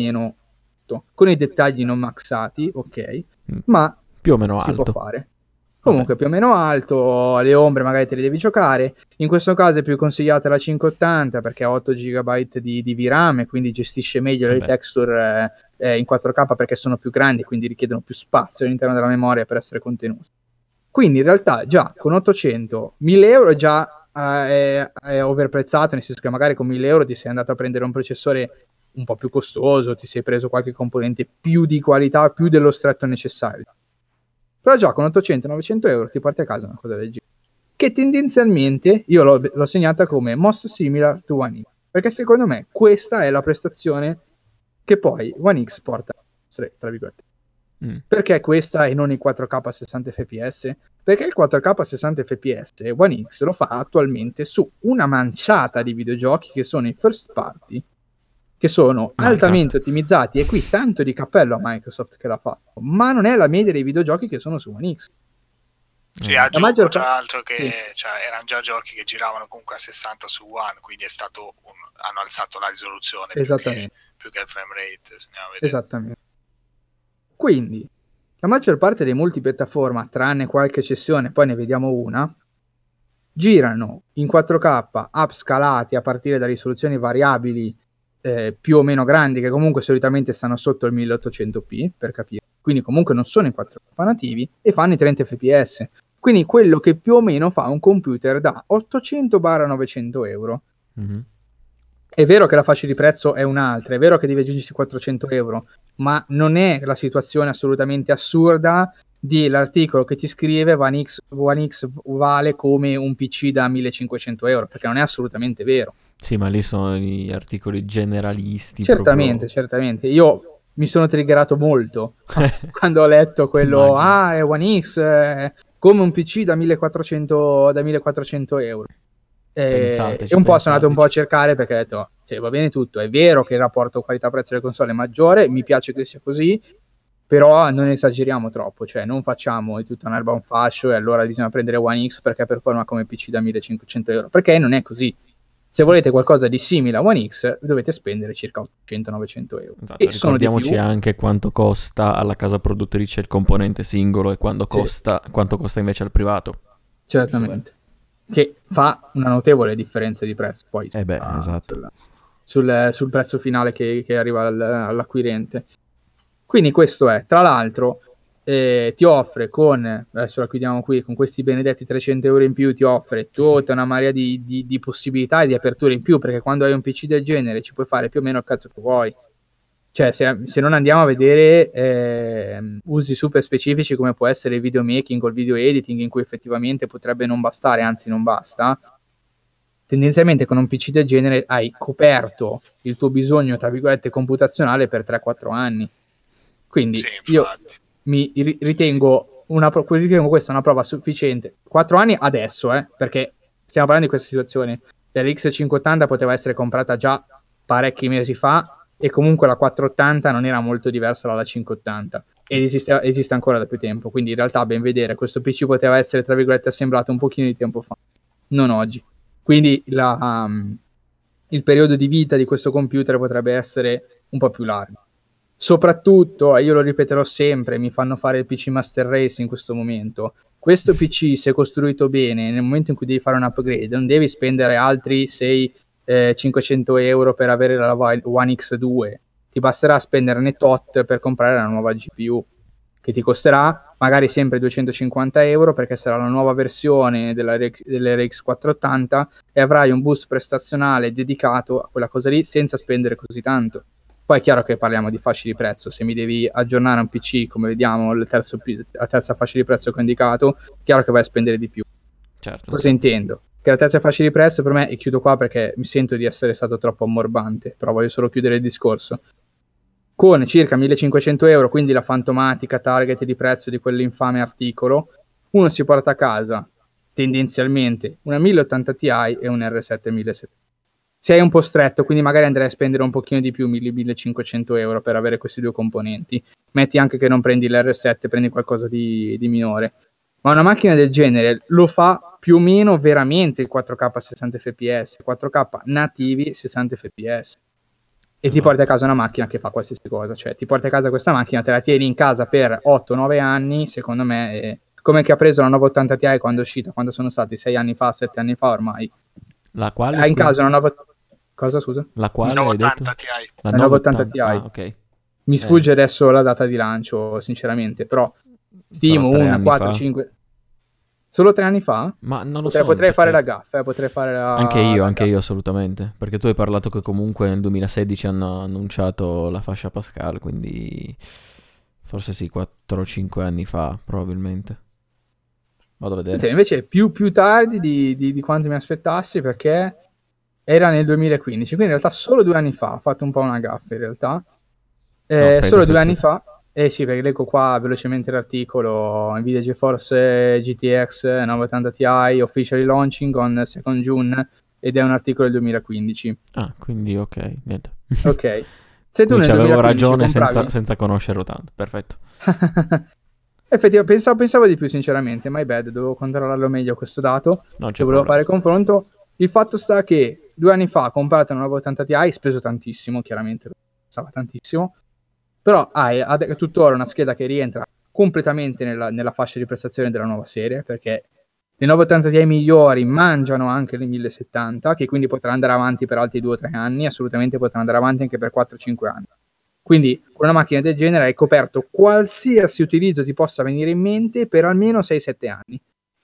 Speaker 1: con i dettagli non maxati, ok, ma
Speaker 3: più o meno
Speaker 1: si
Speaker 3: alto.
Speaker 1: può fare. Comunque più o meno alto, le ombre magari te le devi giocare. In questo caso è più consigliata la 580 perché ha 8 GB di VRAM e quindi gestisce meglio le texture in 4K perché sono più grandi, quindi richiedono più spazio all'interno della memoria per essere contenute. Quindi in realtà già con 800, 1000 euro già è overprezzato, nel senso che magari con 1000 euro ti sei andato a prendere un processore un po' più costoso, ti sei preso qualche componente più di qualità, più dello stretto necessario. Però già con 800-900 euro ti porti a casa una cosa del genere, che tendenzialmente io l'ho segnata come most similar to One X, perché secondo me questa è la prestazione che poi One X porta, tra virgolette. Perché questa e non il 4K a 60 fps? Perché il 4K a 60 fps One X lo fa attualmente su una manciata di videogiochi che sono in first party, che sono altamente ottimizzati, e qui tanto di cappello a Microsoft che l'ha fatto, ma non è la media dei videogiochi che sono su One X.
Speaker 2: Sì, aggiungo tra l'altro che erano già giochi che giravano comunque a 60 su One, quindi hanno alzato la risoluzione più che il frame rate, se andiamo a vedere.
Speaker 1: Esattamente. Quindi la maggior parte dei multipiattaforma, tranne qualche eccezione, poi ne vediamo una, girano in 4K upscalati a partire da risoluzioni variabili più o meno grandi, che comunque solitamente stanno sotto il 1800p, per capire, quindi comunque non sono in 4K nativi, e fanno i 30 fps, quindi quello che più o meno fa un computer da 800-900 euro. È vero che la fascia di prezzo è un'altra, è vero che devi aggiungersi 400 euro, ma non è la situazione assolutamente assurda dell'articolo che ti scrive One X vale come un PC da 1500 euro, perché non è assolutamente vero.
Speaker 3: Sì, ma lì sono gli articoli generalisti.
Speaker 1: Certamente. Io mi sono triggerato molto quando ho letto quello, è One X, come un PC da 1400 euro. E un po' sono andato un po' a cercare, perché ho detto, va bene tutto, è vero che il rapporto qualità-prezzo delle console è maggiore, mi piace che sia così, però non esageriamo troppo, cioè non facciamo di tutta un'erba un fascio e allora bisogna prendere One X perché performa come PC da 1500 euro, perché non è così. Se volete qualcosa di simile a One X dovete spendere circa 800-900 euro.
Speaker 3: Esatto, e ricordiamoci anche quanto costa alla casa produttrice il componente singolo e quanto costa invece al privato.
Speaker 1: Certamente. Che fa una notevole differenza di prezzo poi
Speaker 3: esatto.
Speaker 1: sul prezzo finale che arriva all'acquirente. Quindi questo è, tra l'altro, ti offre adesso la chiudiamo qui, con questi benedetti 300 euro in più ti offre tutta una marea di possibilità e di aperture in più, perché quando hai un PC del genere ci puoi fare più o meno il cazzo che vuoi. Cioè, se non andiamo a vedere usi super specifici come può essere il videomaking o il video editing, in cui effettivamente potrebbe non bastare, anzi non basta, tendenzialmente con un PC del genere hai coperto il tuo bisogno, tra virgolette, computazionale per 3-4 anni. Quindi io ritengo questa una prova sufficiente. 4 anni adesso, perché stiamo parlando di questa situazione. L'RX 580 poteva essere comprata già parecchi mesi fa, e comunque la 480 non era molto diversa dalla 580 ed esiste ancora da più tempo, quindi in realtà, a ben vedere, questo PC poteva essere, tra virgolette, assemblato un pochino di tempo fa, non oggi. Quindi il periodo di vita di questo computer potrebbe essere un po' più largo. Soprattutto, io lo ripeterò sempre, mi fanno fare il PC Master Race in questo momento. Questo PC, se costruito bene, nel momento in cui devi fare un upgrade, non devi spendere altri 500 euro per avere la One X2, ti basterà spenderne tot per comprare la nuova GPU, che ti costerà magari sempre 250 euro, perché sarà la nuova versione dell'RX 480 e avrai un boost prestazionale dedicato a quella cosa lì senza spendere così tanto. Poi è chiaro che parliamo di fasce di prezzo, se mi devi aggiornare un PC, come vediamo, la terza fascia di prezzo che ho indicato, chiaro che vai a spendere di più.
Speaker 3: Certo.
Speaker 1: Cosa intendo? Che la terza fascia di prezzo per me, e chiudo qua perché mi sento di essere stato troppo ammorbante, però voglio solo chiudere il discorso, con circa 1500 euro, quindi la fantomatica target di prezzo di quell'infame articolo, uno si porta a casa tendenzialmente una 1080 Ti e un R7 1700. Se hai un po' stretto, quindi magari andrei a spendere un pochino di più, 1500 euro per avere questi due componenti. Metti anche che non prendi l'R7, prendi qualcosa di minore. Ma una macchina del genere lo fa più o meno veramente il 4K a 60 fps, 4K nativi 60 fps. E ti porti a casa una macchina che fa qualsiasi cosa. Cioè, ti porti a casa questa macchina, te la tieni in casa per 8-9 anni, secondo me, è come che ha preso la 980 Ti quando è uscita, quando sono stati 6 anni fa, 7 anni fa ormai.
Speaker 3: La quale?
Speaker 1: Hai in casa una nuova... Cosa, scusa?
Speaker 3: La quale?
Speaker 2: 980 Ti.
Speaker 3: La
Speaker 1: 980 Ti.
Speaker 3: Ah, ok.
Speaker 1: Mi sfugge adesso la data di lancio, sinceramente, però stimo
Speaker 3: Sarà 3
Speaker 1: 1,
Speaker 3: anni
Speaker 1: 4,
Speaker 3: fa.
Speaker 1: 5... Solo 3 anni fa?
Speaker 3: Ma non lo so.
Speaker 1: Potrei fare la
Speaker 3: perché-
Speaker 1: gaffa, potrei fare la...
Speaker 3: Anche
Speaker 1: la
Speaker 3: io
Speaker 1: gaffa.
Speaker 3: assolutamente. Perché tu hai parlato che comunque nel 2016 hanno annunciato la fascia Pascal, quindi forse sì, 4-5 anni fa, probabilmente. Vado a vedere.
Speaker 1: Sì, invece più tardi di quanto mi aspettassi, perché era nel 2015, quindi in realtà solo 2 anni fa, ho fatto un po' una gaffa in realtà.
Speaker 3: aspetta,
Speaker 1: Solo 2
Speaker 3: aspetta,
Speaker 1: anni
Speaker 3: aspetta.
Speaker 1: fa, sì, perché leggo qua velocemente l'articolo, Nvidia GeForce GTX 980 Ti officially launching on 2nd June, ed è un articolo del 2015.
Speaker 3: Ah, quindi ok, niente.
Speaker 1: Ok, se tu
Speaker 3: Quindi
Speaker 1: nel
Speaker 3: avevo
Speaker 1: 2015
Speaker 3: ragione
Speaker 1: compravi...
Speaker 3: senza conoscerlo tanto. Perfetto.
Speaker 1: Effettivamente pensavo di più, sinceramente, my bad, dovevo controllarlo meglio questo dato,
Speaker 3: Non c'è
Speaker 1: che volevo
Speaker 3: problema.
Speaker 1: fare confronto. Il fatto sta che 2 anni fa comprate una 980 Ti, speso tantissimo, chiaramente, stava tantissimo, però hai tuttora una scheda che rientra completamente nella fascia di prestazione della nuova serie, perché le 980 Ti migliori mangiano anche le 1070, che quindi potrà andare avanti per altri 2 o 3 anni, assolutamente potrà andare avanti anche per 4-5 anni. Quindi con una macchina del genere hai coperto qualsiasi utilizzo ti possa venire in mente per almeno 6-7 anni.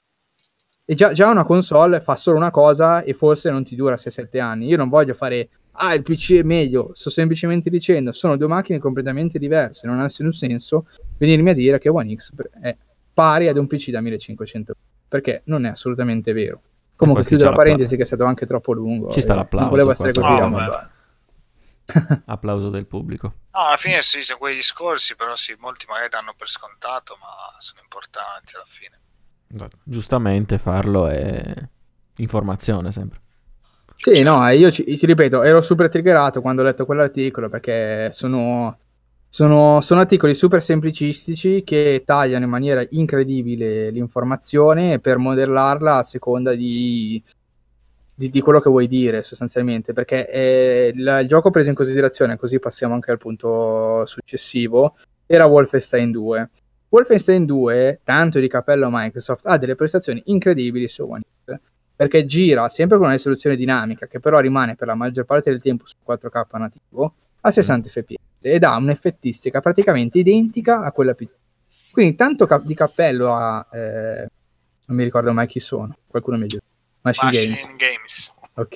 Speaker 1: E già una console fa solo una cosa e forse non ti dura 6-7 anni. Io non voglio fare, il PC è meglio, sto semplicemente dicendo, sono due macchine completamente diverse, non ha nessun senso venirmi a dire che One X è pari ad un PC da 1500, perché non è assolutamente vero. Comunque
Speaker 3: questi
Speaker 1: chiudo
Speaker 3: c'è
Speaker 1: la parentesi che è stato anche troppo lungo.
Speaker 3: Ci sta
Speaker 1: Non
Speaker 3: l'applauso
Speaker 1: volevo
Speaker 3: qua,
Speaker 1: essere così
Speaker 2: No,
Speaker 1: ammorbante.
Speaker 3: Applauso del pubblico.
Speaker 2: No, alla fine sì, sono quei discorsi, però sì, molti magari danno per scontato, ma sono importanti alla fine.
Speaker 3: Giustamente farlo è informazione sempre.
Speaker 1: Sì, no, io ti ripeto, ero super triggerato quando ho letto quell'articolo, perché sono articoli super semplicistici che tagliano in maniera incredibile l'informazione per modellarla a seconda di quello che vuoi dire sostanzialmente, perché il gioco preso in considerazione, così passiamo anche al punto successivo, era Wolfenstein 2. Wolfenstein 2, tanto di cappello a Microsoft, ha delle prestazioni incredibili su One X, perché gira sempre con una risoluzione dinamica, che però rimane per la maggior parte del tempo su 4K nativo, a 60 fps, ed ha un'effettistica praticamente identica a quella PC. Quindi tanto di cappello a... non mi ricordo mai chi sono, qualcuno mi dice. Machine Games.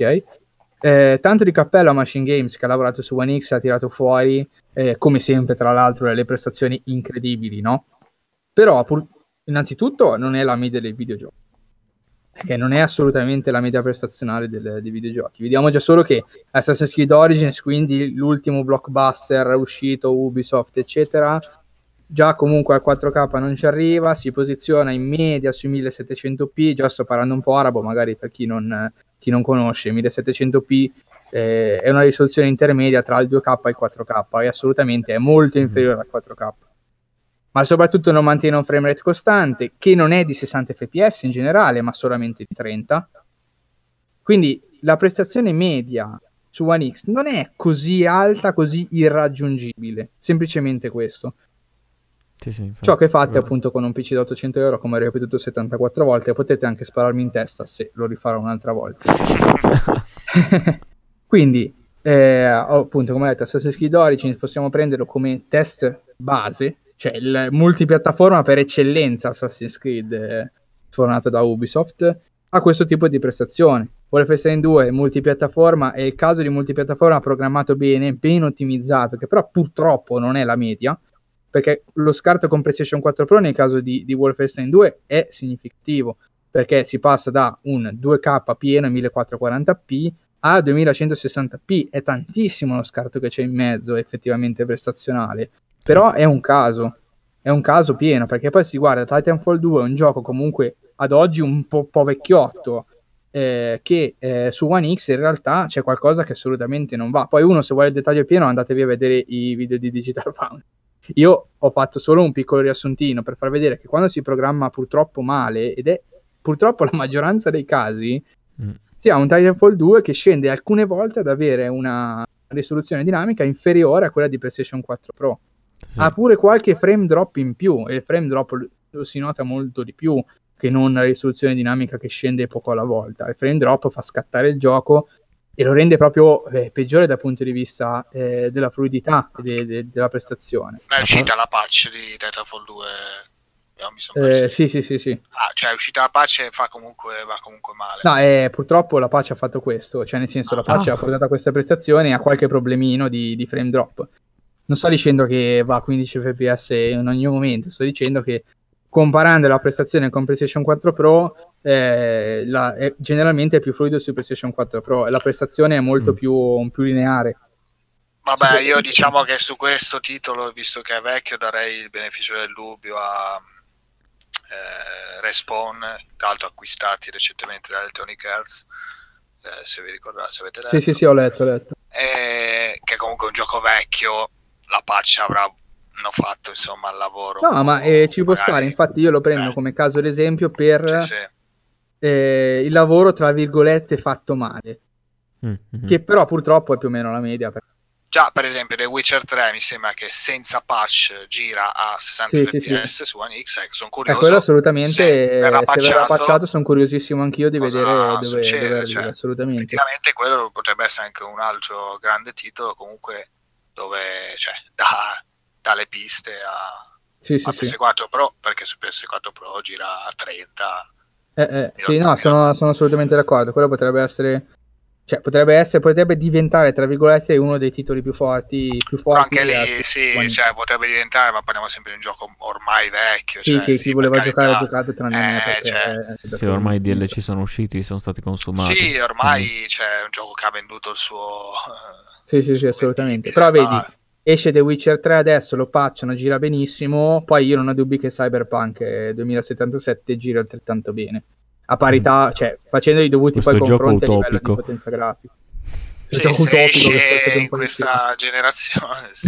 Speaker 1: Ok. Tanto di cappello a Machine Games, che ha lavorato su One X, ha tirato fuori, come sempre tra l'altro, le prestazioni incredibili, no? Però innanzitutto non è la media dei videogiochi, perché non è assolutamente la media prestazionale dei videogiochi. Vediamo già solo che Assassin's Creed Origins, quindi l'ultimo blockbuster uscito, Ubisoft eccetera, già comunque al 4K non ci arriva, si posiziona in media sui 1700p, già sto parlando un po' arabo magari per chi non conosce, 1700p è una risoluzione intermedia tra il 2K e il 4K, e assolutamente è molto inferiore al 4K. Ma soprattutto non mantiene un frame rate costante, che non è di 60 fps in generale, ma solamente di 30. Quindi la prestazione media su One X non è così alta, così irraggiungibile, semplicemente questo.
Speaker 3: Sì,
Speaker 1: Ciò che fate appunto con un PC da 800 euro, come ho ripetuto 74 volte, potete anche spararmi in testa se lo rifarò un'altra volta. Quindi appunto, come ho detto, Assassin's Creed Origins possiamo prenderlo come test base, cioè il multipiattaforma per eccellenza Assassin's Creed fornato da Ubisoft, ha questo tipo di prestazioni. Wolfenstein 2 multipiattaforma, è il caso di multipiattaforma programmato bene, ben ottimizzato, che però purtroppo non è la media, perché lo scarto con PlayStation 4 Pro nel caso di Wolfenstein 2 è significativo, perché si passa da un 2K pieno 1440p a 2160p, è tantissimo lo scarto che c'è in mezzo effettivamente prestazionale, però è un caso pieno, perché poi si guarda Titanfall 2 è un gioco comunque ad oggi un po' vecchiotto, che su One X in realtà c'è qualcosa che assolutamente non va. Poi uno, se vuole il dettaglio pieno, andatevi a vedere i video di Digital Foundry. Io ho fatto solo un piccolo riassuntino per far vedere che quando si programma purtroppo male, ed è purtroppo la maggioranza dei casi, si ha un Titanfall 2 che scende alcune volte ad avere una risoluzione dinamica inferiore a quella di PlayStation 4 Pro.
Speaker 3: Sì.
Speaker 1: Ha pure qualche frame drop in più, e il frame drop lo si nota molto di più che non la risoluzione dinamica che scende poco alla volta. Il frame drop fa scattare il gioco e lo rende proprio peggiore dal punto di vista della fluidità e della prestazione.
Speaker 2: Ma è uscita la patch di Titanfall 2? Mi son perso.
Speaker 1: Sì.
Speaker 2: Cioè è uscita la patch e va comunque male.
Speaker 1: No, purtroppo la patch ha fatto questo, cioè nel senso la patch ha portato a questa prestazione e a qualche problemino di frame drop. Non sto dicendo che va a 15 fps in ogni momento, sto dicendo che comparando la prestazione con PlayStation 4 Pro, generalmente è più fluido su PlayStation 4 Pro e la prestazione è molto più lineare.
Speaker 2: Vabbè, io diciamo che su questo titolo, visto che è vecchio, darei il beneficio del dubbio a Respawn, tra l'altro acquistati recentemente da Electronic Arts, se vi ricordate, se avete letto.
Speaker 1: Sì, ho letto.
Speaker 2: Che comunque è un gioco vecchio, la patch avranno fatto insomma il lavoro.
Speaker 1: No, ma ci può stare, infatti io lo prendo come caso d'esempio per il lavoro tra virgolette fatto male, che però purtroppo è più o meno la media.
Speaker 2: Già, per esempio, The Witcher 3 mi sembra che senza patch gira a 60 fps su One X, sono curioso.
Speaker 1: Quello assolutamente, se verrà patchato sono curiosissimo anch'io di vedere dove arriva,
Speaker 2: cioè,
Speaker 1: assolutamente.
Speaker 2: Effettivamente quello potrebbe essere anche un altro grande titolo, comunque, dove dà le piste a PS4 Pro, perché su PS4 Pro gira a 30.
Speaker 1: Sì, no, sono assolutamente d'accordo. Quello potrebbe essere... Cioè, potrebbe diventare, tra virgolette, uno dei titoli più forti.
Speaker 2: Però anche lì, sì, cioè, potrebbe diventare, ma parliamo sempre di un gioco ormai vecchio.
Speaker 1: Sì, che chi voleva giocare ha giocato, tranne me, perché...
Speaker 3: Sì, ormai i DLC sono usciti, sono stati consumati.
Speaker 2: Sì, ormai c'è un gioco che ha venduto il suo...
Speaker 1: Sì, assolutamente. Però vedi, esce The Witcher 3 adesso, lo patchano, gira benissimo, poi io non ho dubbi che Cyberpunk 2077 gira altrettanto bene. A parità, cioè facendo i dovuti poi confronti a livello di potenza grafica.
Speaker 2: Il gioco utopico che in questa generazione. Sì.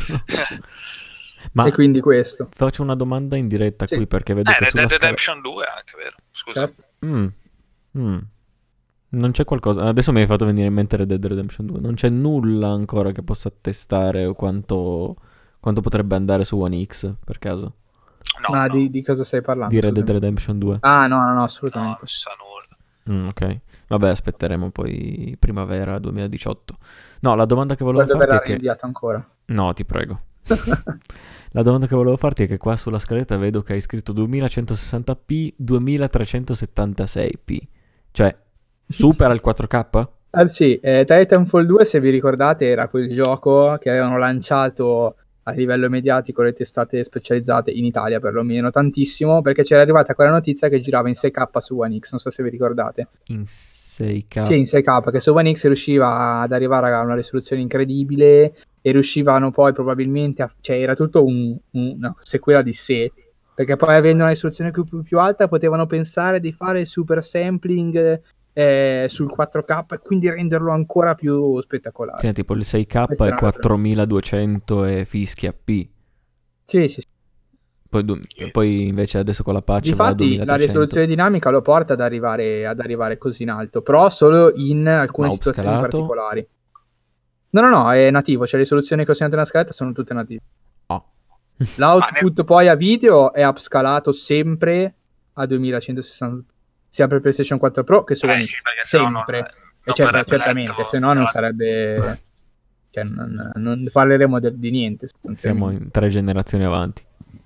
Speaker 3: Ma
Speaker 1: e quindi questo.
Speaker 3: Faccio una domanda in diretta qui perché vedo che sulla
Speaker 2: Red Redemption 2 anche, vero? Scusa.
Speaker 3: Certo. Non c'è qualcosa. Adesso mi hai fatto venire in mente Red Dead Redemption 2. Non c'è nulla ancora che possa testare quanto potrebbe andare su One X per caso.
Speaker 1: No. Di cosa stai parlando?
Speaker 3: Di Red Dead Redemption 2.
Speaker 1: No, assolutamente.
Speaker 2: Non sa nulla.
Speaker 3: Ok, vabbè, aspetteremo poi primavera 2018. No, la domanda che volevo farti è che...
Speaker 1: rinviato ancora?
Speaker 3: No, ti prego. La domanda che volevo farti è che qua sulla scaletta vedo che hai scritto 2160p, 2376p. Cioè, supera il 4K?
Speaker 1: Sì, Titanfall 2, se vi ricordate, era quel gioco che avevano lanciato a livello mediatico le testate specializzate in Italia perlomeno tantissimo, perché c'era arrivata quella notizia che girava in 6K su One X, non so se vi ricordate.
Speaker 3: In 6K?
Speaker 1: Sì, in 6K, che su One X riusciva ad arrivare a una risoluzione incredibile e riuscivano poi probabilmente cioè era tutto una sequela di sé, perché poi avendo una risoluzione più alta potevano pensare di fare super sampling sul 4K e quindi renderlo ancora più spettacolare.
Speaker 3: Sì, tipo il 6K è 4200 e fischia P.
Speaker 1: Sì.
Speaker 3: Poi invece adesso con la patch
Speaker 1: difatti la risoluzione dinamica lo porta ad arrivare così in alto, però solo in alcune situazioni particolari. No, è nativo, cioè le risoluzioni che ho segnato nella scaletta sono tutte native. L'output poi a video è upscalato sempre a 2160, sia per PlayStation 4 Pro che su One X, sempre. certamente, se no non sarebbe... Cioè, non parleremo di niente.
Speaker 3: Siamo in 3 generazioni avanti.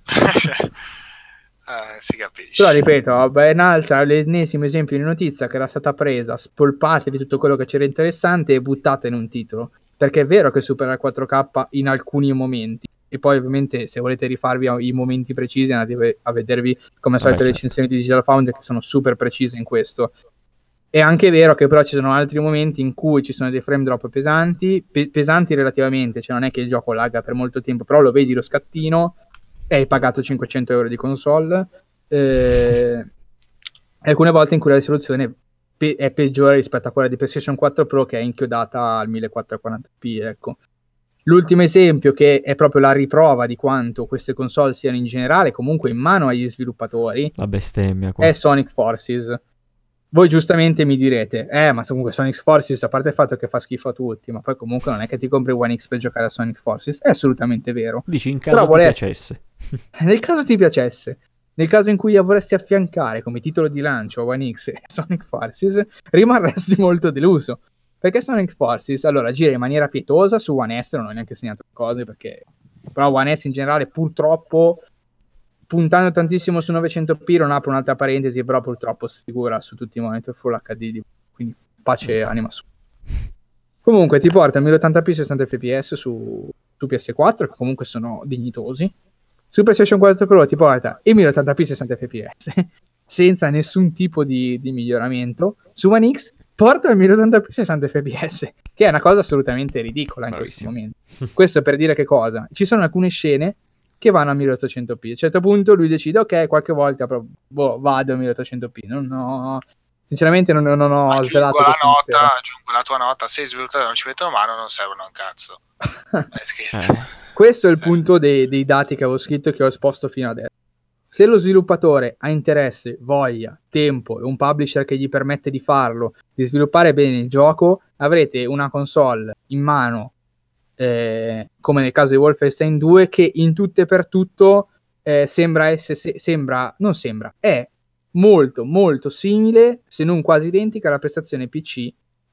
Speaker 2: Si capisce.
Speaker 1: Però ripeto, vabbè, l'ennesimo esempio di notizia che era stata presa, spolpata di tutto quello che c'era interessante e buttata in un titolo. Perché è vero che supera il 4K in alcuni momenti. E poi ovviamente se volete rifarvi i momenti precisi andate a vedervi come al solito le recensioni di Digital Foundry, che sono super precise in questo. È anche vero che però ci sono altri momenti in cui ci sono dei frame drop pesanti relativamente, cioè non è che il gioco lagga per molto tempo, però lo vedi lo scattino e hai pagato 500 euro di console, alcune volte in cui la risoluzione è peggiore rispetto a quella di PlayStation 4 Pro, che è inchiodata al 1440p, ecco. L'ultimo esempio, che è proprio la riprova di quanto queste console siano in generale comunque in mano agli sviluppatori,
Speaker 3: la bestemmia qua,
Speaker 1: è Sonic Forces. Voi giustamente mi direte, ma comunque Sonic Forces, a parte il fatto che fa schifo a tutti, ma poi comunque non è che ti compri One X per giocare a Sonic Forces. È assolutamente vero.
Speaker 3: Dici in caso ti piacesse.
Speaker 1: Nel caso ti piacesse, nel caso in cui vorresti affiancare come titolo di lancio a One X e Sonic Forces, rimarresti molto deluso. Perché Sonic Forces, allora, gira in maniera pietosa su One S, non ho neanche segnato cose, perché... Però One S in generale, purtroppo... puntando tantissimo su 900p, non apro un'altra parentesi, però purtroppo sfigura su tutti i monitor Full HD, quindi pace anima su. Comunque ti porta a 1080p 60 fps su PS4, che comunque sono dignitosi. Su PlayStation 4 Pro ti porta i 1080p 60 fps senza nessun tipo di miglioramento. Su One X porta il 1080p 60 fps, che è una cosa assolutamente ridicola in questo momento. Questo per dire che cosa? Ci sono alcune scene che vanno a 1800p. A un certo punto lui decide, ok, qualche volta vado a 1800p. Sinceramente non ho svelato questo mistero.
Speaker 2: Aggiungo la tua nota, se i sviluppatori non ci mettono mano non servono a un cazzo.
Speaker 1: Questo è il punto dei dati che avevo scritto e che ho esposto fino adesso. Se lo sviluppatore ha interesse, voglia, tempo e un publisher che gli permette di farlo, di sviluppare bene il gioco, avrete una console in mano, come nel caso di Wolfenstein 2, che in tutto e per tutto è molto molto simile, se non quasi identica, alla prestazione PC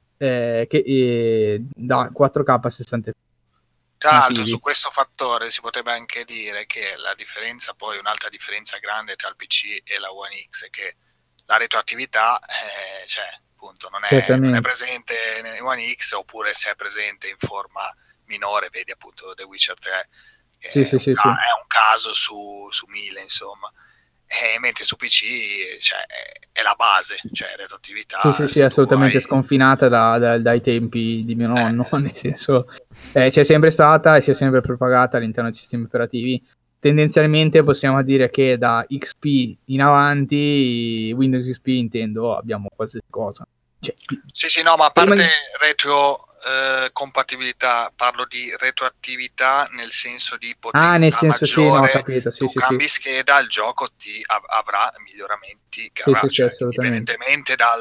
Speaker 1: che da 4K a 60 fps.
Speaker 2: Tra l'altro su questo fattore si potrebbe anche dire che la differenza, poi un'altra differenza grande tra il PC e la One X, è che la retroattività appunto non è presente in One X, oppure se è presente in forma minore, vedi appunto The Witcher 3, che è un caso su 1000, insomma. Mentre su PC è la base, retroattività.
Speaker 1: Sì, assolutamente sconfinata dai tempi di mio nonno, nel senso c'è sempre stata e si è sempre propagata all'interno dei sistemi operativi. Tendenzialmente possiamo dire che da XP in avanti, Windows XP intendo, abbiamo qualsiasi cosa.
Speaker 2: No, ma a parte retro compatibilità, parlo di retroattività nel senso di potenza
Speaker 1: nel senso
Speaker 2: maggiore.
Speaker 1: Ho capito,
Speaker 2: tu cambi scheda, il gioco ti avrà miglioramenti che avrà, indipendentemente da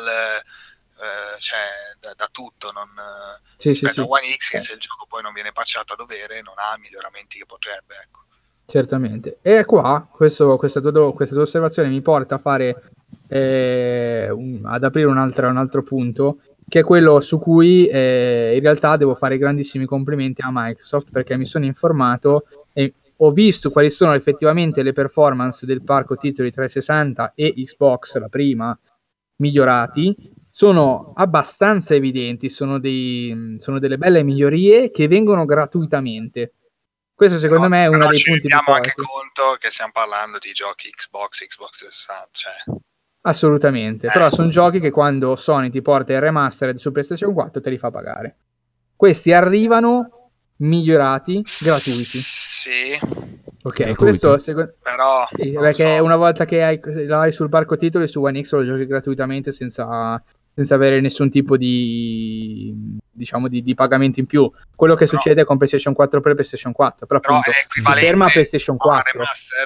Speaker 2: tutto, non rispetto a One X, che se il gioco poi non viene patchato a dovere non ha miglioramenti che potrebbe, ecco.
Speaker 1: Certamente. E qua queste due osservazioni mi porta a fare ad aprire un altro punto, che è quello su cui in realtà devo fare grandissimi complimenti a Microsoft, perché mi sono informato e ho visto quali sono effettivamente le performance del parco titoli 360 e Xbox, la prima, migliorati. Sono abbastanza evidenti, sono delle belle migliorie che vengono gratuitamente. Questo secondo me è uno dei punti più forti.
Speaker 2: Anche conto che stiamo parlando di giochi Xbox 360,
Speaker 1: Assolutamente, però sono giochi che quando Sony ti porta il remastered su PlayStation 4 te li fa pagare. Questi arrivano migliorati, gratuiti.
Speaker 2: Sì.
Speaker 1: Ok, questo
Speaker 2: però
Speaker 1: perché una volta che l'hai sul parco titoli su One X lo giochi gratuitamente senza avere nessun tipo di pagamento in più. Quello che succede con PlayStation 4 Pro e PlayStation 4, però appunto si ferma a PlayStation 4.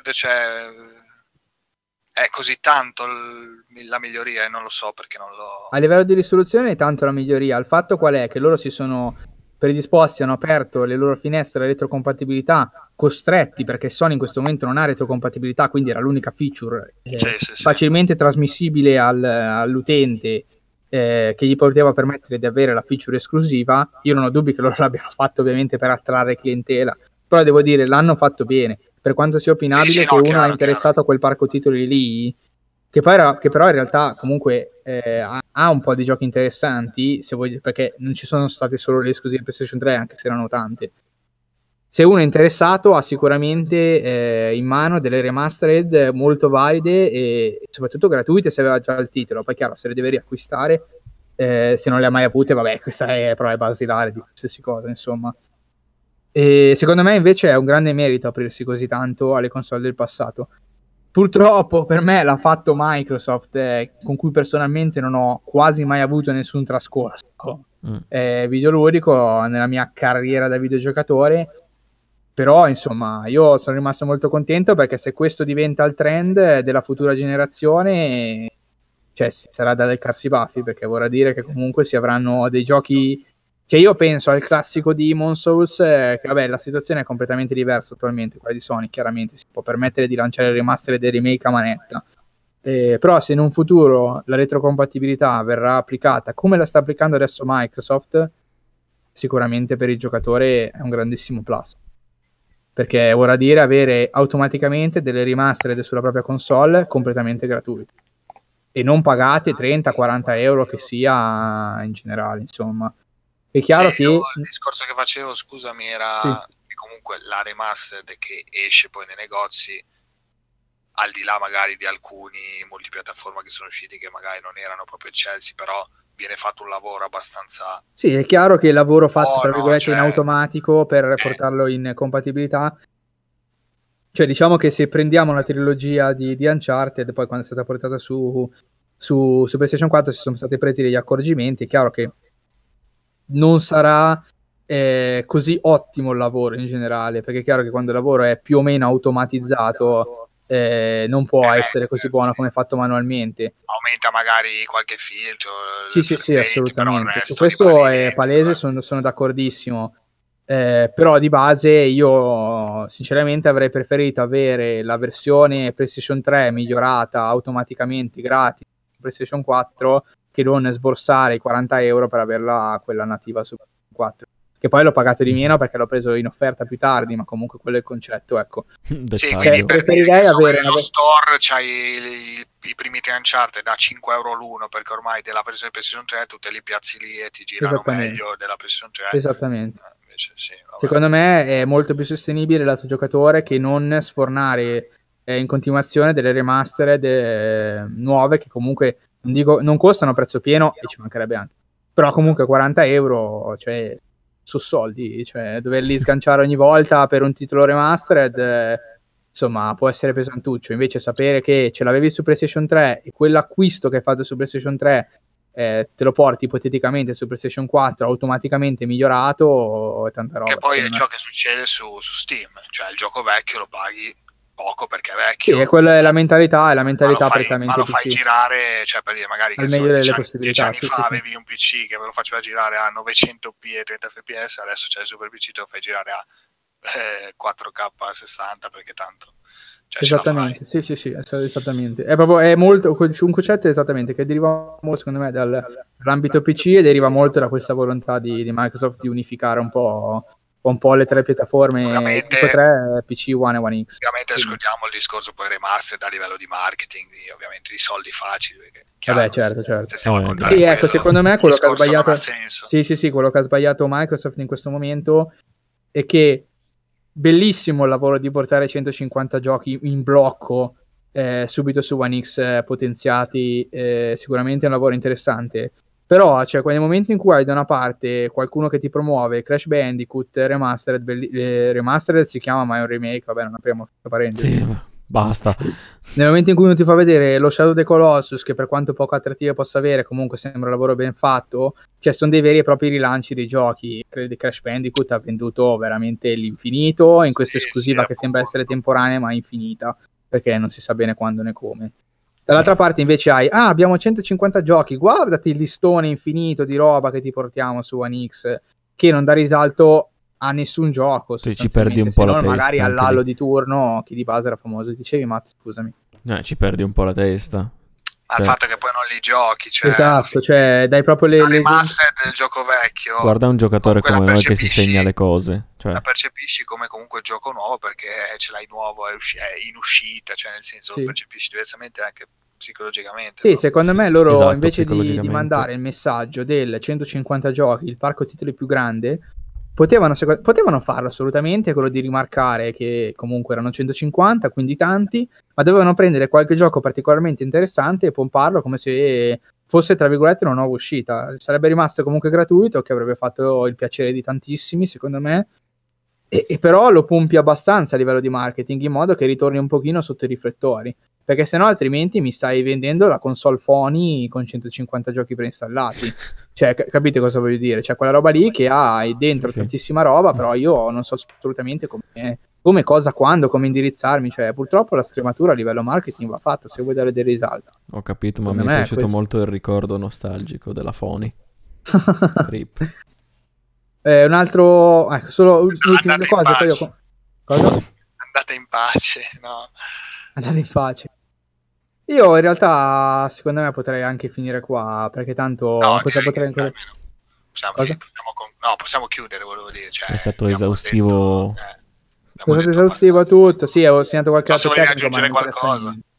Speaker 2: È così tanto la miglioria, e non lo so perché non lo...
Speaker 1: A livello di risoluzione è tanto la miglioria. Il fatto qual è? Che loro si sono predisposti, hanno aperto le loro finestre a retrocompatibilità, costretti, perché Sony in questo momento non ha retrocompatibilità, quindi era l'unica feature facilmente trasmissibile all'utente che gli poteva permettere di avere la feature esclusiva. Io non ho dubbi che loro l'abbiano fatto ovviamente per attrarre clientela, però devo dire l'hanno fatto bene, per quanto sia opinabile
Speaker 2: Sì,
Speaker 1: che
Speaker 2: no,
Speaker 1: uno
Speaker 2: chiaro,
Speaker 1: è interessato a quel parco titoli lì, che però in realtà comunque ha un po' di giochi interessanti, se vuoi, perché non ci sono state solo le esclusive PlayStation 3, anche se erano tante. Se uno è interessato ha sicuramente in mano delle remastered molto valide e soprattutto gratuite se aveva già il titolo. Poi chiaro, se le deve riacquistare, se non le ha mai avute, vabbè, questa è però è basilare di qualsiasi cosa, insomma. E secondo me invece è un grande merito aprirsi così tanto alle console del passato. Purtroppo per me l'ha fatto Microsoft, con cui personalmente non ho quasi mai avuto nessun trascorso videoludico nella mia carriera da videogiocatore. Però insomma io sono rimasto molto contento, perché se questo diventa il trend della futura generazione, cioè sarà da leccarsi i baffi, perché vorrà dire che comunque si avranno dei giochi. Cioè io penso al classico Demon's Souls, che vabbè la situazione è completamente diversa attualmente, quella di Sony chiaramente si può permettere di lanciare il remaster e dei remake a manetta, però se in un futuro la retrocompatibilità verrà applicata come la sta applicando adesso Microsoft, sicuramente per il giocatore è un grandissimo plus, perché vorrà dire avere automaticamente delle remastered sulla propria console completamente gratuite e non pagate 30-40 euro che sia in generale, insomma. È chiaro
Speaker 2: Sì,
Speaker 1: che
Speaker 2: io il discorso che facevo, scusami, era
Speaker 1: sì,
Speaker 2: che comunque la remastered che esce poi nei negozi, al di là magari di alcuni multipiattaforma che sono usciti che magari non erano proprio eccelsi, però viene fatto un lavoro abbastanza
Speaker 1: sì, è chiaro che il lavoro fatto tra
Speaker 2: buono,
Speaker 1: virgolette in
Speaker 2: cioè,
Speaker 1: automatico per portarlo in compatibilità. Cioè, diciamo che se prendiamo la trilogia di Uncharted, poi quando è stata portata su PlayStation 4 si sono stati presi degli accorgimenti. È chiaro che non sarà così ottimo il lavoro in generale, perché è chiaro che quando il lavoro è più o meno automatizzato non può essere così
Speaker 2: certo,
Speaker 1: buono
Speaker 2: sì.
Speaker 1: come fatto manualmente.
Speaker 2: Aumenta magari qualche filtro,
Speaker 1: Sì,
Speaker 2: il
Speaker 1: sì,
Speaker 2: frame
Speaker 1: sì,
Speaker 2: rate, però il
Speaker 1: assolutamente. Su
Speaker 2: resto
Speaker 1: questo
Speaker 2: rimane
Speaker 1: è
Speaker 2: identico.
Speaker 1: palese, sono d'accordissimo. Però di base io sinceramente avrei preferito avere la versione PlayStation 3 migliorata automaticamente gratis su PlayStation 4 che non sborsare i 40 euro per averla quella nativa su 4. Che poi l'ho pagato di meno perché l'ho preso in offerta più tardi, ma comunque quello è il concetto, ecco.
Speaker 2: Sì, quindi
Speaker 1: Cioè,
Speaker 3: Dettaglio.
Speaker 2: per dire che
Speaker 1: preferirei
Speaker 2: insomma
Speaker 1: avere una
Speaker 2: nello store c'hai i primi tre Uncharted da 5 euro l'uno, perché ormai della versione PlayStation 3 tu te li piazzi lì e ti girano
Speaker 1: esattamente,
Speaker 2: meglio della PlayStation 3.
Speaker 1: esattamente.
Speaker 2: Invece sì, vabbè.
Speaker 1: Secondo me è molto più sostenibile lato giocatore che non sfornare in continuazione delle remastered nuove che comunque non costano a prezzo pieno, e ci mancherebbe anche, però comunque 40 euro, cioè su soldi, cioè doverli sganciare ogni volta per un titolo remastered, insomma può essere pesantuccio. Invece sapere che ce l'avevi su PlayStation 3 e quell'acquisto che hai fatto su PlayStation 3 te lo porti ipoteticamente su PlayStation 4 automaticamente migliorato, è tanta
Speaker 2: Che
Speaker 1: roba
Speaker 2: poi è
Speaker 1: secondo me.
Speaker 2: ciò che succede su Steam, cioè il gioco vecchio lo paghi poco perché è
Speaker 1: Sì, e
Speaker 2: vecchio,
Speaker 1: quella è la mentalità,
Speaker 2: ma
Speaker 1: prettamente
Speaker 2: lo fai
Speaker 1: PC,
Speaker 2: girare, cioè per dire magari
Speaker 1: al
Speaker 2: che so,
Speaker 1: meglio delle
Speaker 2: 10
Speaker 1: possibilità,
Speaker 2: anni
Speaker 1: sì, sì,
Speaker 2: fa
Speaker 1: sì.
Speaker 2: avevi un PC che ve lo faceva girare a 900p e 30 fps, adesso c'è il super PC te lo fai girare a 4K a 60 perché tanto cioè ce la fai.
Speaker 1: Esattamente, sì, sì, sì, esattamente. È molto un concetto esattamente che deriva molto, secondo me, dall'ambito PC e deriva molto da questa volontà di Microsoft di unificare un po' le tre piattaforme, dico
Speaker 2: Ovviamente,
Speaker 1: tre, PC, One e One X.
Speaker 2: ovviamente
Speaker 1: Quindi,
Speaker 2: escludiamo il discorso poi remastered a livello di marketing, ovviamente di soldi facili, perché è
Speaker 1: vabbè,
Speaker 2: chiaro,
Speaker 1: certo, certo.
Speaker 2: se stiamo a
Speaker 1: Sì,
Speaker 2: contare
Speaker 1: ecco,
Speaker 2: quello,
Speaker 1: secondo me
Speaker 2: il
Speaker 1: quello che ha
Speaker 2: discorso non ha
Speaker 1: sbagliato,
Speaker 2: senso.
Speaker 1: sì, sì, sì, quello che ha sbagliato Microsoft in questo momento è che bellissimo il lavoro di portare 150 giochi in blocco subito su One X potenziati, sicuramente è un lavoro interessante. Però, cioè, nel momento in cui hai da una parte qualcuno che ti promuove Crash Bandicoot Remastered, Remastered si chiama ma è un remake, vabbè, non apriamo questa parentesi.
Speaker 3: Sì, basta.
Speaker 1: Nel momento in cui uno ti fa vedere lo Shadow of the Colossus, che per quanto poco attrattive possa avere, comunque sembra un lavoro ben fatto, cioè sono dei veri e propri rilanci dei giochi. Credo che Crash Bandicoot ha venduto veramente l'infinito in questa
Speaker 2: Sì, sì,
Speaker 1: esclusiva che sembra
Speaker 2: appunto.
Speaker 1: essere temporanea ma infinita, perché non si sa bene quando né come. Dall'altra parte invece hai, abbiamo 150 giochi, guardati il listone infinito di roba che ti portiamo su One X, che non dà risalto a nessun gioco
Speaker 3: Sì, ci perdi
Speaker 1: sostanzialmente,
Speaker 3: un
Speaker 1: se
Speaker 3: po' la
Speaker 1: non magari
Speaker 3: testa anche
Speaker 1: all'allo
Speaker 3: lì.
Speaker 1: di turno, chi di base era famoso. Dicevi, Matt, scusami.
Speaker 3: Ci perdi un po' la testa.
Speaker 2: Ma il
Speaker 3: Cioè,
Speaker 2: fatto che poi non li giochi, cioè,
Speaker 1: Esatto, cioè dai proprio
Speaker 2: la
Speaker 1: le
Speaker 2: remastered del gioco vecchio,
Speaker 3: guarda un giocatore
Speaker 2: comunque la
Speaker 3: come noi che si segna
Speaker 2: percepisci,
Speaker 3: le cose. Cioè,
Speaker 2: la percepisci come comunque il gioco nuovo perché ce l'hai nuovo, è in uscita, cioè nel senso lo
Speaker 1: Sì.
Speaker 2: percepisci diversamente anche psicologicamente.
Speaker 1: Sì,
Speaker 2: No?
Speaker 1: secondo
Speaker 3: sì,
Speaker 1: me loro
Speaker 3: esatto,
Speaker 1: invece di
Speaker 3: psicologicamente.
Speaker 1: mandare il messaggio del 150 giochi, il parco titoli più grande, potevano farlo assolutamente, quello di rimarcare che comunque erano 150, quindi tanti, ma dovevano prendere qualche gioco particolarmente interessante e pomparlo come se fosse, tra virgolette, una nuova uscita. Sarebbe rimasto comunque gratuito, che avrebbe fatto il piacere di tantissimi, secondo me, e però lo pompi abbastanza a livello di marketing in modo che ritorni un pochino sotto i riflettori. Perché sennò altrimenti mi stai vendendo la console Sony con 150 giochi preinstallati. Cioè, capite cosa voglio dire? Cioè, quella roba lì che hai dentro
Speaker 3: Sì, sì.
Speaker 1: tantissima roba, però io non so assolutamente come, cosa, quando, come indirizzarmi. Cioè, purtroppo la scrematura a livello marketing va fatta se vuoi dare dei risalti.
Speaker 3: Ho capito, ma
Speaker 1: Secondo
Speaker 3: mi è
Speaker 1: me è
Speaker 3: piaciuto
Speaker 1: questo.
Speaker 3: molto il ricordo nostalgico della Fony. Rip.
Speaker 1: Un altro... solo ultime due
Speaker 2: Andate in
Speaker 1: cose, poi
Speaker 2: pace.
Speaker 1: io... Cosa?
Speaker 2: Andate in pace, no?
Speaker 1: Andate in pace. Io in realtà, secondo me, potrei anche finire qua, perché tanto
Speaker 2: No,
Speaker 1: cosa
Speaker 2: direi
Speaker 1: potrei
Speaker 2: che
Speaker 1: ancora...
Speaker 2: almeno possiamo,
Speaker 1: Cosa?
Speaker 2: no, possiamo chiudere, volevo dire. Cioè,
Speaker 3: È stato
Speaker 2: abbiamo detto,
Speaker 3: esaustivo.
Speaker 1: È
Speaker 2: abbiamo
Speaker 1: stato
Speaker 2: detto
Speaker 1: esaustivo a
Speaker 2: abbastanza.
Speaker 1: tutto. Sì, avevo segnato qualche
Speaker 2: Non so se
Speaker 1: dato
Speaker 2: volevi
Speaker 1: tecnico, ma non
Speaker 2: aggiungere
Speaker 1: mi interessa
Speaker 2: qualcosa.
Speaker 1: niente.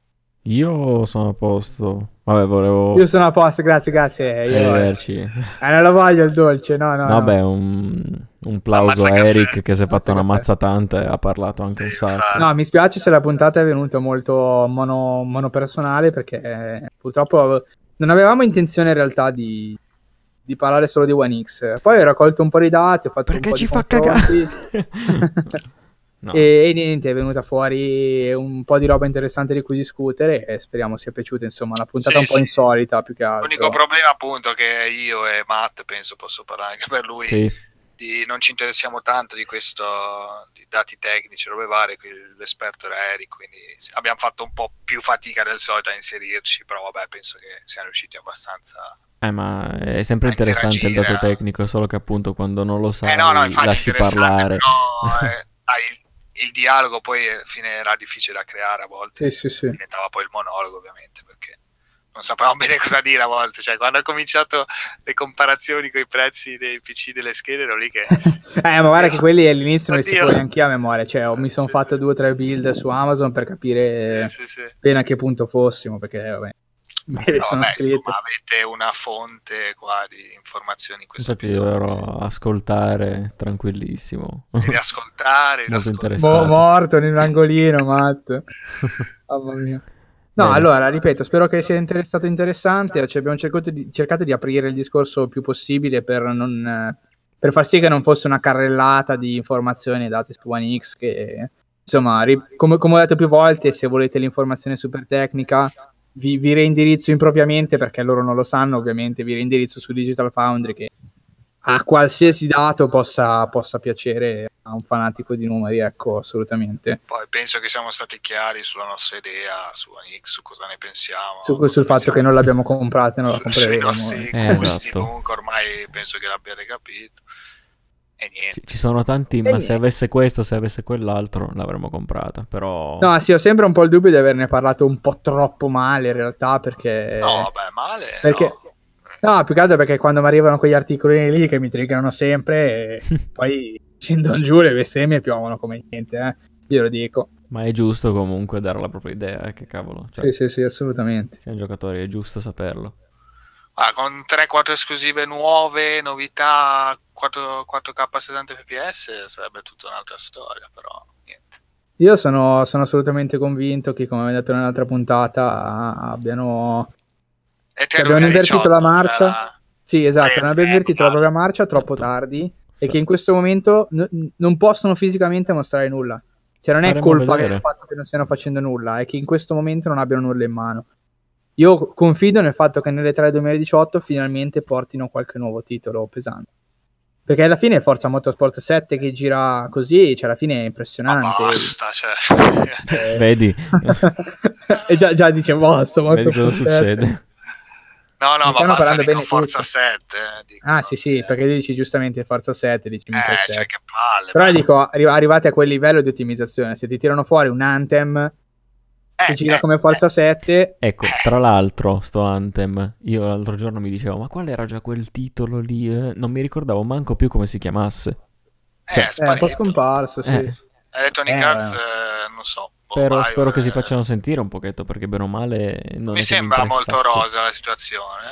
Speaker 3: Io sono a posto. Vabbè, volevo
Speaker 1: Io sono a posto, grazie. Io
Speaker 3: arrivederci.
Speaker 1: non lo voglio il dolce, no, no, no.
Speaker 3: Vabbè, un plauso
Speaker 2: Ammazza
Speaker 3: a
Speaker 2: caffè.
Speaker 3: Eric che si è fatto
Speaker 1: Ammazza
Speaker 3: una
Speaker 1: caffè.
Speaker 3: mazzatante e ha parlato anche
Speaker 2: Sì,
Speaker 3: un sacco.
Speaker 2: infatti.
Speaker 1: No, mi spiace se la puntata è venuta molto monopersonale, perché purtroppo non avevamo intenzione in realtà di parlare solo di One X. Poi ho raccolto un po' di dati, ho fatto un
Speaker 3: Perché
Speaker 1: po' di
Speaker 3: ci fa cagare?
Speaker 1: confronti.
Speaker 3: No,
Speaker 1: E niente, è venuta fuori un po' di roba interessante di cui discutere e speriamo sia piaciuta, insomma, una puntata un po'
Speaker 2: Sì.
Speaker 1: insolita più che
Speaker 2: L'unico
Speaker 1: altro.
Speaker 2: problema appunto è che io e Matt, penso posso parlare anche per lui,
Speaker 3: sì.
Speaker 2: non ci interessiamo tanto di questo, di dati tecnici, robe varie, qui l'esperto era Eric, quindi abbiamo fatto un po' più fatica del solito a inserirci, però vabbè, penso che siamo riusciti abbastanza
Speaker 3: Ma è sempre
Speaker 2: a
Speaker 3: interessante il
Speaker 2: interagire.
Speaker 3: dato tecnico, solo che appunto quando non lo
Speaker 2: No,
Speaker 3: sai
Speaker 2: infatti è
Speaker 3: lasci
Speaker 2: interessante,
Speaker 3: parlare.
Speaker 2: però il dialogo poi alla fine era difficile da creare a volte,
Speaker 1: Sì.
Speaker 2: diventava poi il monologo ovviamente, perché non sapevamo bene cosa dire a volte, cioè quando ho cominciato le comparazioni con i prezzi dei PC delle schede ero lì che...
Speaker 1: Ma guarda che quelli all'inizio non li sapevo
Speaker 2: Oddio.
Speaker 1: neanche io a memoria, cioè mi sono fatto 2 o 3 build su Amazon per capire
Speaker 2: Sì.
Speaker 1: bene a che punto fossimo, perché vabbè,
Speaker 3: Ma
Speaker 1: me le
Speaker 3: sì.
Speaker 2: No,
Speaker 1: sono
Speaker 2: vabbè, insomma,
Speaker 1: scritte.
Speaker 2: avete una fonte qua di informazioni in questo
Speaker 3: Infatti
Speaker 2: video.
Speaker 3: dovrò ascoltare tranquillissimo.
Speaker 2: Devi ascoltare,
Speaker 3: Molto
Speaker 2: riascoltare.
Speaker 3: interessato.
Speaker 1: Morto in un angolino, Matt. Mamma mia. No,
Speaker 3: Bene.
Speaker 1: allora, ripeto, spero che sia stato interessante. Cioè, abbiamo cercato di aprire il discorso il più possibile per far sì che non fosse una carrellata di informazioni date su One X. Che, insomma, come ho detto più volte, se volete l'informazione super tecnica, vi reindirizzo impropriamente perché loro non lo sanno, ovviamente. Vi reindirizzo su Digital Foundry che a qualsiasi dato possa piacere a un fanatico di numeri, ecco, assolutamente.
Speaker 2: Poi penso che siamo stati chiari sulla nostra idea su One X, su cosa ne pensiamo.
Speaker 1: Sul fatto che non l'abbiamo comprata e non la
Speaker 2: Sui
Speaker 1: compreremo.
Speaker 2: nostri gusti,
Speaker 3: esatto.
Speaker 2: comunque ormai penso che l'abbiate capito. E niente.
Speaker 3: Ci sono tanti,
Speaker 1: E
Speaker 3: ma se
Speaker 1: niente.
Speaker 3: avesse questo, se avesse quell'altro, l'avremmo comprata. Però
Speaker 1: No, sì, ho sempre un po' il dubbio di averne parlato un po' troppo male in realtà, perché...
Speaker 2: No, beh, male
Speaker 1: perché...
Speaker 2: no.
Speaker 1: No, più che altro perché quando mi arrivano quegli articoli lì che mi triggerano sempre, poi scendono giù le bestemmie piovono come niente, io lo dico.
Speaker 3: ma è giusto comunque dare la propria idea, che cavolo. Cioè,
Speaker 1: Sì, assolutamente.
Speaker 3: siamo giocatori, è giusto saperlo.
Speaker 2: Con 3-4 esclusive nuove, novità, 4K 70 fps sarebbe tutta un'altra storia, però niente.
Speaker 1: Io sono assolutamente convinto che, come abbiamo detto nell'altra puntata, abbiano
Speaker 2: E
Speaker 1: che abbiano invertito la marcia.
Speaker 2: la...
Speaker 1: Sì, esatto, abbiamo invertito la propria marcia troppo tardi e che in questo momento non possono fisicamente mostrare nulla. Cioè non è
Speaker 3: Staremo a
Speaker 1: colpa del
Speaker 3: vedere.
Speaker 1: fatto che non stiano facendo nulla, è che in questo momento non abbiano nulla in mano. Io confido nel fatto che nelle 3 2018 finalmente portino qualche nuovo titolo pesante. Perché alla fine Forza Motorsport 7 che gira così, cioè alla fine è impressionante.
Speaker 2: Ma basta, cioè...
Speaker 3: Vedi?
Speaker 1: E già dice basta,
Speaker 3: Vedi cosa
Speaker 1: Motorsport 7.
Speaker 3: succede?
Speaker 2: No,
Speaker 1: Mi
Speaker 2: ma
Speaker 1: stanno
Speaker 2: basta,
Speaker 1: parlando
Speaker 2: dico
Speaker 1: bene
Speaker 2: Forza
Speaker 1: tutti.
Speaker 2: 7.
Speaker 1: Ah sì, perché dici giustamente Forza 7, dici minchia
Speaker 2: Cioè
Speaker 1: 7.
Speaker 2: che palle.
Speaker 1: Però dico, arrivati a quel livello di ottimizzazione, se ti tirano fuori un Anthem, che gira come Forza 7.
Speaker 3: Ecco, tra l'altro, sto Anthem, io l'altro giorno mi dicevo, ma qual era già quel titolo lì? Non mi ricordavo manco più come si chiamasse.
Speaker 2: È
Speaker 1: È un po' scomparso, sì.
Speaker 2: Electronic Arts, non so.
Speaker 3: Però spero che si facciano sentire un pochetto, perché bene o male non
Speaker 2: mi
Speaker 3: è che
Speaker 2: sembra molto
Speaker 3: interessasse.
Speaker 2: rosa la situazione.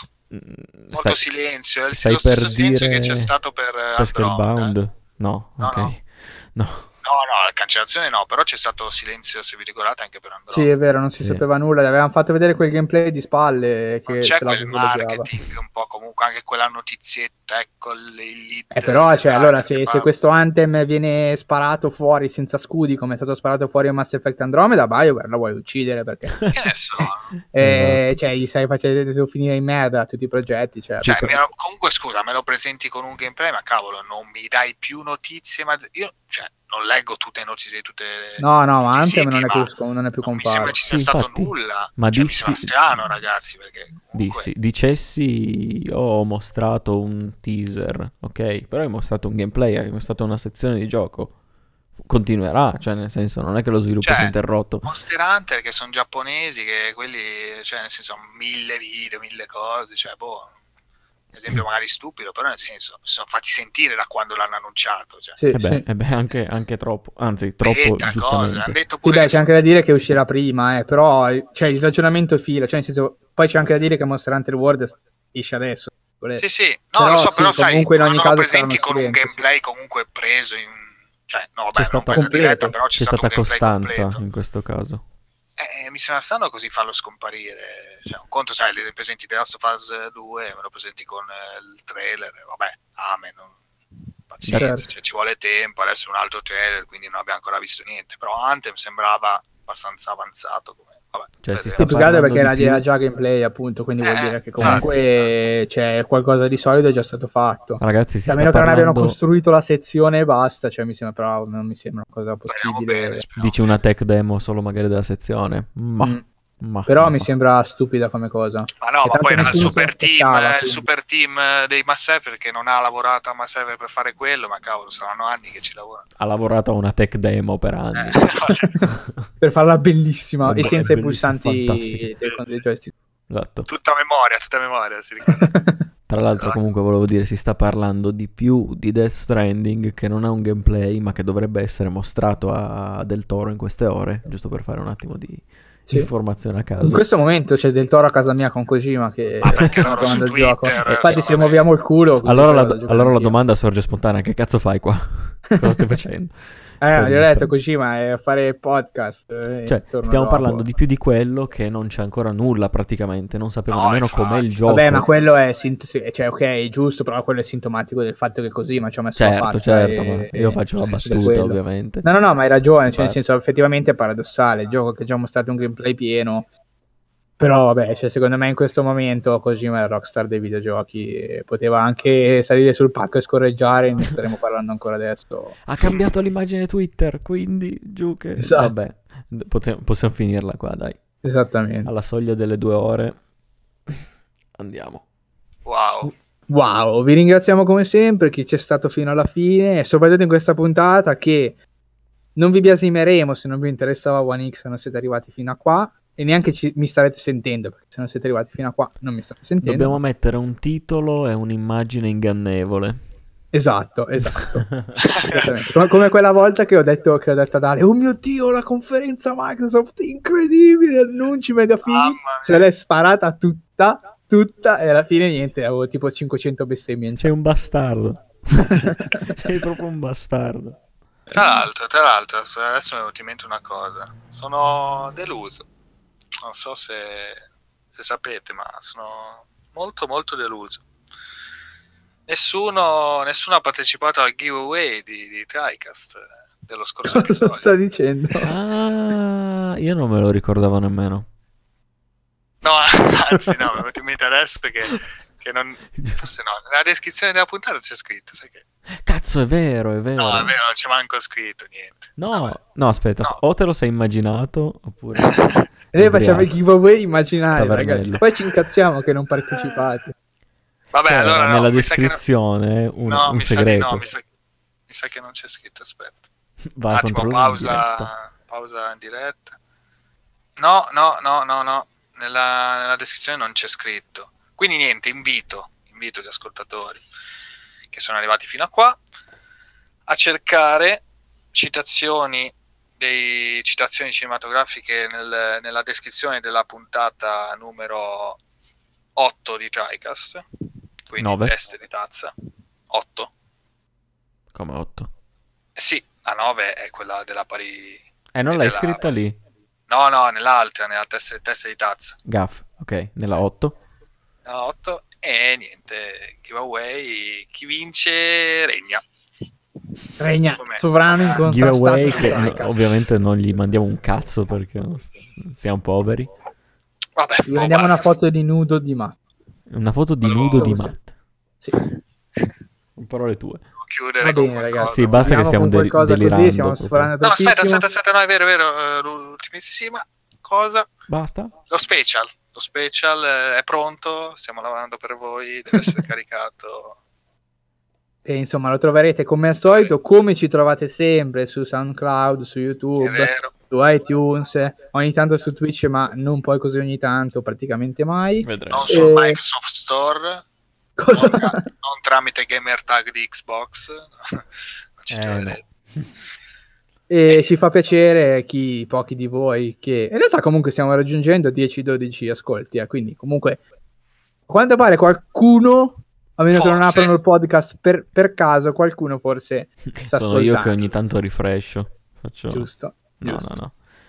Speaker 2: Molto
Speaker 3: Stai-
Speaker 2: silenzio, è lo
Speaker 3: stai
Speaker 2: stesso
Speaker 3: per
Speaker 2: silenzio che
Speaker 3: dire
Speaker 2: c'è stato per
Speaker 3: Scalebound?
Speaker 2: Andromeda.
Speaker 3: No,
Speaker 2: No,
Speaker 3: ok.
Speaker 2: no.
Speaker 3: No.
Speaker 2: No, la cancellazione no, però c'è stato silenzio, se vi ricordate, anche per Andromeda.
Speaker 1: Sì, è vero, non si
Speaker 3: Sì.
Speaker 1: sapeva nulla. Gli avevano fatto vedere quel gameplay di spalle
Speaker 2: Non
Speaker 1: che
Speaker 2: c'è
Speaker 1: se la
Speaker 2: quel
Speaker 1: visualizzava.
Speaker 2: marketing un po', comunque anche quella notizietta, ecco il lead.
Speaker 1: Però, cioè, allora, se
Speaker 2: fa-
Speaker 1: questo Anthem viene sparato fuori senza scudi, come è stato sparato fuori in Mass Effect Andromeda, BioWare la vuoi uccidere, perché
Speaker 2: Che ne so.
Speaker 3: Esatto.
Speaker 1: cioè, gli stai facendo finire in merda tutti i progetti. Cioè,
Speaker 2: Cioè,
Speaker 1: più
Speaker 2: comunque scusa, me lo presenti con un gameplay, ma cavolo, non mi dai più notizie, ma io, cioè, non leggo tutte le notizie di tutte le
Speaker 1: No, ma
Speaker 2: tutti i
Speaker 1: Anthem
Speaker 2: siti,
Speaker 1: non è
Speaker 2: ma
Speaker 1: più, non è più
Speaker 2: non mi sembra
Speaker 1: comparso.
Speaker 2: ci sia
Speaker 3: Sì,
Speaker 2: stato
Speaker 3: infatti,
Speaker 2: nulla.
Speaker 3: ma
Speaker 2: Cioè, mi sembra strano, ragazzi, perché comunque...
Speaker 3: dicessi ho mostrato un teaser, ok? Però hai mostrato un gameplay, hai mostrato una sezione di gioco. Continuerà, cioè nel senso non è che lo sviluppo si è interrotto.
Speaker 2: Monster Hunter, che sono giapponesi, che quelli, cioè nel senso, 1000 video, 1000 cose, cioè boh, ad esempio magari stupido, però nel senso si sono fatti sentire da quando l'hanno annunciato, cioè.
Speaker 1: Sì,
Speaker 3: Anche troppo, anzi troppo
Speaker 2: Beta,
Speaker 3: giustamente.
Speaker 2: hanno detto
Speaker 1: Sì,
Speaker 2: pure
Speaker 1: beh,
Speaker 2: che
Speaker 1: c'è anche da dire che uscirà prima, però cioè, il ragionamento fila, cioè nel senso, poi c'è anche da dire che Monster Hunter World esce adesso.
Speaker 2: sì, no,
Speaker 1: Però
Speaker 2: lo so,
Speaker 1: sì,
Speaker 2: però sai,
Speaker 1: comunque in ogni
Speaker 2: quando lo
Speaker 1: caso
Speaker 2: presenti
Speaker 1: saranno
Speaker 2: con un
Speaker 1: silenzio,
Speaker 2: gameplay comunque preso in... Cioè, no,
Speaker 3: C'è
Speaker 2: vabbè, non
Speaker 3: stata-
Speaker 2: presa diretta,
Speaker 1: completo.
Speaker 2: però
Speaker 3: C'è
Speaker 2: stato
Speaker 3: stata
Speaker 2: un gameplay
Speaker 3: costanza
Speaker 2: completo.
Speaker 3: in questo caso.
Speaker 2: Mi sembra strano così farlo scomparire. Cioè, un conto, sai, li presenti The Last of Us 2, me lo presenti con il trailer, vabbè, amen, pazienza,
Speaker 1: Certo.
Speaker 2: cioè, ci vuole tempo, adesso un altro trailer, quindi non abbiamo ancora visto niente, però Anthem sembrava abbastanza avanzato. Vabbè,
Speaker 3: Cioè, si
Speaker 1: Sì,
Speaker 3: sta
Speaker 1: più che altro
Speaker 3: parlando
Speaker 1: perché
Speaker 3: di più.
Speaker 1: era già gameplay, appunto, quindi vuol dire che comunque
Speaker 2: infatti.
Speaker 1: c'è qualcosa di solido è già stato fatto.
Speaker 3: Ragazzi, si
Speaker 1: A
Speaker 3: sta
Speaker 1: meno che non abbiano
Speaker 3: parlando...
Speaker 1: costruito la sezione e basta, cioè mi sembra, però non mi sembra una cosa
Speaker 2: Speriamo
Speaker 1: possibile.
Speaker 2: bene, speriamo
Speaker 3: Dici una tech demo solo magari della sezione?
Speaker 1: Però mi sembra stupida come cosa.
Speaker 2: Ma no,
Speaker 1: E
Speaker 2: ma
Speaker 1: tanto
Speaker 2: poi era il
Speaker 1: nessuno se l'aspettava,
Speaker 2: il
Speaker 1: quindi.
Speaker 2: super team dei Mass Effect che non ha lavorato a Mass Effect per fare quello, ma cavolo, saranno anni che ci lavorano.
Speaker 3: Ha lavorato a una tech demo per anni.
Speaker 1: Per farla bellissima e senza i
Speaker 3: bellissimo,
Speaker 1: pulsanti
Speaker 3: fantastico.
Speaker 1: del joystick.
Speaker 3: Esatto.
Speaker 2: Tutta memoria, si ricorda.
Speaker 3: Tra l'altro comunque volevo dire, si sta parlando di più di Death Stranding, che non ha un gameplay ma che dovrebbe essere mostrato a Del Toro in queste ore, giusto per fare un attimo di informazione a caso.
Speaker 1: In questo momento c'è Del Toro a casa mia con Kojima che
Speaker 2: perché
Speaker 1: sta
Speaker 2: loro
Speaker 1: provando
Speaker 2: su
Speaker 1: il gioco.
Speaker 2: Twitter,
Speaker 1: Infatti se
Speaker 2: vabbè.
Speaker 1: muoviamo il culo così
Speaker 3: Allora
Speaker 1: poi lo
Speaker 3: la
Speaker 1: gioco
Speaker 3: domanda sorge spontanea, che cazzo fai qua? Cosa stai facendo?
Speaker 1: gli ho detto Kojima è fare podcast,
Speaker 3: cioè stiamo parlando di più di quello che non c'è ancora nulla praticamente, non sapevo nemmeno com'è il gioco.
Speaker 1: Vabbè, ma quello è cioè ok, giusto, però quello è sintomatico del fatto che Kojima ci ha messo la faccia.
Speaker 3: Certo, ma io faccio la battuta ovviamente.
Speaker 1: No, ma hai ragione, cioè nel senso effettivamente è paradossale, il gioco che già ha mostrato un gameplay pieno. Però vabbè, cioè, secondo me in questo momento Kojima è il rockstar dei videogiochi, poteva anche salire sul palco e scorreggiare, ne staremo parlando ancora adesso.
Speaker 3: Ha cambiato l'immagine Twitter, quindi giù che...
Speaker 1: Esatto.
Speaker 3: Vabbè, possiamo finirla qua, dai.
Speaker 1: Esattamente.
Speaker 3: Alla soglia delle 2 ore andiamo.
Speaker 1: Wow, vi ringraziamo come sempre chi c'è stato fino alla fine e soprattutto in questa puntata che non vi biasimeremo se non vi interessava One X e non siete arrivati fino a qua. E neanche mi starete sentendo, perché se non siete arrivati fino a qua non mi state sentendo.
Speaker 3: Dobbiamo mettere un titolo e un'immagine ingannevole.
Speaker 1: Esatto. come quella volta che ho detto a Dale, oh mio Dio, la conferenza Microsoft, incredibile, annunci mega fighi, se l'è sparata tutta e alla fine niente, avevo tipo 500 bestemmie.
Speaker 3: Sei un bastardo. Sei proprio un bastardo.
Speaker 2: Tra l'altro, adesso mi è venuta in mente una cosa. Sono deluso. Non so se sapete, ma sono molto molto deluso. Nessuno ha partecipato al giveaway di TriCast dello scorso episodio.
Speaker 1: Cosa sta dicendo?
Speaker 3: Ah, io non me lo ricordavo nemmeno.
Speaker 2: No, anzi no, mi è venuto in mente adesso che non... Forse no, nella descrizione della puntata c'è scritto, sai che...
Speaker 3: Cazzo, è vero.
Speaker 2: No, è vero, non c'è manco scritto niente.
Speaker 3: No, aspetta, o te lo sei immaginato, oppure...
Speaker 1: E noi facciamo il giveaway immaginare,
Speaker 3: Tavernello.
Speaker 1: ragazzi. Poi ci incazziamo che non partecipate.
Speaker 2: Vabbè,
Speaker 3: C'era
Speaker 2: allora no,
Speaker 3: nella
Speaker 2: mi sa che
Speaker 3: descrizione un segreto.
Speaker 2: mi sa che non c'è scritto, aspetta.
Speaker 3: Va a controllare in diretta.
Speaker 2: Pausa in diretta. No. Nella descrizione non c'è scritto. Quindi niente, invito gli ascoltatori che sono arrivati fino a qua a cercare citazioni cinematografiche nella descrizione della puntata numero 8 di TriCast, quindi
Speaker 3: 9.
Speaker 2: teste di tazza. 8?
Speaker 3: Come 8?
Speaker 2: Sì, la 9 è quella della pari.
Speaker 3: Non l'hai scritta lì?
Speaker 2: No, nell'altra, nella testa di tazza.
Speaker 3: Gaff, ok, nella 8.
Speaker 2: Nella 8 e niente, giveaway, chi vince regna. Com'è?
Speaker 1: Sovrano incontrastato.
Speaker 3: Giveaway
Speaker 1: su
Speaker 3: che
Speaker 1: TriCast.
Speaker 3: ovviamente non gli mandiamo un cazzo perché siamo poveri.
Speaker 2: Vabbè,
Speaker 1: Gli rendiamo una foto di nudo di Matt.
Speaker 3: Una foto di
Speaker 2: Volevo-
Speaker 3: nudo di
Speaker 1: Sì.
Speaker 3: Matt.
Speaker 1: Sì.
Speaker 3: In parole tue.
Speaker 2: Chiudere
Speaker 1: Va
Speaker 2: con
Speaker 1: bene,
Speaker 2: qualcosa.
Speaker 1: ragazzi.
Speaker 3: Sì, basta che
Speaker 1: Chiudiamo
Speaker 3: stiamo
Speaker 1: con qualcosa
Speaker 3: delirando
Speaker 1: così, stiamo
Speaker 3: proprio.
Speaker 1: sforando
Speaker 2: No, aspetta,
Speaker 1: tantissimo.
Speaker 2: no, è vero, l'ultimissima cosa.
Speaker 3: Basta?
Speaker 2: Lo special è pronto, stiamo lavorando per voi, deve essere caricato.
Speaker 1: E insomma lo troverete come al solito, come ci trovate sempre su SoundCloud, su
Speaker 2: È
Speaker 1: YouTube,
Speaker 2: vero.
Speaker 1: su iTunes, ogni tanto su Twitch, ma non poi così ogni tanto, praticamente mai.
Speaker 3: Vedremo.
Speaker 2: Non sul Microsoft Store,
Speaker 1: Cosa?
Speaker 2: non tramite gamer tag di Xbox. Non ci
Speaker 3: No.
Speaker 2: troverete.
Speaker 1: E ci fa piacere pochi di voi che in realtà comunque stiamo raggiungendo 10-12 ascolti, quindi comunque a quanto pare qualcuno, a meno che non
Speaker 2: Forse.
Speaker 1: aprano il podcast per caso, qualcuno forse sta
Speaker 3: Sono io che
Speaker 1: ascoltando.
Speaker 3: ogni tanto rifrescio. Faccio...
Speaker 1: Giusto.
Speaker 3: No. Grazie.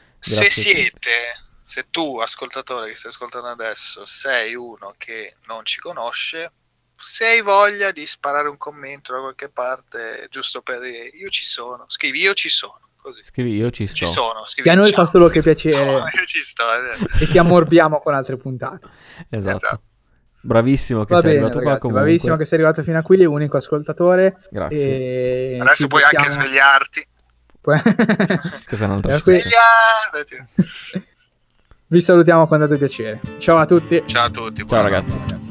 Speaker 2: Se tu, ascoltatore che stai ascoltando adesso, sei uno che non ci conosce, se hai voglia di sparare un commento da qualche parte, giusto per dire io ci sono, scrivi io ci sono, così.
Speaker 3: Scrivi io ci sto.
Speaker 2: Ci sono, scrivi
Speaker 1: Che a noi
Speaker 2: ciao.
Speaker 1: fa solo che piacere.
Speaker 2: No, io ci sto, è vero.
Speaker 1: E ti ammorbiamo con altre puntate.
Speaker 3: Esatto. Bravissimo che
Speaker 1: Va
Speaker 3: sei
Speaker 1: bene,
Speaker 3: arrivato
Speaker 1: ragazzi,
Speaker 3: qua comunque.
Speaker 1: bravissimo che sei arrivato fino a qui, unico ascoltatore.
Speaker 3: Grazie.
Speaker 1: E
Speaker 2: Adesso
Speaker 1: ci
Speaker 2: puoi
Speaker 1: becchiamo-
Speaker 2: anche svegliarti.
Speaker 3: Questa è un'altra
Speaker 1: E
Speaker 3: storia.
Speaker 2: Svegliati.
Speaker 1: Vi salutiamo con tanto piacere. Ciao a tutti.
Speaker 2: Ciao a tutti.
Speaker 3: Ciao
Speaker 2: buonanotte.
Speaker 3: ragazzi.